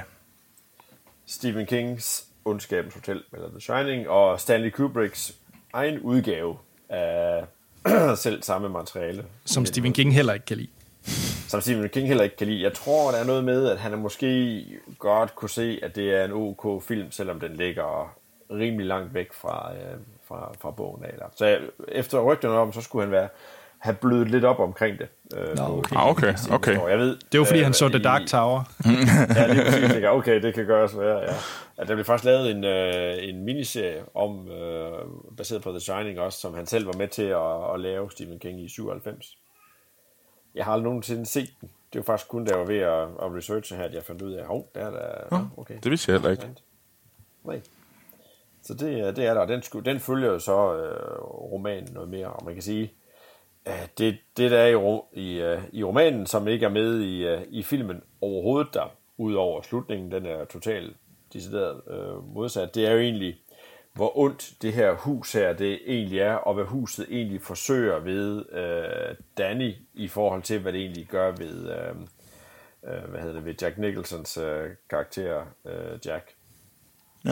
Stephen Kings Ondskabens Hotel, eller The Shining, og Stanley Kubricks egen udgave af selv samme materiale. Som Stephen King heller ikke kan lide. som Stephen King heller ikke kan lide. Jeg tror, der er noget med, at han er måske godt kunne se, at det er en OK film, selvom den ligger rimelig langt væk fra, øh, fra, fra bogen af. Der. Så efter rygterne om, så skulle han være have blødt lidt op omkring det. Øh, Nå, okay. Ah, okay, okay. Jeg ved, det var fordi, øh, han så The i, Dark Tower. ja, lige præcis. Jeg, okay, det kan gøres være, ja. At der blev faktisk lavet en, øh, en miniserie om, øh, baseret på The Shining også, som han selv var med til at, at lave, Stephen King, i syvoghalvfems. Jeg har aldrig nogensinde set den. Det var faktisk kun, da jeg var ved at, at researche her, at jeg fandt ud af, at oh, der er der... Oh, okay. Det vidste jeg heller ikke. Nej. Så det, det er der. Den, skulle, den følger jo så øh, romanen noget mere, og man kan sige, at det, det der er i, i, i romanen, som ikke er med i, i filmen overhovedet der, udover slutningen, den er totalt decideret øh, modsat, det er jo egentlig, hvor ondt det her hus her, det egentlig er, og hvad huset egentlig forsøger ved øh, Danny, i forhold til, hvad det egentlig gør ved, øh, øh, hvad hedder det, ved Jack Nicholsons øh, karakter, øh, Jack. Ja.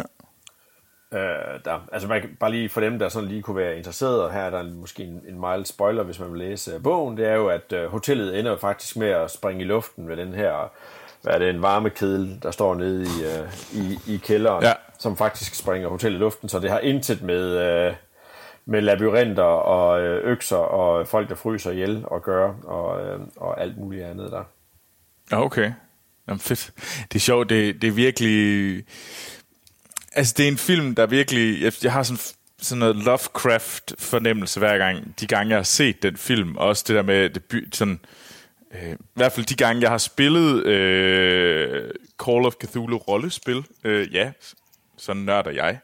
Øh, der, altså man kan, bare lige for dem, der sådan lige kunne være interesseret, og her er der måske en, en mild spoiler, hvis man vil læse uh, bogen, det er jo, at uh, hotellet ender faktisk med at springe i luften ved den her, hvad er det, en varmekedel, der står nede i, uh, i, i kælderen, ja. Som faktisk springer hotellet i luften, så det har intet med, uh, med labyrinter og uh, økser og folk, der fryser ihjel og gøre, og, uh, og alt muligt andet der. Okay. Jamen fedt. Det er sjovt, det, det er virkelig... Altså, det er en film, der virkelig... Jeg, jeg har sådan, sådan noget Lovecraft-fornemmelse hver gang, de gange, jeg har set den film. Også det der med... Det by, sådan, øh, I hvert fald de gange, jeg har spillet øh, Call of Cthulhu-rollespil. Øh, ja, sådan nørder jeg.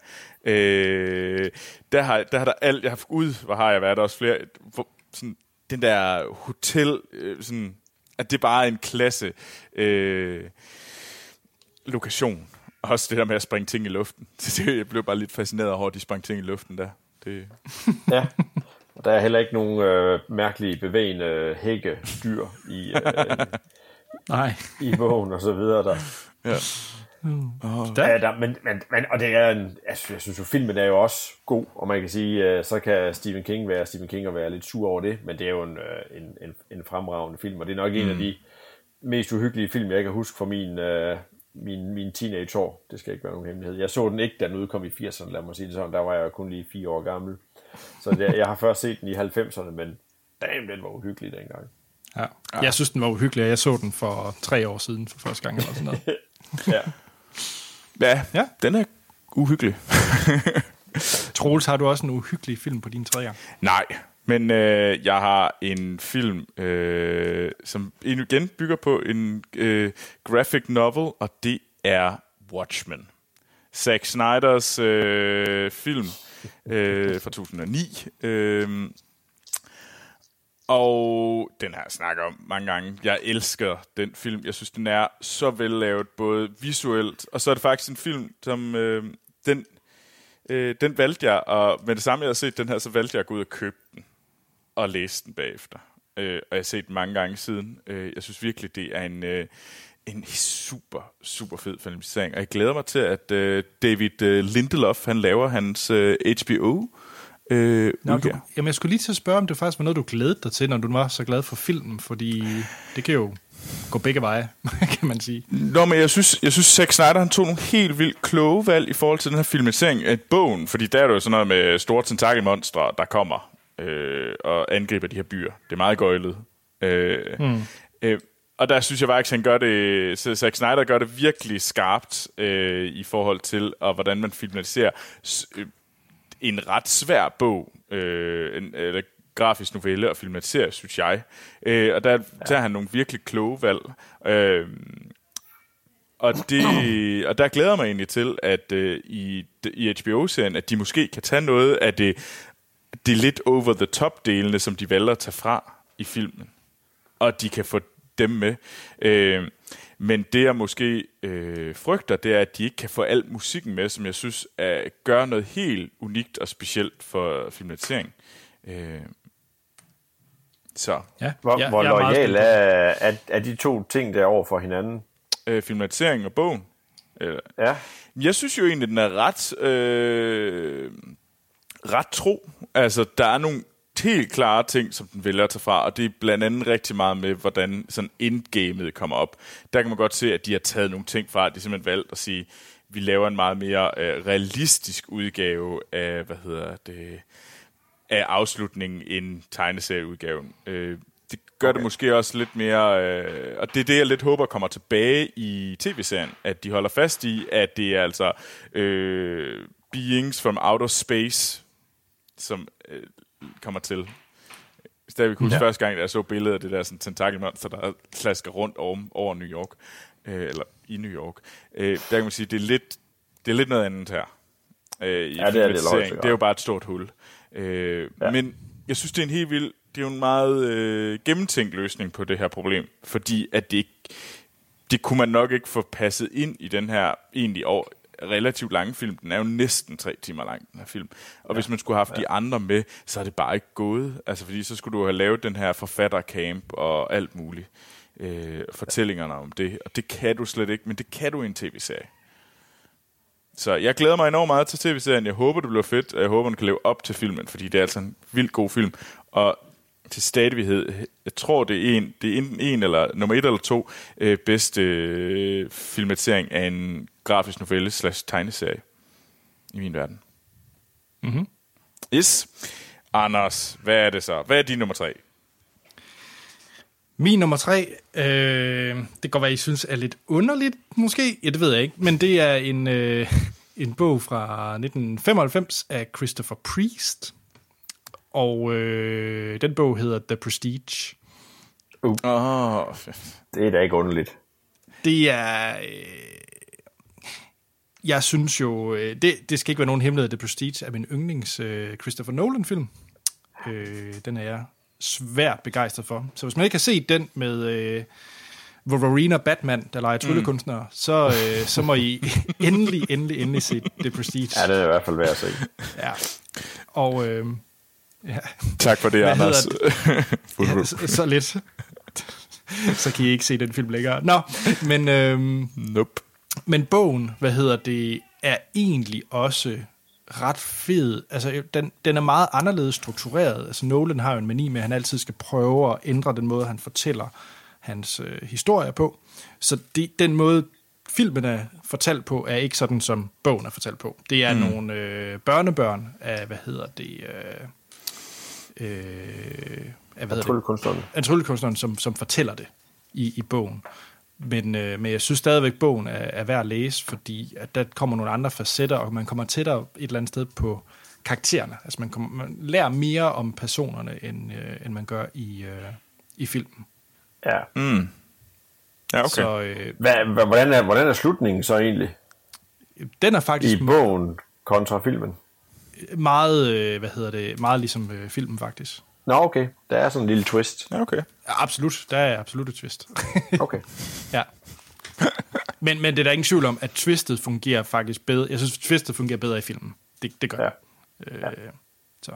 Øh, der, har, der har der alt... Jeg har ud, hvor har jeg været der også flere... Hvor, sådan, den der hotel... Øh, sådan, at det bare er en klasse øh, lokation. Også det der med at springe ting i luften. Jeg blev bare lidt fascineret over, at de sprang ting i luften der. Det... Ja, og der er heller ikke nogen øh, mærkelige bevægende hækkedyr i, øh, Nej. i bogen og så videre der. Ja. Mm. Oh. Ja, der, men, men, men, og det er en, altså, jeg synes jo, filmen er jo også god, og man kan sige, øh, så kan Stephen King være Stephen King og være lidt sur over det, men det er jo en, øh, en, en, en fremragende film, og det er nok mm. en af de mest uhyggelige film, jeg kan huske fra min... Øh, Min, min teenageår, det skal ikke være nogen hemmelighed. Jeg så den ikke, da den udkom i firserne, lad mig sige det sådan. Der var jeg kun lige fire år gammel. Så det, jeg har først set den i halvfemserne, men damn, den var uhyggelig dengang. Ja. Ja. Jeg synes, den var uhyggelig, og jeg så den for tre år siden for første gang. Eller sådan noget. ja. ja. Ja, den er uhyggelig. Troels, har du også en uhyggelig film på din træer? Nej, men øh, jeg har en film, øh, som igen bygger på en øh, graphic novel, og det er Watchmen. Zack Snyders øh, film øh, fra to tusind og ni. Øh, og den har jeg snakket om mange gange. Jeg elsker den film. Jeg synes, den er så vellavet, både visuelt, og så er det faktisk en film, som øh, den, øh, den valgte jeg, og med det samme, jeg har set den her, så valgte jeg at gå ud og købe den og læse den bagefter. Øh, og jeg har set den mange gange siden. Øh, jeg synes virkelig, det er en, øh, en super, super fed filmatisering. Og jeg glæder mig til, at øh, David øh, Lindelof, han laver hans øh, H B O. Øh, Nå, du, jamen, jeg skulle lige til at spørge, om det faktisk var noget, du glædede dig til, når du var så glad for filmen, fordi det kan jo gå begge veje, kan man sige. Nå, men jeg synes, jeg synes Zack Snyder, han tog nogle helt vildt kloge valg i forhold til den her filmatisering af bogen, fordi der er jo sådan noget med store tentakelmonstre, der kommer øh, og angriber de her byer. Det er meget gøjlet. Øh, mm. øh, og der synes jeg faktisk, han gør det, så Zack Snyder gør det virkelig skarpt øh, i forhold til, og hvordan man filmatiserer øh, en ret svær bog, øh, en, eller grafisk novelle og filmatisere, synes jeg. Øh, og der tager ja. han nogle virkelig kloge valg. Øh, og, det, og der glæder mig egentlig til, at øh, i, i H B O-serien, at de måske kan tage noget af det, det lidt over-the-top-delene, som de vælger at tage fra i filmen. Og de kan få dem med. Øh, men det, jeg måske øh, frygter, det er, at de ikke kan få al musikken med, som jeg synes er, gør noget helt unikt og specielt for filmatisering. Øh, så. Ja. Hvor, ja, hvor lojal er, er, er de to ting der over for hinanden? Øh, filmatisering og bogen. Øh, ja. Jeg synes jo egentlig, den er ret, øh, ret tro. Altså, der er nogle helt klare ting, som den vælger at tage fra, og det er blandt andet rigtig meget med, hvordan sådan endgamet kommer op. Der kan man godt se, at de har taget nogle ting fra, de har simpelthen valgt at sige, vi laver en meget mere øh, realistisk udgave af, hvad hedder det, af afslutningen end tegneserieudgaven. Øh, det gør okay. det måske også lidt mere, øh, og det er det, jeg lidt håber kommer tilbage i tv-serien, at de holder fast i, at det er altså øh, beings from outer space, som øh, kommer til. Stadig huske ja. første gang, da jeg så billedet af det der sådan, tentakelmonster, der klasker rundt over, over New York, øh, eller i New York. Øh, der kan man sige, det er lidt, det er lidt noget andet her. Øh, i ja, det er det, det er jo bare et stort hul. Øh, ja. Men jeg synes, det er en helt vild, det er jo en meget øh, gennemtænkt løsning på det her problem, fordi at det ikke, det kunne man nok ikke få passet ind i den her egentlig år, relativt lange film. Den er jo næsten tre timer lang, den her film. Og ja. hvis man skulle have haft ja. de andre med, så er det bare ikke gået. Altså, fordi så skulle du have lavet den her forfattercamp og alt muligt. Øh, fortællingerne om det. Og det kan du slet ikke, men det kan du i en tv-serie. Så jeg glæder mig enormt meget til tv-serien. Jeg håber, det bliver fedt, og jeg håber, den kan leve op til filmen, fordi det er altså en vildt god film. Og til stadighed, jeg tror, det er en, det er enten en eller nummer et eller to øh, bedste øh, filmatisering af en grafisk novelle slash tegneserie i min verden. Mm-hmm. Yes. Anders, hvad er det så? Hvad er din nummer tre? Min nummer tre, øh, det kan godt være, I synes er lidt underligt, måske. Ja, det ved jeg ikke. Men det er en, øh, en bog fra nitten femoghalvfems af Christopher Priest. Og øh, den bog hedder The Prestige. Uh. Oh. Det er da ikke underligt. Det er... Øh, jeg synes jo... Øh, det, det skal ikke være nogen hemmelighed, The Prestige er min yndlings øh, Christopher Nolan-film. Øh, den er jeg svært begejstret for. Så hvis man ikke har set den med øh, Wolverine og Batman, der leger tryllekunstnere, mm. så, øh, så må I endelig, endelig, endelig se The Prestige. Ja, det er i hvert fald værd at se. Ja. Og... Øh, ja. Tak for det, Anders. ja, så, så lidt. Så kan I ikke se den film længere. Nå, men... Øhm, nope. Men bogen, hvad hedder det, er egentlig også ret fed. Altså, den, den er meget anderledes struktureret. Altså, Nolan har jo en mani med, at han altid skal prøve at ændre den måde, han fortæller hans øh, historier på. Så det, den måde, filmen er fortalt på, er ikke sådan, som bogen er fortalt på. Det er mm. nogle øh, børnebørn af, hvad hedder det... Øh, Øh, Tryllekunstneren, som, som fortæller det i, i bogen. Men, øh, men jeg synes stadigvæk, at bogen er, er værd at læse, fordi at der kommer nogle andre facetter, og man kommer tættere et eller andet sted på karaktererne. Altså man, kommer, man lærer mere om personerne, end, øh, end man gør i, øh, i filmen. Ja. Mm. Ja, okay. Så, øh, Hva, hvordan, er, hvordan er slutningen så egentlig? Den er faktisk... I bogen kontra filmen? Meget, øh, hvad hedder det, meget ligesom øh, filmen faktisk. Nå, okay. Der er sådan en lille twist. Ja, okay. Ja, absolut. Der er absolut et twist. Okay. Ja. Men, men det er der ingen tvivl om, at twistet fungerer faktisk bedre. Jeg synes, twistet fungerer bedre i filmen. Det, det gør ja. det. Øh, ja. Så.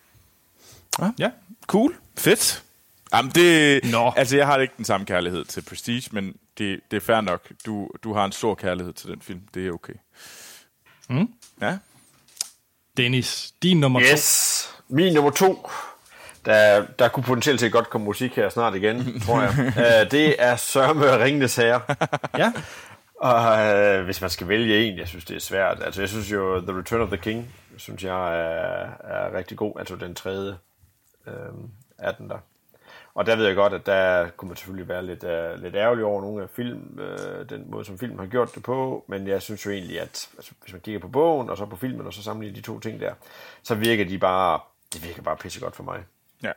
Ja. ja. Cool. Fedt. Jamen, det... Nå. Altså, jeg har ikke den samme kærlighed til Prestige, men det, det er fair nok. Du, du har en stor kærlighed til den film. Det er okay. Mm. Ja. Dennis, din nummer yes. to. Yes, min nummer to. Der, der kunne potentielt set godt komme musik her snart igen, tror jeg. uh, det er Sørme og Ringenes Herre. Ja. Og uh, hvis man skal vælge en, jeg synes, det er svært. Altså, jeg synes jo, The Return of the King, synes jeg er, er rigtig god. Altså, den tredje uh, er den der. Og der ved jeg godt, at der kunne man selvfølgelig være lidt, uh, lidt ærgerlig over nogle af film, uh, den måde, som filmen har gjort det på, men jeg synes jo egentlig, at altså, hvis man kigger på bogen, og så på filmen, og så sammenligner de to ting der, så virker de bare, det virker bare pissegodt for mig. Ja.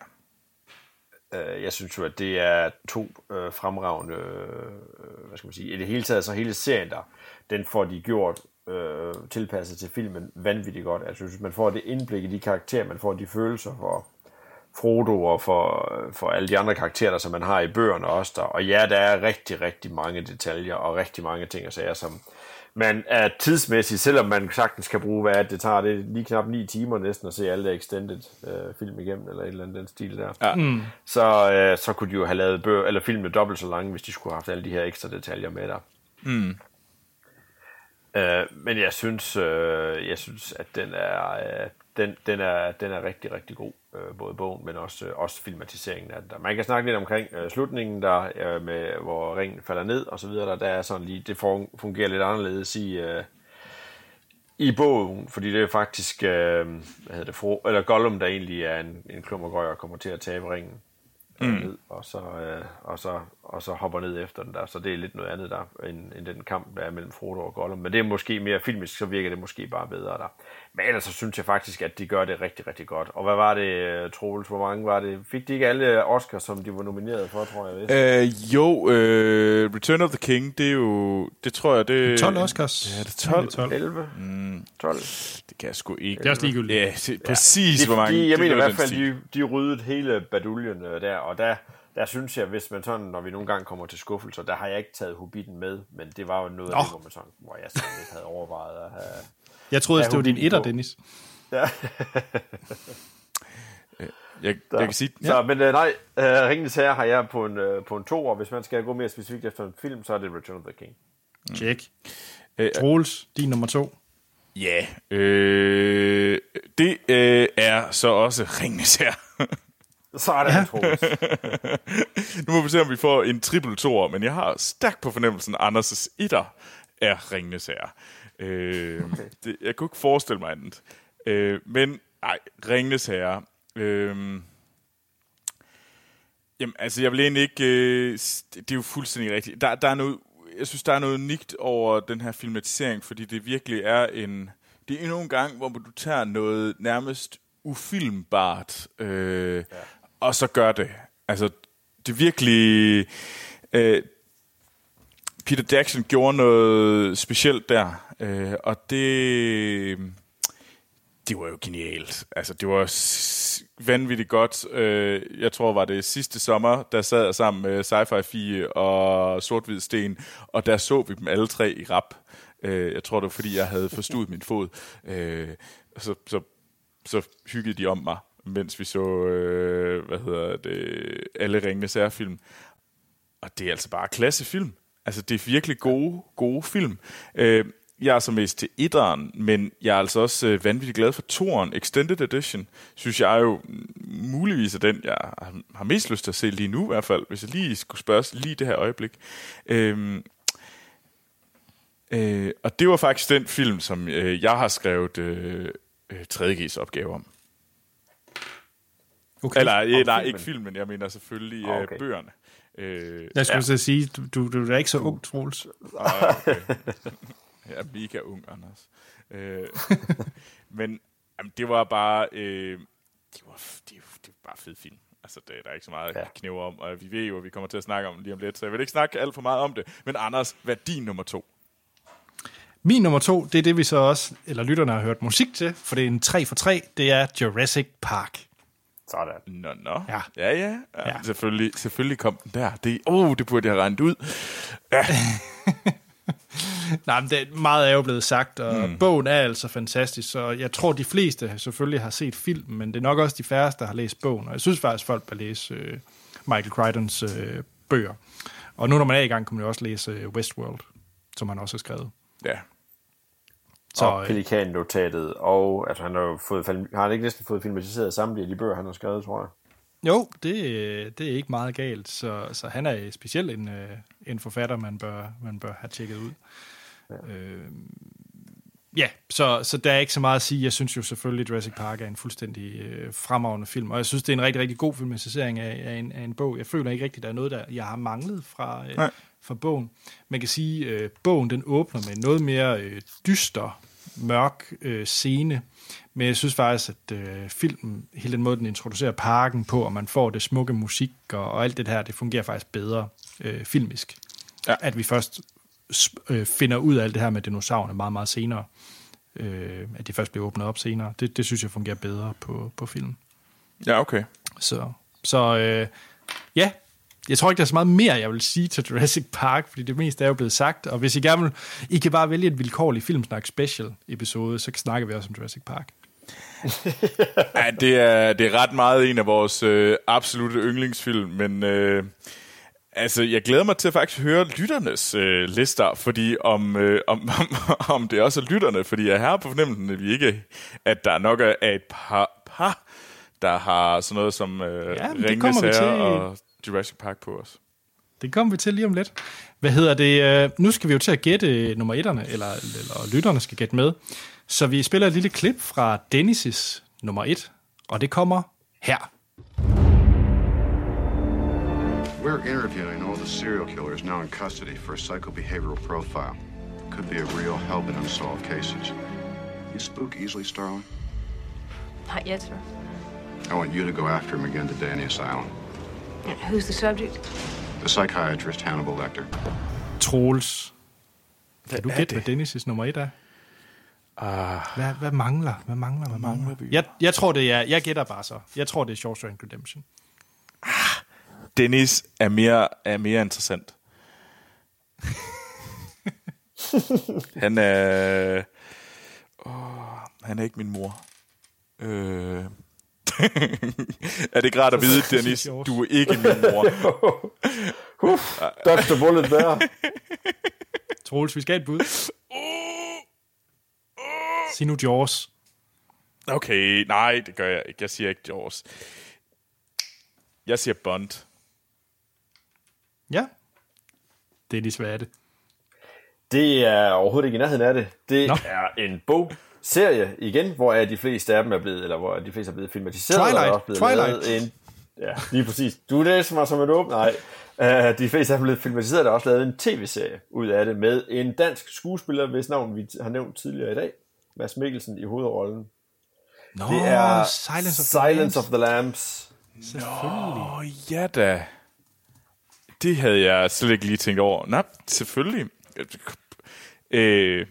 Uh, jeg synes jo, at det er to uh, fremragende, uh, hvad skal man sige, i det hele taget, så hele serien der, den får de gjort uh, tilpasset til filmen vanvittigt godt. Altså, jeg synes, man får det indblik i de karakterer, man får de følelser for Frodo og for, for alle de andre karakterer, som man har i bøgerne også der. Og ja, der er rigtig, rigtig mange detaljer og rigtig mange ting og sager, som man er tidsmæssigt, selvom man sagtens kan bruge, hvad det tager, det er lige knap ni timer næsten at se alle de extended øh, film igennem, eller et eller andet den stil der. Ja. Mm. Så, øh, så kunne de jo have lavet bøger, eller filmene dobbelt så lange, hvis de skulle have haft alle de her ekstra detaljer med der. Mm. Øh, men jeg synes, øh, jeg synes, at den er, øh, den, den er, den er rigtig, rigtig god. Øh, både bogen, men også, øh, også filmatiseringen af den. Man kan snakke lidt omkring øh, slutningen, der øh, med, hvor ringen falder ned og så videre. Der, der er sådan lige, det fungerer lidt anderledes i, øh, i bogen, fordi det er faktisk, øh, hvad hedder det, Fro, eller Gollum, der egentlig er en, en klummergøj og kommer til at tabe ringen. Mm. Ned, og, så, øh, og, så, og så hopper ned efter den der. Så det er lidt noget andet der, end, end den kamp, der er mellem Frodo og Gollum. Men det er måske mere filmisk, så virker det måske bare bedre der. Men ellers så synes jeg faktisk, at de gør det rigtig, rigtig godt. Og hvad var det, Troels? Hvor mange var det? Fik de ikke alle Oscars, som de var nomineret for, tror jeg? Øh, jo, uh, Return of the King, det er jo, det tror jeg, det er... tolv Oscars. Ja, det er tolv. tolv. elleve? Mm. tolv? Det kan jeg sgu ikke. Det er også ligegyldigt. Ja, se, præcis ja. hvor mange. De, jeg mener i hvert fald, de, de ryddede hele baduljen der, og der... Der synes jeg, hvis man sådan, når vi nogle gange kommer til skuffelser, der har jeg ikke taget Hobbiten med, men det var jo noget af oh. det, hvor, man sådan, hvor jeg sådan lidt havde overvejet at have... Jeg troede, at det var din etter, på. Dennis. Ja. jeg, jeg kan sige... Så, men uh, nej, uh, Ringenes Herre har jeg på en, uh, på en to, og hvis man skal gå mere specifikt efter en film, så er det Return of the King. Mm. Check. Uh, Troels, din nummer to. Ja, øh, det øh, er så også Ringenes Herre. Så er det ja. Troels. Nu må vi se, om vi får en triple toer, men jeg har stærkt på fornemmelsen, at Anders' etter er Ringenes Herre. Øh, okay. det, jeg kunne ikke forestille mig andet. Øh, men nej, Ringenes Herre. Øh, jamen, altså, jeg vil egentlig ikke... Øh, det er jo fuldstændig rigtigt. Der, der er noget, jeg synes, der er noget unikt over den her filmatisering, fordi det virkelig er en... Det er endnu en gang, hvor du tager noget nærmest ufilmbart, øh, ja. og så gør det. Altså, det er virkelig... Øh, Peter Jackson gjorde noget specielt der, øh, og det... Det var jo genialt. Altså, det var vanvittigt godt. Øh, jeg tror, var det sidste sommer, der sad jeg sammen med Sci-Fi Fie og Sort-Hvid Sten, og der så vi dem alle tre i rap. Øh, jeg tror, det var, fordi jeg havde forstuet min fod. Øh, så, så, så hyggede de om mig, mens vi så, øh, hvad hedder det, alle Ringenes Herre-film. Og det er altså bare klassefilm. Altså, det er virkelig gode, gode film. Øh, Jeg er så mest til etteren, men jeg er altså også øh, vanvittigt glad for toeren, Extended Edition. Synes jeg jo muligvis er den, jeg har mest lyst til at se lige nu i hvert fald, hvis jeg lige skulle spørges lige det her øjeblik. Øhm, øh, og det var faktisk den film, som øh, jeg har skrevet øh, øh, tredje G's opgave om. Okay. Eller øh, nej, filmen. Ikke filmen, jeg mener selvfølgelig øh, okay. bøgerne. Øh, jeg skulle ja. sige, du, du, du er ikke så ung, Troels. Ah, okay. Jeg er mega ung, Anders. Øh, men jamen, det var bare... Øh, det, var, det, det var bare fed film. Altså, det, der er ikke så meget at ja. knæve om. Og vi ved jo, at vi kommer til at snakke om det lige om lidt, så jeg vil ikke snakke alt for meget om det. Men Anders, hvad er din nummer to? Min nummer to, det er det, vi så også, eller lytterne har hørt musik til, for det er en tre for tre, det er Jurassic Park. Sådan. Nå, nå. Ja. Ja, ja. ja, ja. Selvfølgelig, selvfølgelig kom den der. Det, oh, det burde jeg have regnet ud. Ja. Nej, men det, meget er jo blevet sagt, og mm. bogen er altså fantastisk, så jeg tror, de fleste selvfølgelig har set filmen, men det er nok også de færreste, der har læst bogen, og jeg synes faktisk, folk bør læse øh, Michael Crichtons øh, bøger. Og nu, når man er i gang, kan man jo også læse øh, Westworld, som han også har skrevet. Ja. Så, og Pelikan-notatet, og altså, han har jo fået, har han ikke næsten fået filmatiseret samtlige af de bøger, han har skrevet, tror jeg. Jo, det, det er ikke meget galt, så, så han er specielt en, en forfatter, man bør, man bør have tjekket ud. Ja, øh, ja så, så der er ikke så meget at sige. Jeg synes jo selvfølgelig, at Jurassic Park er en fuldstændig øh, fremragende film, og jeg synes, det er en rigtig, rigtig god filmatisering af, af, en, af en bog. Jeg føler ikke rigtigt, at der er noget, der jeg har manglet fra, øh, fra bogen. Man kan sige, at øh, bogen den åbner med noget mere øh, dyster, mørk øh, scene, men jeg synes faktisk, at øh, filmen, hele den måde, den introducerer parken på, og man får det smukke musik, og, og alt det her, det fungerer faktisk bedre øh, filmisk. Ja. At vi først øh, finder ud af alt det her med dinosaurerne meget, meget senere. Øh, at de først bliver åbnet op senere. Det, det synes jeg fungerer bedre på, på filmen. Ja, okay. Så, så øh, ja, jeg tror ikke, der er så meget mere, jeg vil sige til Jurassic Park, fordi det meste er jo blevet sagt, og hvis I gerne vil, I kan bare vælge et vilkårligt filmsnak special episode, så snakker vi også om Jurassic Park. Ja, det er, det er ret meget en af vores øh, absolutte yndlingsfilm, men øh, Altså, jeg glæder mig til at faktisk høre lytternes øh, lister, fordi om, øh, om, om, om det også er lytterne, fordi jeg har på fornemmelsen, at vi ikke, at der nok er et par, par der har sådan noget som øh, Ja, Ringenes Herre og Jurassic Park på os. Det kommer vi til lige om lidt. Hvad hedder det? Nu skal vi jo til at gætte nummer etterne, eller, eller lytterne skal gætte med. Så vi spiller et lille klip fra Dennis' nummer et, og det kommer her. We're interviewing all the serial killers now in custody for a psychobehavioral profile. Could be a real help in unsolved cases. You spook easily, Starling? Not yet, sir. I want you to go after him again today in the asylum. And who's the subject? The psychiatrist Hannibal Lecter. Troels. Hvad kan du er gætte, det? hvad Dennis' nummer et er? Ah, Hvad, hvad mangler? Hvad mangler? Hvad mangler? mangler vi? Jeg, jeg tror, det er... Jeg gætter bare så. Jeg tror, det er Shawshank Redemption. Dennis er mere, er mere interessant. Han er... Åh, han er ikke min mor. Øh... er det ikke rart at vide, Dennis? Du er ikke min mor. Huff, dodge the bullet der. Troels, vi skal have et bud. Sig nu Jaws. Okay, nej, det gør jeg ikke. Jeg siger ikke Jaws. Jeg siger Bond. Ja. Dennis, hvad er det? Det er overhovedet ikke i nærheden af det. Det Nå. er en bogserie igen, hvor de fleste af dem er blevet, eller hvor de fleste er blevet filmatiseret. Twilight. Og er også blevet Twilight. lavet En, ja, lige præcis. Du læser mig som et åbent. Nej. Uh, de fleste af dem er blevet filmatiseret, der er også lavet en tv-serie ud af det, med en dansk skuespiller, hvis navn vi har nævnt tidligere i dag. Mads Mikkelsen i hovedrollen. Nå, Det er Silence of the Silence of Lambs. the Lambs. Selvfølgelig. Åh, ja da. Det havde jeg slet ikke lige tænkt over. Nej, selvfølgelig. Øh,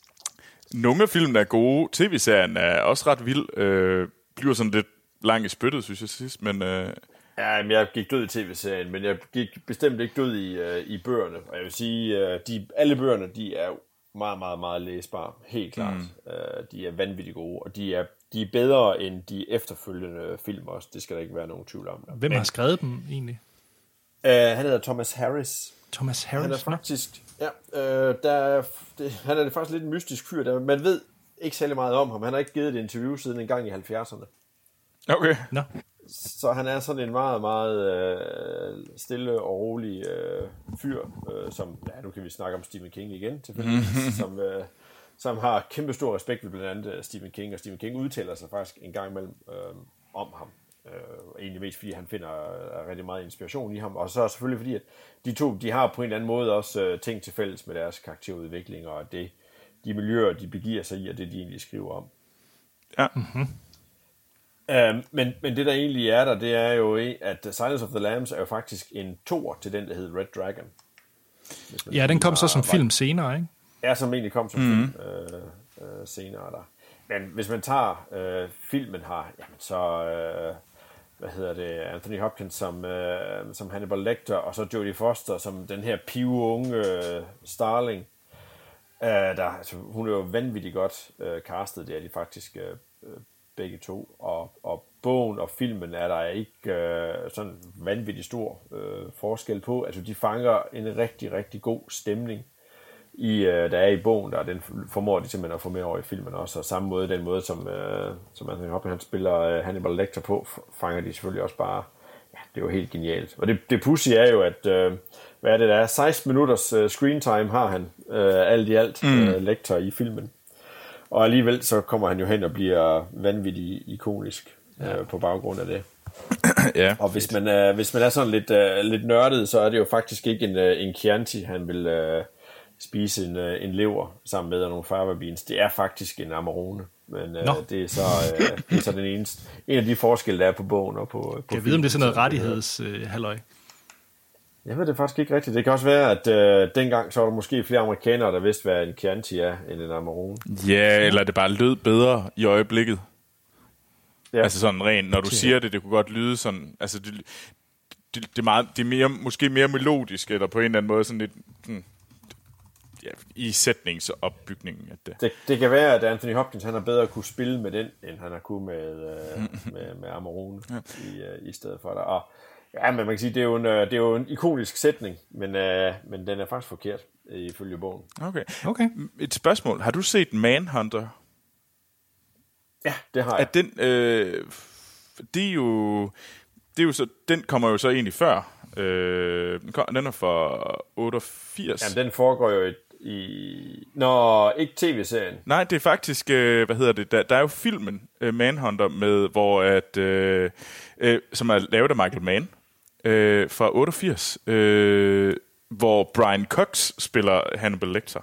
nogle af filmene er gode. T V-serien er også ret vild. Øh, bliver sådan lidt lang i spyttet, synes jeg sidst, men... Øh, Ja, men jeg gik død i tv-serien, men jeg gik bestemt ikke død i, uh, i bøgerne. Og jeg vil sige, uh, de, alle bøgerne, de er meget, meget, meget læsbare. Helt klart. Mm. Uh, de er vanvittigt gode, og de er, de er bedre end de efterfølgende film også. Det skal der ikke være nogen tvivl om. Hvem har skrevet dem egentlig? Uh, han hedder Thomas Harris. Thomas Han er Harris. faktisk... Ja, uh, der er, det, han er faktisk lidt en mystisk fyr. Der, man ved ikke særlig meget om ham. Han har ikke givet et interview siden en gang i halvfjerdserne. okay. Nå. Så han er sådan en meget, meget øh, stille og rolig øh, fyr, øh, som, ja, nu kan vi snakke om Stephen King igen, tilfældigvis, som, øh, som har kæmpe stor respekt ved blandt andet Stephen King, og Stephen King udtaler sig faktisk en gang imellem øh, om ham. Øh, egentlig mest fordi han finder øh, rigtig meget inspiration i ham, og så selvfølgelig fordi, at de to, de har på en eller anden måde også øh, ting til fælles med deres karakterudvikling, og det, de miljøer, de begiver sig i, og det de egentlig skriver om. Ja. Mm-hmm. Uh, men, men det der egentlig er der, det er jo, at Silence of the Lambs er jo faktisk en toer til den, der hedder Red Dragon. Ja, den kom så som film senere, ikke? Ja, som egentlig kom som mm-hmm. film øh, øh, senere der. Men hvis man tager øh, filmen her, jamen så, øh, hvad hedder det, Anthony Hopkins som, øh, som Hannibal Lecter, og så Jodie Foster som den her pive-unge øh, Starling. Øh, der, altså, hun er jo vanvittigt godt øh, castet, det er de faktisk øh, begge to, og, og bogen og filmen er der ikke øh, sådan vanvittigt stor øh, forskel på. Altså de fanger en rigtig, rigtig god stemning, i, øh, der er i bogen, der den formår de simpelthen at få med over i filmen også, og samme måde, den måde, som, øh, som Anthony Hopkins han spiller øh, Hannibal Lecter på, fanger de selvfølgelig også bare, ja, det er jo helt genialt. Og det, det pussy er jo, at, øh, hvad er det der er, seksten minutters øh, screen time har han, øh, alt i alt, mm. øh, Lecter i filmen. Og alligevel så kommer han jo hen og bliver vanvittigt ikonisk ja. øh, på baggrund af det. ja. Og hvis man, er, hvis man er sådan lidt, uh, lidt nørdet, så er det jo faktisk ikke en, uh, en Chianti, han vil uh, spise en, uh, en lever sammen med og nogle fava beans. Det er faktisk en Amarone. Men uh, det, er så, uh, det er så den eneste, en af de forskelle, der er på bogen og på, på Kan jeg vide, om det er sådan noget rettighedshalløj? Uh, Jeg ved det faktisk ikke rigtigt. Det kan også være, at øh, dengang så var der måske flere amerikanere, der vidste, hvad en Chianti er, end en Amarone. Ja, eller det bare lød bedre i øjeblikket. Ja. Altså sådan rent, når du okay. siger det, det kunne godt lyde sådan, altså det, det, det er, meget, det er mere, måske mere melodisk, eller på en eller anden måde sådan lidt, hmm, ja, i sætningsopbygningen. At det. Det, det kan være, at Anthony Hopkins, han har bedre kunne spille med den, end han har kunne med, øh, med, med Amarone ja. i, øh, i stedet for det. Og Ja, men man kan sige, det er jo en, det er jo en ikonisk sætning, men, øh, men den er faktisk forkert, ifølge bogen. Okay. Okay. Et spørgsmål. Har du set Manhunter? Ja, det har jeg. At den, øh, det er jo, det er jo så, den kommer jo så egentlig før. Øh, den er fra otteogfirs. Jamen, den foregår jo et, i... Nå, ikke tv-serien. Nej, det er faktisk, øh, hvad hedder det, der, der er jo filmen øh, Manhunter, med, hvor at, øh, øh, som er lavet af Michael Mann, øh, fra otteogfirs, øh, hvor Brian Cox spiller Hannibal Lecter.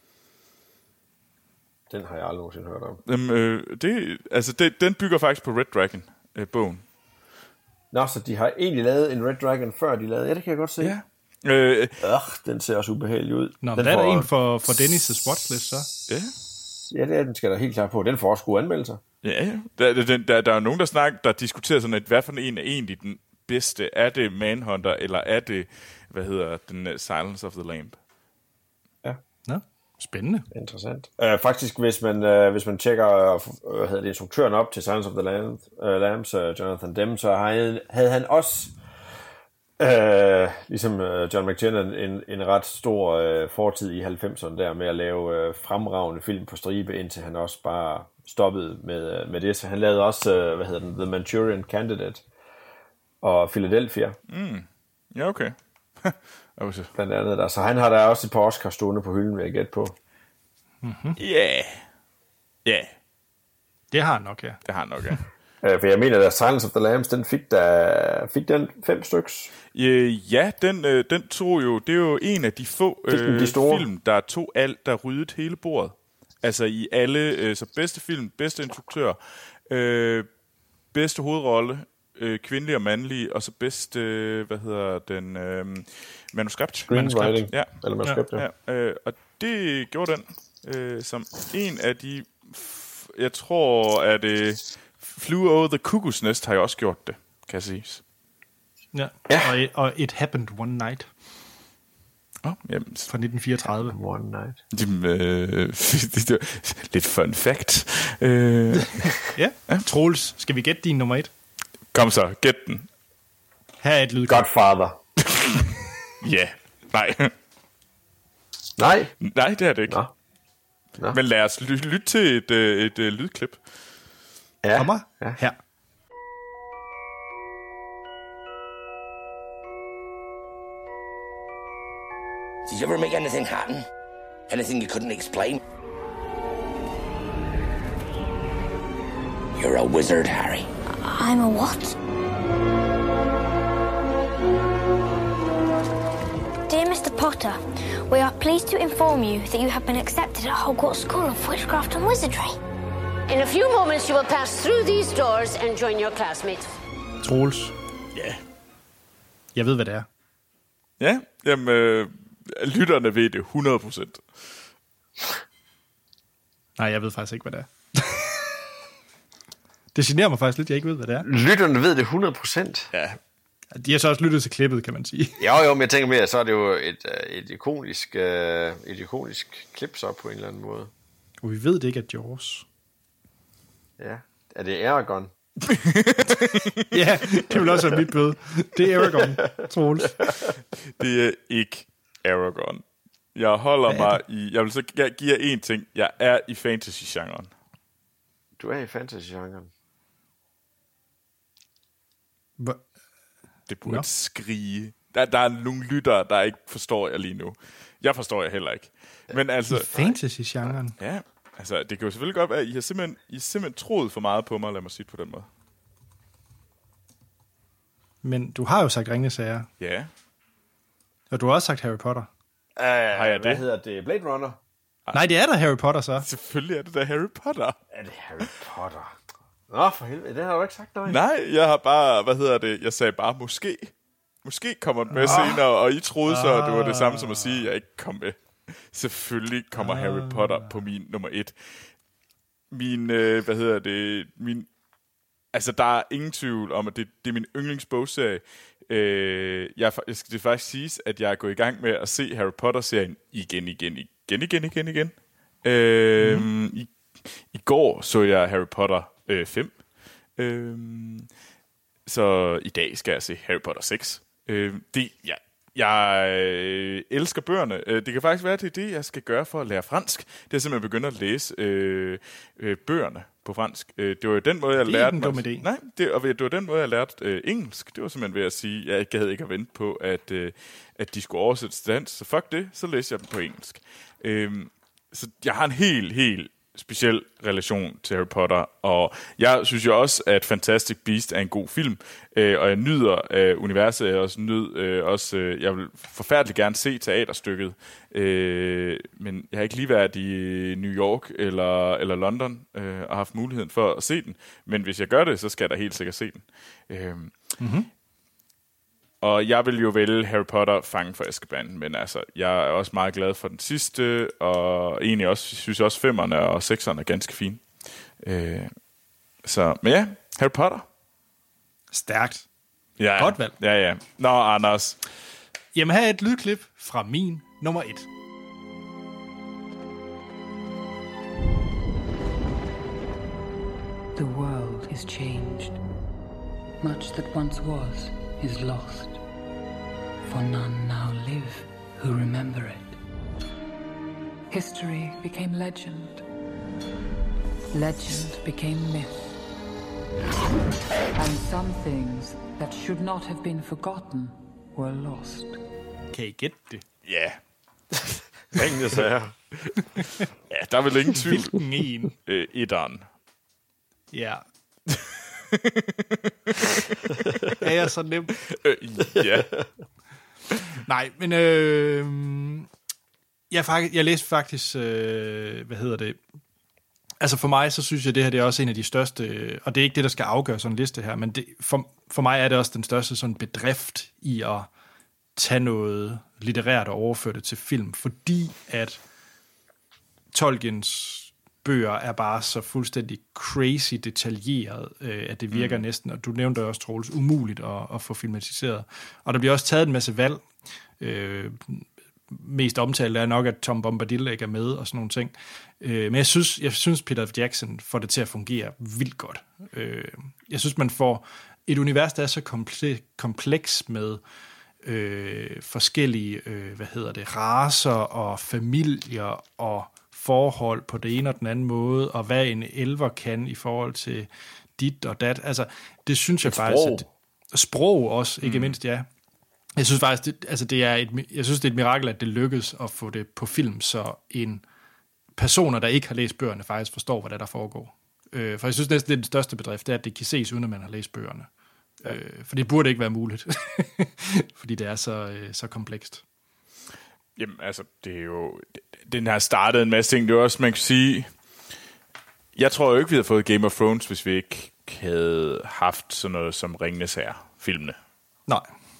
Den har jeg aldrig nogensinde hørt om. Øhm, øh, det, altså, det, den bygger faktisk på Red Dragon, øh, bogen. Nå, så de har egentlig lavet en Red Dragon, før de lavede... Ja, det kan jeg godt se. Ja. Øh, Øh, den ser også ubehagelig ud. Nå, den der er får, der en for, for Dennis' watchlist, så. ja. Ja, det er, den skal der helt klart på. Den får også gode anmeldelser. Ja, ja. Der, der, der, der er nogen, der snakker, der diskuterer sådan, at hvad for en er egentlig den bedste? Er det Manhunter, eller er det, hvad hedder den, uh, Silence of the Lamb? Ja. Nå, spændende. Interessant. Uh, faktisk, hvis man, uh, hvis man tjekker uh, hvad hedder det, instruktøren op til Silence of the Lamb, uh, Lambs, uh, Jonathan Demme, så havde, havde han også, uh, ligesom uh, John McTiernan, en, en ret stor uh, fortid i halvfemserne der med at lave uh, fremragende film på stribe, indtil han også bare stoppede med, uh, med det. Så han lavede også, uh, hvad hedder den, The Manchurian Candidate og Philadelphia. Mm. Ja, okay. okay. Blandt andet der. Så han har der også et par Oscar stående på hylden, vil jeg gætte på. Ja. Mm-hmm. Yeah. Ja. Yeah. Det har han nok, ja. Det har han nok, ja. Uh, for jeg mener, at Silence of the Lambs, den fik, der, fik den fem styks. Uh, ja, den, uh, den tog jo, det er jo en af de få uh, de film, der tog alt, der ryddede hele bordet. Altså i alle, uh, så bedste film, bedste instruktør, uh, bedste hovedrolle, uh, kvindelig og mandlig, og så bedste, uh, hvad hedder den, uh, manuskript. Screenwriting, ja. eller manuskript, ja. ja. Uh, og det gjorde den uh, som en af de, f- jeg tror, at det Flew Over the Cuckoo's Nest har jeg også gjort det, kan jeg sige. Ja, ja. Og, it, og It Happened One Night. Oh, jamen. Fra nitten fireogtredive. One Night. Jamen, øh, lidt fun fact. Øh. ja. ja, Troels, skal vi gætte din nummer et? Kom så, gæt den. Her er et lydklip. Godfather. Ja, yeah. nej. Nej? Nej, det er det ikke. Nå. Nå. Men lad os ly- lytte til et, et, et, et lydklip. Ja. Kommer ja. her. Did you ever make anything happen? Anything you couldn't explain? You're a wizard, Harry. I'm a what? Dear Mister Potter, we are pleased to inform you that you have been accepted at Hogwarts School of Witchcraft and Wizardry. In a few moments, you will pass through these doors and join your classmates. Troels. Ja. Yeah. Jeg ved, hvad det er. Ja, jamen, øh, lytterne ved det hundrede procent. Nej, jeg ved faktisk ikke, hvad det er. Det generer mig faktisk lidt, jeg ikke ved, hvad det er. Lytterne ved det hundrede procent? Ja. De har så også lyttet til klippet, kan man sige. Jo, jo, men jeg tænker mere, så er det jo et, et, ikonisk, et ikonisk klip så på en eller anden måde. Og vi ved det ikke, at Jaws. Ja, er det Aragorn? Ja, det vil også være mit bøde. Det er Aragorn, Troels. Det er ikke Aragorn. Jeg holder ja, mig i... Jeg vil så give jer en ting. Jeg er i fantasy-genren. Du er i fantasy-genren? Hva? Det burde no. skrige. Der, der er nogle lyttere, der ikke forstår jeg lige nu. Jeg forstår jeg heller ikke. Men altså... I fantasy-genren? Ja, altså det kan jo selvfølgelig godt være, at I har simpelthen, I har simpelthen troet for meget på mig, lad mig sige på den måde. Men du har jo sagt Ringenes Sager. Ja. Og du har også sagt Harry Potter. Uh, har jeg det? Hvad hedder det? Blade Runner? Nej, det er da Harry Potter så. Selvfølgelig er det da Harry Potter. Er det Harry Potter? Nå, for helvede, det har du ikke sagt noget. Nej, jeg har bare, hvad hedder det, jeg sagde bare måske. Måske kommer den med oh. senere, og I troede så, at det var det samme som at sige, at jeg ikke kom med. Selvfølgelig kommer oh. Harry Potter på min nummer et. Min, øh, hvad hedder det, min, altså der er ingen tvivl om, at det, det er min yndlingsbogserie. Øh, jeg, jeg skal det faktisk siges, at jeg er gået i gang med at se Harry Potter-serien igen, igen, igen, igen, igen, igen. Øh, mm. i, I går så jeg Harry Potter fem. Øh, så i dag skal jeg se Harry Potter seks. Øh, det, ja, jeg øh, elsker bøgerne. Det kan faktisk være, at det er det, jeg skal gøre for at lære fransk. Det er simpelthen begyndt at læse øh, øh, bøgerne på fransk. Øh, det var jo den måde, jeg lærte mig... Det Nej, det, og det var den måde, jeg lærte øh, engelsk. Det var simpelthen ved at sige, at jeg havde ikke at vente på, at, øh, at de skulle oversættes til dansk. Så fuck det, så læste jeg dem på engelsk. Øh, så jeg har en helt, helt speciel relation til Harry Potter, og jeg synes jo også, at Fantastic Beasts er en god film, øh, og jeg nyder øh, universet, jeg også nyd, øh, også, øh, jeg vil forfærdeligt gerne se teaterstykket, øh, men jeg har ikke lige været i New York eller, eller London, øh, og haft muligheden for at se den, men hvis jeg gør det, så skal jeg da helt sikkert se den. Øh, mm-hmm. Og jeg vil jo vælge Harry Potter, Fangen for Azkaban, men altså, jeg er også meget glad for den sidste, og egentlig også, synes også femmerne og sekserne er ganske fine. Øh, så, men ja, Harry Potter. Stærkt. Ja, godt valg. Ja, ja. Nå, Anders. Jamen, her er et lydklip fra min nummer et. The world is changed. Much that once was is lost, for none now live who remember it. History became legend. Legend became myth. And some things that should not have been forgotten were lost. Kan I gætte det? Ja. Ringende sager. Ja, der er vel ingen tvivl. Hvilken en? Øh, etteren. Ja. Er jeg så nem? Øh, ja. Nej, men øh, jeg, faktisk, jeg læste faktisk, øh, hvad hedder det, altså for mig, så synes jeg, det her det er også en af de største, og det er ikke det, der skal afgøre sådan en liste her, men det, for, for mig er det også den største sådan bedrift i at tage noget litterært og overføre det til film, fordi at Tolkiens bøger er bare så fuldstændig crazy detaljeret, øh, at det virker mm. næsten, og du nævnte også, Troels, umuligt at, at få filmatiseret. Og der bliver også taget en masse valg. Øh, mest omtalt er nok, at Tom Bombadil ikke er med, og sådan nogle ting. Øh, men jeg synes, jeg synes, Peter Jackson får det til at fungere vildt godt. Øh, jeg synes, man får et univers, der er så komple- kompleks med øh, forskellige, øh, hvad hedder det, racer og familier og forhold på det ene og den anden måde, og hvad en elver kan i forhold til dit og dat. Altså, det synes jeg et faktisk... Sprog. At, sprog også, ikke mm. mindst, ja. Jeg synes faktisk, det, altså det er et, jeg synes, det er et mirakel, at det lykkes at få det på film, så en personer, der ikke har læst bøgerne, faktisk forstår, hvad der, der foregår. Øh, for jeg synes næsten, det er den største bedrift, det er, at det kan ses, uden at man har læst bøgerne. Ja. Øh, for det burde ikke være muligt, fordi det er så, øh, så komplekst. Jamen, altså, det er jo... Den har startet en masse ting. Det er også, man kan sige... Jeg tror jo ikke, vi havde fået Game of Thrones, hvis vi ikke havde haft sådan noget som Ringenes Herre-filmene. Nej.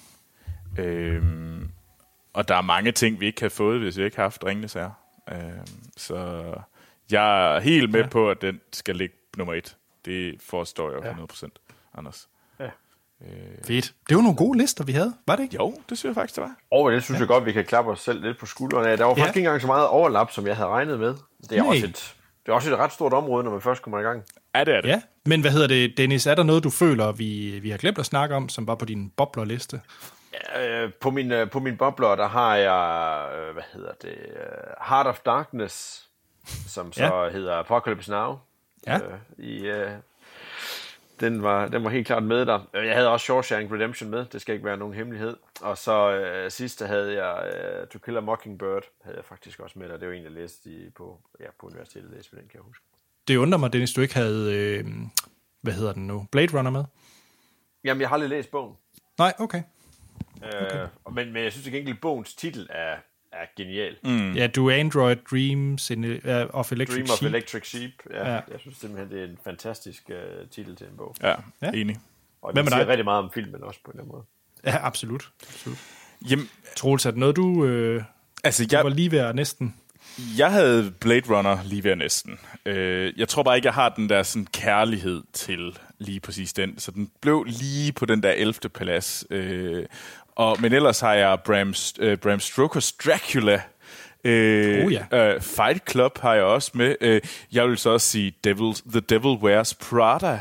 Øhm, og der er mange ting, vi ikke havde fået, hvis vi ikke havde haft Ringenes Herre. Øhm, så jeg er helt med ja. på, at den skal ligge nummer et. Det forstår jeg hundrede procent, ja. Anders. Ja. Øh, Fedt. Det var nogle gode lister, vi havde, var det ikke? Jo, det synes jeg faktisk, det var. Og det synes ja. jeg godt, vi kan klappe os selv lidt på skuldrene af. Der var faktisk ja. ikke engang så meget overlap, som jeg havde regnet med. Det er, også et, det er også et ret stort område, når man først kommer i gang. Ja, det er det. Ja. Men hvad hedder det, Dennis? Er der noget, du føler, vi, vi har glemt at snakke om, som var på din boblerliste? Ja, på min, på min bobler, der har jeg, hvad hedder det, Heart of Darkness, som så ja. hedder Apocalypse Now. Ja. Øh, i, øh, den, var, den var helt klart med der. Jeg havde også Shawshank Redemption med, det skal ikke være nogen hemmelighed. Og så øh, sidst havde jeg øh, To Kill a Mockingbird, havde jeg faktisk også med der. Det var en, jeg læste i, på, ja, på universitetet, læste den, kan jeg huske. Det undrer mig, Dennis, du ikke havde, øh, hvad hedder den nu, Blade Runner med? Jamen, jeg har aldrig læst bogen. Nej, okay. okay. Øh, men, men jeg synes ikke enkelt, bogens titel er, er genial. Mm. Ja, Do Android Dreams in, uh, of Electric Dream Sheep. Dream of Electric Sheep, ja. ja. Jeg synes simpelthen, det er en fantastisk uh, titel til en bog. Ja, ja. Enig. Og det siger rigtig meget om filmen også på en eller anden måde. Ja, absolut. absolut. Jamen, Troels, er det noget, du, øh, altså, du jeg, var lige ved næsten? Jeg havde Blade Runner lige ved næsten. Øh, jeg tror bare ikke, jeg har den der sådan, kærlighed til lige præcis den. Så den blev lige på den der ellevte plads. Øh, og, men ellers har jeg Bram, øh, Bram Stokers Dracula. Øh, oh, ja. øh, Fight Club har jeg også med. Øh, jeg vil så også sige Devil, The Devil Wears Prada.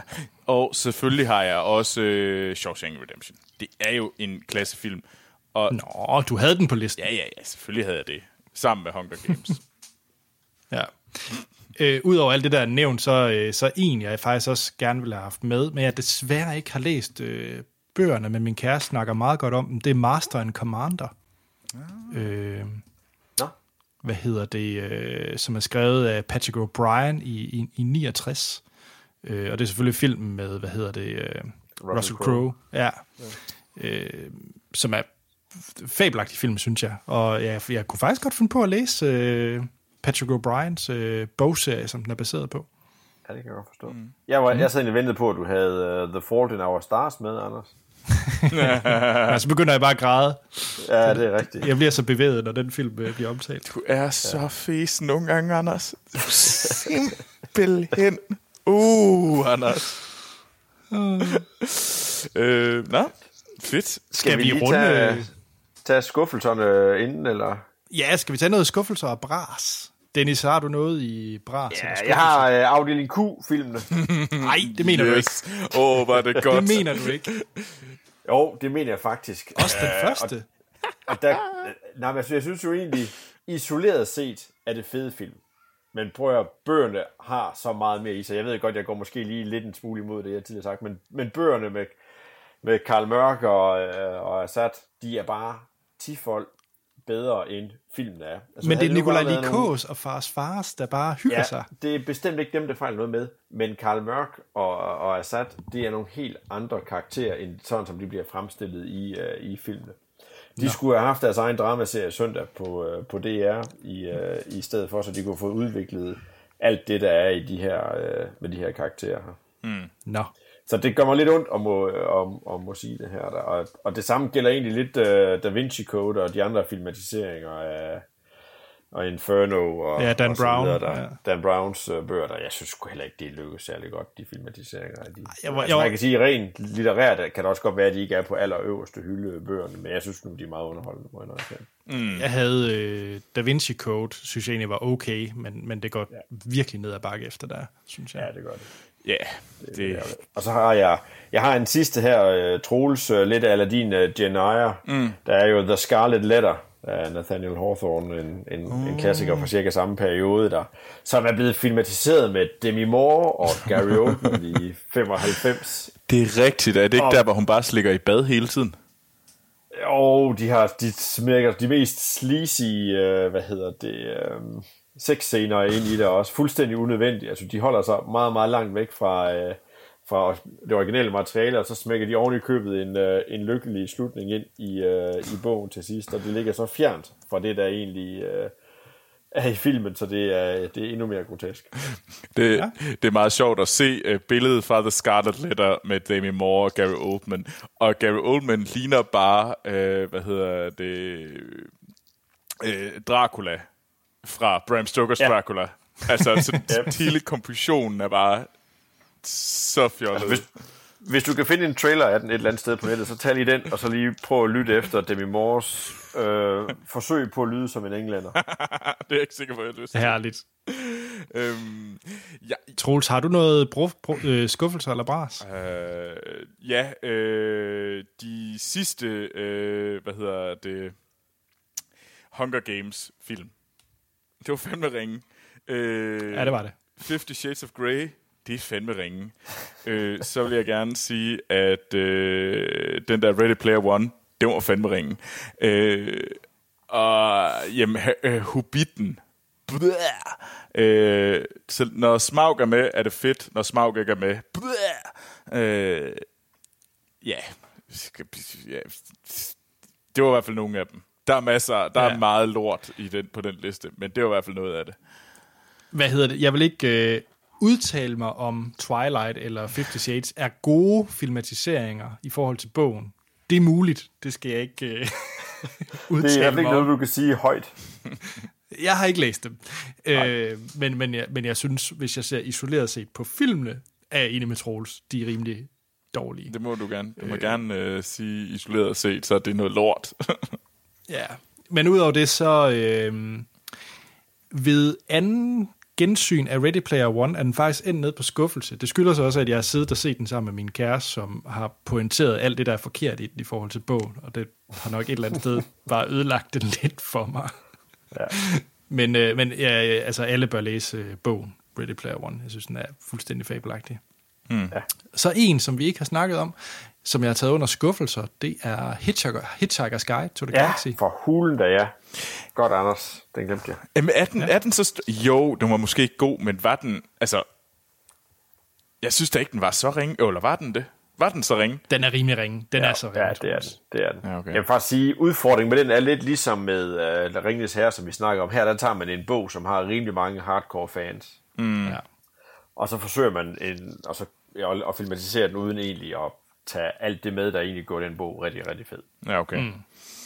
Og selvfølgelig har jeg også øh, Shawshank Redemption. Det er jo en klassefilm. Og Nå, du havde den på listen. Ja, ja, ja, selvfølgelig havde jeg det. Sammen med Hunger Games. Ja. Øh, Udover alt det, der er nævnt, så, øh, så en, jeg faktisk også gerne ville have haft med, men jeg desværre ikke har læst øh, bøgerne, men min kæreste snakker meget godt om dem. Det er Master and Commander. Ah. Øh, Nå. Hvad hedder det? Øh, som er skrevet af Patrick O'Brien i, i, i niogtres. Øh, og det er selvfølgelig filmen med, hvad hedder det? Øh, Russell, Russell Crowe. Ja. ja. Øh, som er fabelagtig film, synes jeg. Og jeg, jeg kunne faktisk godt finde på at læse øh, Patrick O'Briens øh, bogserie, som den er baseret på. Ja, det kan jeg godt forstå. Mm. Jeg, var, jeg sad egentlig ventet på, at du havde uh, The Fault in Our Stars med, Anders. Ja, så begynder jeg bare at græde. Ja, det er rigtigt. Jeg bliver så bevæget, når den film bliver omtalt. Du er så ja. fesen nogle gange, Anders. Simpelthen. Uh, Anders. øh, nå, fedt. Skal, skal vi, vi runde... Tage, tage skuffelserne inden, eller? Ja, skal vi tage noget skuffelser og bras? Dennis, har du noget i bras? Ja, jeg har uh, afdeling Q-filmene. Nej, det mener yes. du ikke. Åh, oh, var det godt. Det mener du ikke. Jo, det mener jeg faktisk. Også den uh, første. Og, og der, nej, men jeg synes jo egentlig, isoleret set er det fede film. Men prøv at bøgerne har så meget mere i sig. Jeg ved godt, jeg går måske lige lidt en smule imod det, jeg tidligere sagt, men, men bøgerne med, med Karl Mørk og, og Assad, de er bare tifold bedre end filmen er. Altså, men det er Nikolaj Lie Kaas og Fars Fars, der bare hygger ja, sig. Det er bestemt ikke dem, der fejler noget med, men Karl Mørk og, og Assad, det er nogle helt andre karakterer, end sådan som de bliver fremstillet i, uh, i filmene. De Nå. skulle have haft deres egen dramaserie søndag på, uh, på D R i, uh, i stedet for, så de kunne få udviklet alt det, der er i de her, uh, med de her karakterer her. Mm. Nå. Så det gør mig lidt ondt at må, om, om må sige det her. Der. Og, og det samme gælder egentlig lidt uh, Da Vinci Code og de andre filmatiseringer af og Inferno og, ja, Dan og Brown, videre, der, ja. Dan Browns uh, bøger, der jeg synes sgu heller ikke, det lykkes særlig godt, de filmatiseringer af de. Jeg var, altså, jeg man kan sige, rent litterært kan det også godt være, at de ikke er på allerøverste hylde bøgerne, men jeg synes nu, de er meget underholdende. Må jeg, mm. jeg havde øh, Da Vinci Code, synes jeg egentlig var okay, men, men det går ja. virkelig ned ad bakke efter der, synes jeg. Ja, det gør det. Ja, yeah, det... det og så har jeg jeg har en sidste her, uh, Troels, uh, lidt af din uh, Jane mm. Der er jo The Scarlet Letter af Nathaniel Hawthorne, en, en, mm. en klassiker fra cirka samme periode, der, som er blevet filmatiseret med Demi Moore og Gary Oldman i femoghalvfems. Det er rigtigt, er det ikke og, der, hvor hun bare slikker i bad hele tiden? Jo, de har de smækker de mest sleazy, uh, hvad hedder det... Um, sexscener ind i det også. Fuldstændig unødvendigt. Altså, de holder sig meget, meget langt væk fra, øh, fra det originale materiale, og så smækker de oven i købet en, øh, en lykkelig slutning ind i, øh, i bogen til sidst, og det ligger så fjernt fra det, der egentlig øh, er i filmen, så det er, det er endnu mere grotesk. Det, ja. det er meget sjovt at se uh, billedet fra The Scarlet Letter med Demi Moore og Gary Oldman, og Gary Oldman ligner bare, øh, hvad hedder det, øh, Dracula fra Bram Stokers ja. Dracula. Altså, så hele kompositionen er bare så fjollet. Altså, hvis, hvis du kan finde en trailer af den et eller andet sted på nettet, så tag lige den, og så lige prøv at lytte efter Demi Moores øh, forsøg på at lyde som en englænder. Det er jeg ikke sikker på, at jeg har lyst til. Herligt. øhm, ja. Troels, har du noget brug, brug, øh, skuffelse eller bras? Øh, ja, øh, de sidste, øh, hvad hedder det, Hunger Games film. Det var fandme ringe. Øh, ja, det var det. Fifty Shades of Grey, det er fandme ringe. øh, så vil jeg gerne sige, at øh, den der Ready Player One, det var fandme ringe. Øh, og jamen, uh, Hobbiten. Øh, så når Smaug er med, er det fedt. Når Smaug ikke er med, øh, ja. ja. Det var i hvert fald nogle af dem. Der er masser, der ja. er meget lort i den, på den liste, men det var i hvert fald noget af det. Hvad hedder det? Jeg vil ikke øh, udtale mig om Twilight eller Fifty Shades er gode filmatiseringer i forhold til bogen. Det er muligt, det skal jeg ikke øh, udtale det er mig ikke noget, du kan sige højt. Jeg har ikke læst dem, øh, men, men, jeg, men jeg synes, hvis jeg ser isoleret set på filmene, er jeg enig med Troels, de er rimelig dårlige. Det må du gerne. Du må øh, gerne øh, sige isoleret set, så det er noget lort. Ja, men udover det, så øh, ved anden gensyn af Ready Player One, er den faktisk endt ned på skuffelse. Det skylder sig også, at jeg har siddet og set den sammen med min kæreste, som har pointeret alt det, der er forkert i den i forhold til bogen, og det har nok et eller andet sted bare ødelagt den lidt for mig. Ja. men øh, men ja, altså, alle bør læse øh, bogen, Ready Player One. Jeg synes, den er fuldstændig fabelagtig. Mm. Ja. Så en, som vi ikke har snakket om, som jeg har taget under skuffelser, det er Hitchhiker, Hitchhiker's Guide to the ja, Galaxy. Ja, for hulen da, ja. Godt, Anders. Den glemte jeg. Jamen, er den, ja. er den så... St- jo, den var måske ikke god, men var den... Altså, jeg synes da ikke, den var så ringe. Eller var den det? Var den så ringe? Den er rimelig ringe. Den ja, er så ringe. Ja, det er den. Det er den. Ja, okay. Jeg vil faktisk sige, udfordringen med den er lidt ligesom med uh, Ringenes Herre, som vi snakker om. Her der tager man en bog, som har rimelig mange hardcore fans. Mm. Ja. Og så forsøger man en, og så, ja, at filmatisere den uden egentlig at tage alt det med, der egentlig går den bog rigtig, rigtig fed. Ja, okay. Mm.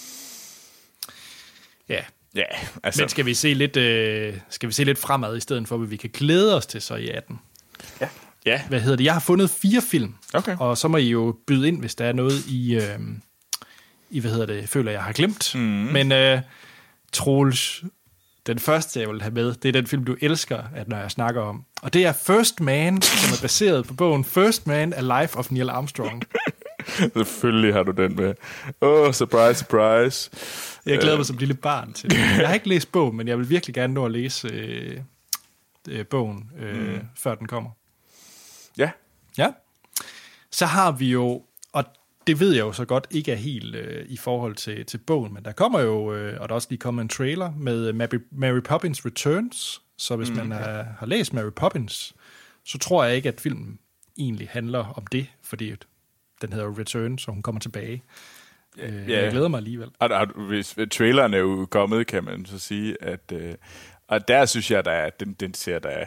Ja. Ja, altså. Men skal vi se lidt, øh, skal vi se lidt fremad i stedet for, hvad vi kan glæde os til så i atten? Ja. Ja. Hvad hedder det? Jeg har fundet fire film, okay. Og så må I jo byde ind, hvis der er noget i, øh, i hvad hedder det, føler jeg har glemt. Mm. Men øh, Troels, den første, jeg vil have med, det er den film, du elsker, at når jeg snakker om. Og det er First Man, som er baseret på bogen First Man, A Life of Neil Armstrong. Selvfølgelig har du den med. Åh, oh, surprise, surprise. Jeg glæder mig som lille barn til det. Jeg har ikke læst bogen, men jeg vil virkelig gerne nå at læse øh, øh, bogen, øh, mm. før den kommer. Ja. Ja. Så har vi jo, og det ved jeg jo så godt, ikke er helt øh, i forhold til, til bogen, men der kommer jo, øh, og der er også lige kommet en trailer med Mary, Mary Poppins Returns, så hvis mm. man er, har læst Mary Poppins, så tror jeg ikke, at filmen egentlig handler om det, fordi den hedder Return, så hun kommer tilbage. Øh, ja. Jeg glæder mig alligevel. Og, og hvis traileren er jo kommet, kan man så sige, at øh, og der synes jeg, at den, den ser der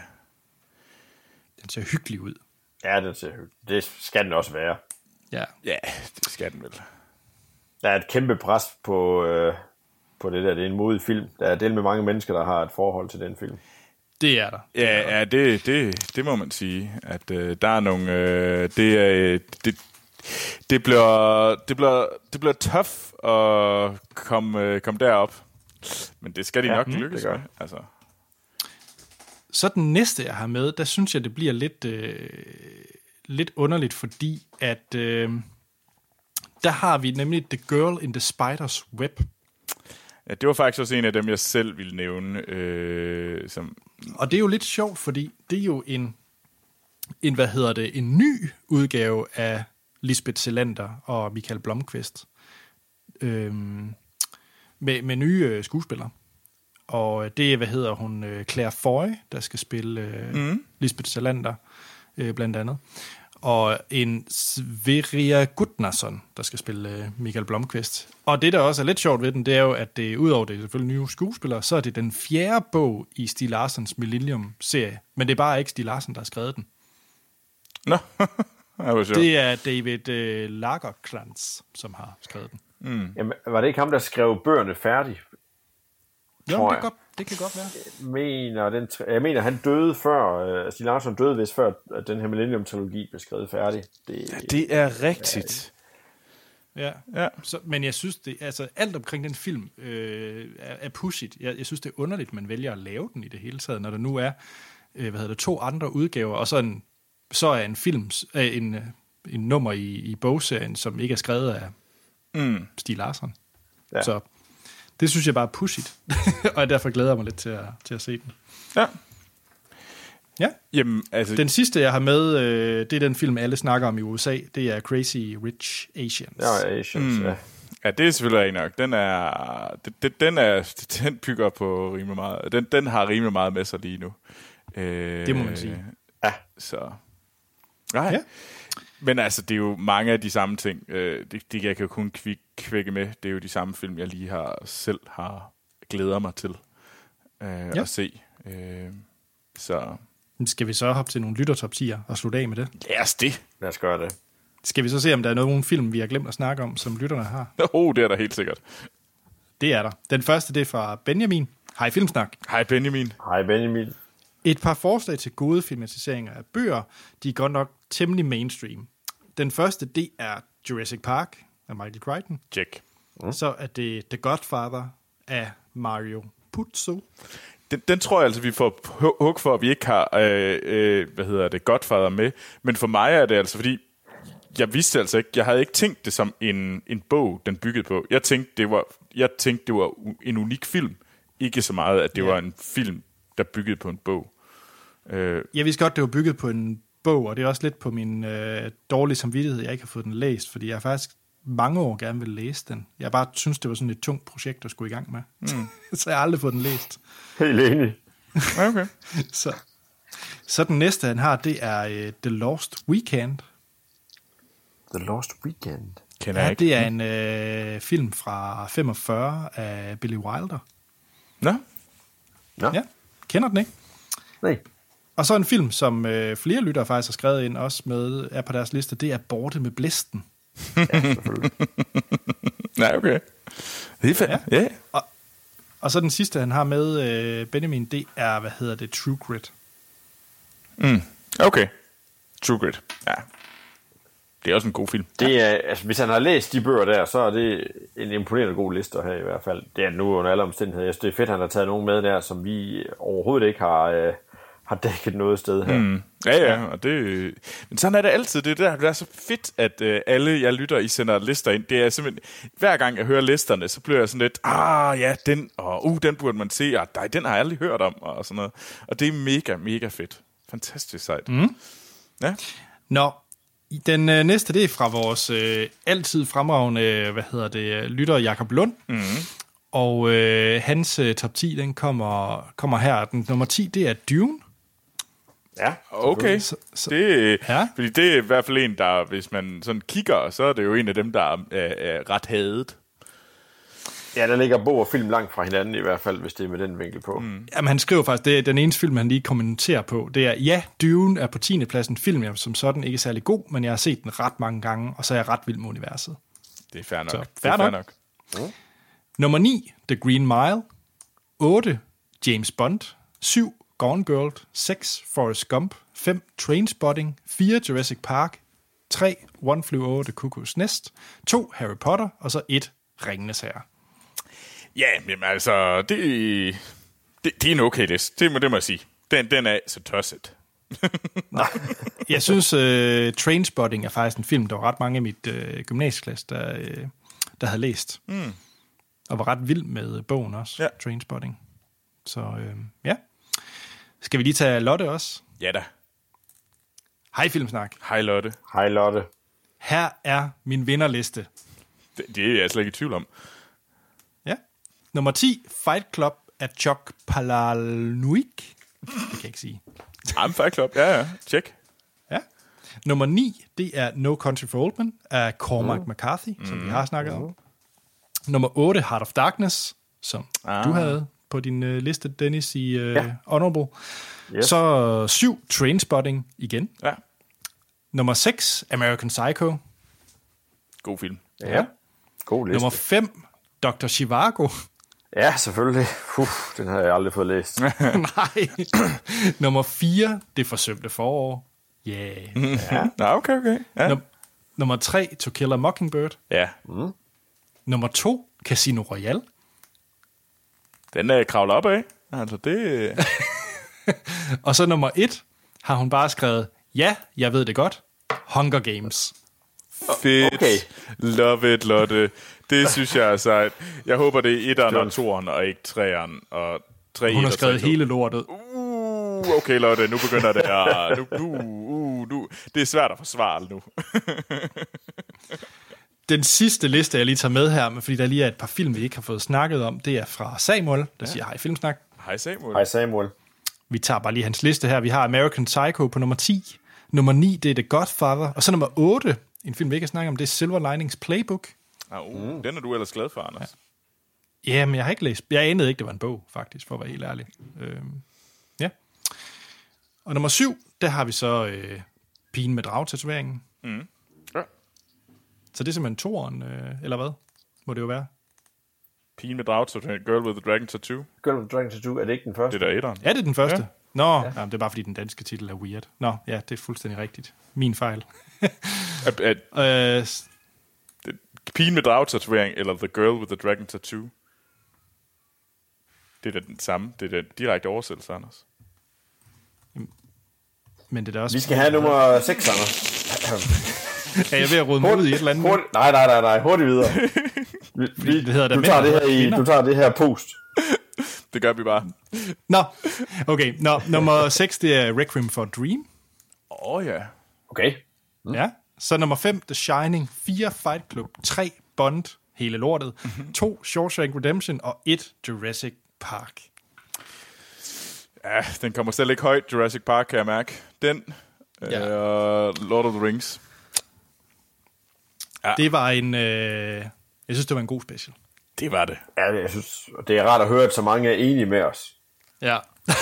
den ser hyggelig ud. Ja, den ser hyggelig. Det skal den også være. Ja. Ja, det skal den vel. Der er et kæmpe pres på, øh, på det der. Det er en modig film. Der er del med mange mennesker, der har et forhold til den film. Det er der. Det ja, er der. ja det, det, det må man sige. At øh, der er nogle... Øh, det er... Det, det bliver, det bliver, det bliver tough at komme, komme derop. Men det skal de ja, nok lykkes med. Altså. Så den næste, jeg har med, der synes jeg, det bliver lidt, øh, lidt underligt, fordi at øh, der har vi nemlig The Girl in the Spider's Web. Ja, det var faktisk også en af dem, jeg selv ville nævne. Øh, som... Og det er jo lidt sjovt, fordi det er jo en, en hvad hedder det, en ny udgave af Lisbeth Salander og Michael Blomqvist øhm, med, med nye øh, skuespillere. Og det er, hvad hedder hun, øh, Claire Foy, der skal spille øh, mm. Lisbeth Salander, øh, blandt andet. Og en Sverrir Gudnason, der skal spille øh, Michael Blomqvist. Og det, der også er lidt sjovt ved den, det er jo, at det udover det selvfølgelig nye skuespillere, så er det den fjerde bog i Stieg Larssons Millennium-serie. Men det er bare ikke Stieg Larsson, der har skrevet den. Nå, det er David øh, Lagercrantz, som har skrevet den. Mm. Jamen, var det ikke ham, der skrev bøgerne færdig? Jo, det, godt, det kan godt være. Jeg mener, den, jeg mener han døde før, uh, Stieg Larsson døde vist før, at den her Millennium-trilogi blev skrevet færdig. Det, ja, det er rigtigt. Ja, ja. Så, men jeg synes, det, altså, alt omkring den film øh, er, er pushigt. Jeg, jeg synes, det er underligt, man vælger at lave den i det hele taget, når der nu er øh, hvad hedder det, to andre udgaver, og så, en, så er en film, øh, en, en nummer i, i bogserien, som ikke er skrevet af mm. Stieg Larsson. Ja. Så det synes jeg bare er pushigt, og derfor glæder jeg mig lidt til at, til at se den. Ja. Ja. Jamen, altså... Den sidste, jeg har med, øh, det er den film, alle snakker om i U S A. Det er Crazy Rich Asians. Ja, Asians, mm. ja. Ja, det er selvfølgelig ikke nok. Den er, den, den er, den bygger på rimelig meget. Den, den har rimelig meget med sig lige nu. Øh, det må man sige. Ja. Så. Nej. Ja. Men altså, det er jo mange af de samme ting. Øh, det, det jeg kan jo kun kvik, kvække med. Det er jo de samme film, jeg lige har selv har glæder mig til øh, ja. at se. Øh, så... Skal vi så hoppe til nogle lyttertop tier og slutte af med det? Lad os det. Lad os gøre det. Skal vi så se, om der er nogle film, vi har glemt at snakke om, som lytterne har? Oh, det er der helt sikkert. Det er der. Den første, det er fra Benjamin. Hej Filmsnak. Hej Benjamin. Hej Benjamin. Et par forslag til gode filmatiseringer af bøger. De er godt nok temmelig mainstream. Den første, det er Jurassic Park af Michael Crichton. Check. Mm. Så er det The Godfather af Mario Puzo. den, den tror jeg altså, vi får hug for, at vi ikke har, øh, øh, hvad hedder det, Godfather med. Men for mig er det altså, fordi jeg vidste altså ikke, jeg havde ikke tænkt det som en, en bog, den byggede på. Jeg tænkte, det var, jeg tænkte, det var en unik film. Ikke så meget, at det ja. var en film, der byggede på en bog. Øh. Jeg vidste godt, det var bygget på en bog, og det er også lidt på min øh, dårlige samvittighed, jeg ikke har fået den læst, fordi jeg faktisk mange år gerne ville læse den. Jeg bare synes, det var sådan et tungt projekt, at skulle i gang med. Mm. Så jeg har aldrig fået den læst. Helt enig. Okay. så, så den næste, han har, det er uh, The Lost Weekend. The Lost Weekend? Ja, ikke. Det er en øh, film fra femogfyrre af Billy Wilder. Nå? Nå. Ja, kender den ikke? Nej. Og så en film, som øh, flere lyttere faktisk har skrevet ind, også med, er på deres liste, det er Borte med Blæsten. Ja, selvfølgelig. Nej, okay. Det er fedt. Ja. Yeah. Og, og så den sidste, han har med, øh, Benjamin, det er, hvad hedder det, True Grit. Mm. Okay. True Grit, ja. Det er også en god film. Det er, altså, hvis han har læst de bøger der, så er det en imponerende god liste her i hvert fald. Det er nu under alle omstændigheder. Jeg synes, det er fedt, at han har taget nogen med der, som vi overhovedet ikke har, øh, har dækket noget sted her. Mm. Ja, ja, og det... Men sådan er det altid. Det der, det er så fedt, at øh, alle jeg lytter, I sender lister ind. Det er simpelthen... Hver gang jeg hører listerne, så bliver jeg sådan lidt, ah, ja, den, og uh, den burde man se, og nej, den har jeg aldrig hørt om, og sådan noget. Og det er mega, mega fedt. Fantastisk sejt. Mm. Ja. Nå, den øh, næste, det er fra vores øh, altid fremragende, hvad hedder det, lytter Jakob Lund. Mm. Og øh, hans øh, top ti, den kommer, kommer her. Den nummer ti, det er Dune. Ja, okay. Så, så, det, ja. Fordi det er i hvert fald en, der, hvis man sådan kigger, så er det jo en af dem, der er, er, er ret hadet. Ja, der ligger bog og film langt fra hinanden i hvert fald, hvis det er med den vinkel på. Mm. Jamen, han skriver faktisk, det er den eneste film, han lige kommenterer på. Det er, ja, Dune er på tiende pladsen film, jeg som sådan ikke er særlig god, men jeg har set den ret mange gange, og så er jeg ret vild med universet. Det er fair nok. Så, fair fair nok. nok. Mm. Nummer ni, The Green Mile. otte, James Bond. syv, Gone Girl. seks, Forrest Gump. fem, Trainspotting. fire, Jurassic Park. tre, One Flew Over the Cuckoo's Nest. to, Harry Potter. Og så et, Ringenes Herre. Ja, men altså, det, det, det er en okay list. Det må, det må jeg sige. Den, den er så tosset. Jeg synes, uh, Trainspotting er faktisk en film, der var ret mange af mit uh, gymnasieklasse, der, uh, der havde læst. Mm. Og var ret vild med bogen også, ja. Trainspotting. Så uh, ja. Skal vi lige tage Lotte også? Ja da. Hej Filmsnak. Hej Lotte. Hej Lotte. Her er min vinderliste. Det, det er jeg slet ikke i tvivl om. Ja. Nummer ti, Fight Club af Chuck Palahniuk. Det kan jeg ikke sige. I'm Fight Club, ja ja, check. Ja. Nummer ni, det er No Country for Old Men af Cormac mm. McCarthy, som mm. vi har snakket mm. om. Nummer otte, Heart of Darkness, som ah. du havde på din uh, liste, Dennis, i uh, ja. Honorable. Yes. Så syv, Trainspotting igen. Ja. Nummer seks, American Psycho. God film. Ja, ja. God liste. Nummer fem, doktor Zhivago. Ja, selvfølgelig. Uf, den har jeg aldrig fået læst. Nej. Nummer fire, Det forsømte forår. Yeah. Ja. Ja, okay, okay. Ja. Num- nummer tre, To Kill a Mockingbird. Ja. Mm. Nummer to, Casino Royale. Den er kravlet op af. Altså, det... Og så nummer et, har hun bare skrevet, ja, jeg ved det godt, Hunger Games. Fedt. Okay. Love it, Lotte. Det synes jeg er sejt. Jeg håber, det er etteren og toeren, og ikke treeren. Og tre, hun har skrevet hele lortet. Uh, okay, Lotte, nu begynder det at... Nu, nu, uh, nu. Det er svært at forsvare nu. Den sidste liste, jeg lige tager med her, fordi der lige er et par film, vi ikke har fået snakket om, det er fra Samuel, der ja. siger hej Filmsnak. Hej Samuel. Hej Samuel. Vi tager bare lige hans liste her. Vi har American Psycho på nummer ti. Nummer ni, det er The Godfather. Og så nummer otte, en film, vi ikke har snakket om, det er Silver Linings Playbook. Ah, uh, mm. Den er du ellers glad for, Anders. Ja. Jamen, jeg har ikke læst. Jeg anede ikke, det var en bog, faktisk, for at være helt ærlig. Øhm, ja. Og nummer syv, der har vi så øh, Pigen med dragtatoveringen. Mm. Ja. Så det er simpelthen toeren, øh, eller hvad? Må det jo være. Pigen med dragtatoveringen, Girl with the Dragon Tattoo. Girl with the Dragon Tattoo, er det ikke den første? Det er der etteren. Er det den første? Ja. Nå, ja. Jamen, det er bare fordi den danske titel er weird. Nå, ja, det er fuldstændig rigtigt. Min fejl. at, at, øh, Pigen med dragtatovering, eller The Girl with the Dragon Tattoo? Det er da den samme. Det er da direkte oversættelse, Anders. Men det er også... Vi skal have nummer seks, Anders. Er jeg ved at rode mig ud i et eller andet? Hurtigt, nej, nej, nej, nej. Hurtigt videre. Vi, vi, det hedder du, tager det her i, du tager det her post. Det gør vi bare. Nå, okay. Nå, nummer seks, det er Requiem for a Dream. Åh oh, ja. Okay. Mm. Ja. Så nummer fem, The Shining. fire, Fight Club. tre, Bond. Hele lortet. Mm-hmm. to, Shawshank Redemption. Og et, Jurassic Park. Ja, den kommer selv ikke højt, Jurassic Park, kan jeg mærke. Den, ja. øh, Lord of the Rings. Ja. Det var en... Øh, jeg synes, det var en god special. Det var det. Ja, jeg synes, det er rart at høre, at så mange er enige med os. Ja.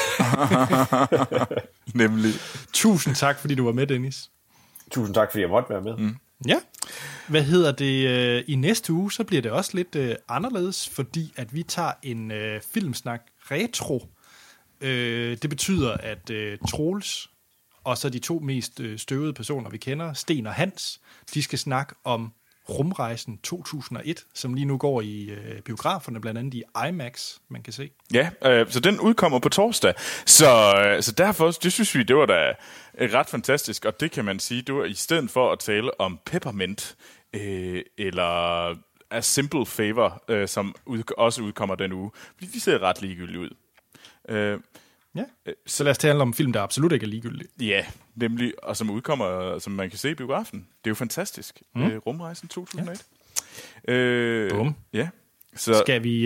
Nemlig. Tusind tak, fordi du var med, Dennis. Tusind tak, fordi jeg måtte være med. Mm. Ja. Hvad hedder det? I næste uge, så bliver det også lidt øh, anderledes, fordi at vi tager en øh, filmsnak retro. Øh, det betyder, at øh, Troels og så de to mest øh, støvede personer, vi kender, Sten og Hans, de skal snakke om Rumrejsen to tusind og et, som lige nu går i øh, biograferne, blandt andet i IMAX, man kan se. Ja, øh, så den udkommer på torsdag. Så, øh, så derfor, det synes vi, det var da ret fantastisk, og det kan man sige, det var i stedet for at tale om Peppermint, øh, eller A Simple Favor, øh, som ud, også udkommer den uge, fordi de ser ret ligegyldige ud. Øh, Ja, så lad os tale om en film, der absolut ikke er ligegyldig. Ja, nemlig, og som udkommer, som man kan se i biografen. Det er jo fantastisk. Mm. Øh, Rumrejsen to tusind og et. Ja. Øh, Bum. Ja. Så skal vi...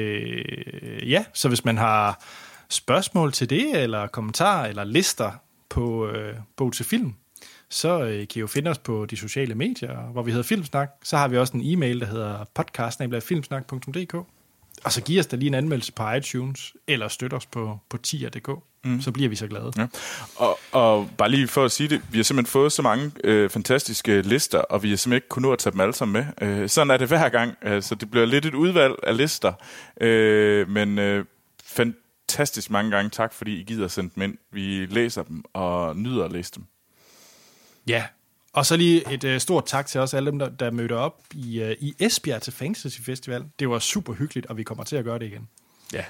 Øh, ja, så hvis man har spørgsmål til det, eller kommentarer, eller lister på øh, Bog til Film, så øh, kan I jo finde os på de sociale medier, hvor vi hedder Filmsnak. Så har vi også en e-mail, der hedder podcast snabel-a filmsnak punktum d k. Og så giv os da lige en anmeldelse på iTunes, eller støt os på, på tier punktum d k, mm. så bliver vi så glade. Ja. Og, og bare lige for at sige det, vi har simpelthen fået så mange øh, fantastiske lister, og vi har simpelthen ikke kunnet nå at tage dem alle sammen med. Øh, sådan er det hver gang, øh, så det bliver lidt et udvalg af lister. Øh, men øh, fantastisk mange gange tak, fordi I gider sende dem ind. Vi læser dem og nyder at læse dem. Ja, og så lige et uh, stort tak til os alle dem, der, der mødte op i, uh, i Esbjerg til Fantasy Festival. Det var super hyggeligt, og vi kommer til at gøre det igen. Ja.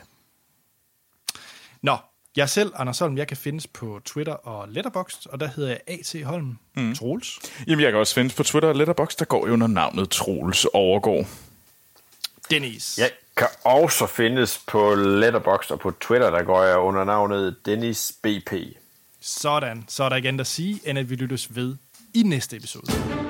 Nå, jeg selv, Anders Holm, jeg kan findes på Twitter og Letterboxd, og der hedder jeg A T Holm. Mm. Troels. Jamen, jeg kan også findes på Twitter og Letterboxd, der går jo under navnet Troels Overgaard. Dennis. Jeg kan også findes på Letterboxd og på Twitter, der går jeg under navnet Dennis B P. Sådan, så er der igen at sige, end at vi lyttes ved i næste episode.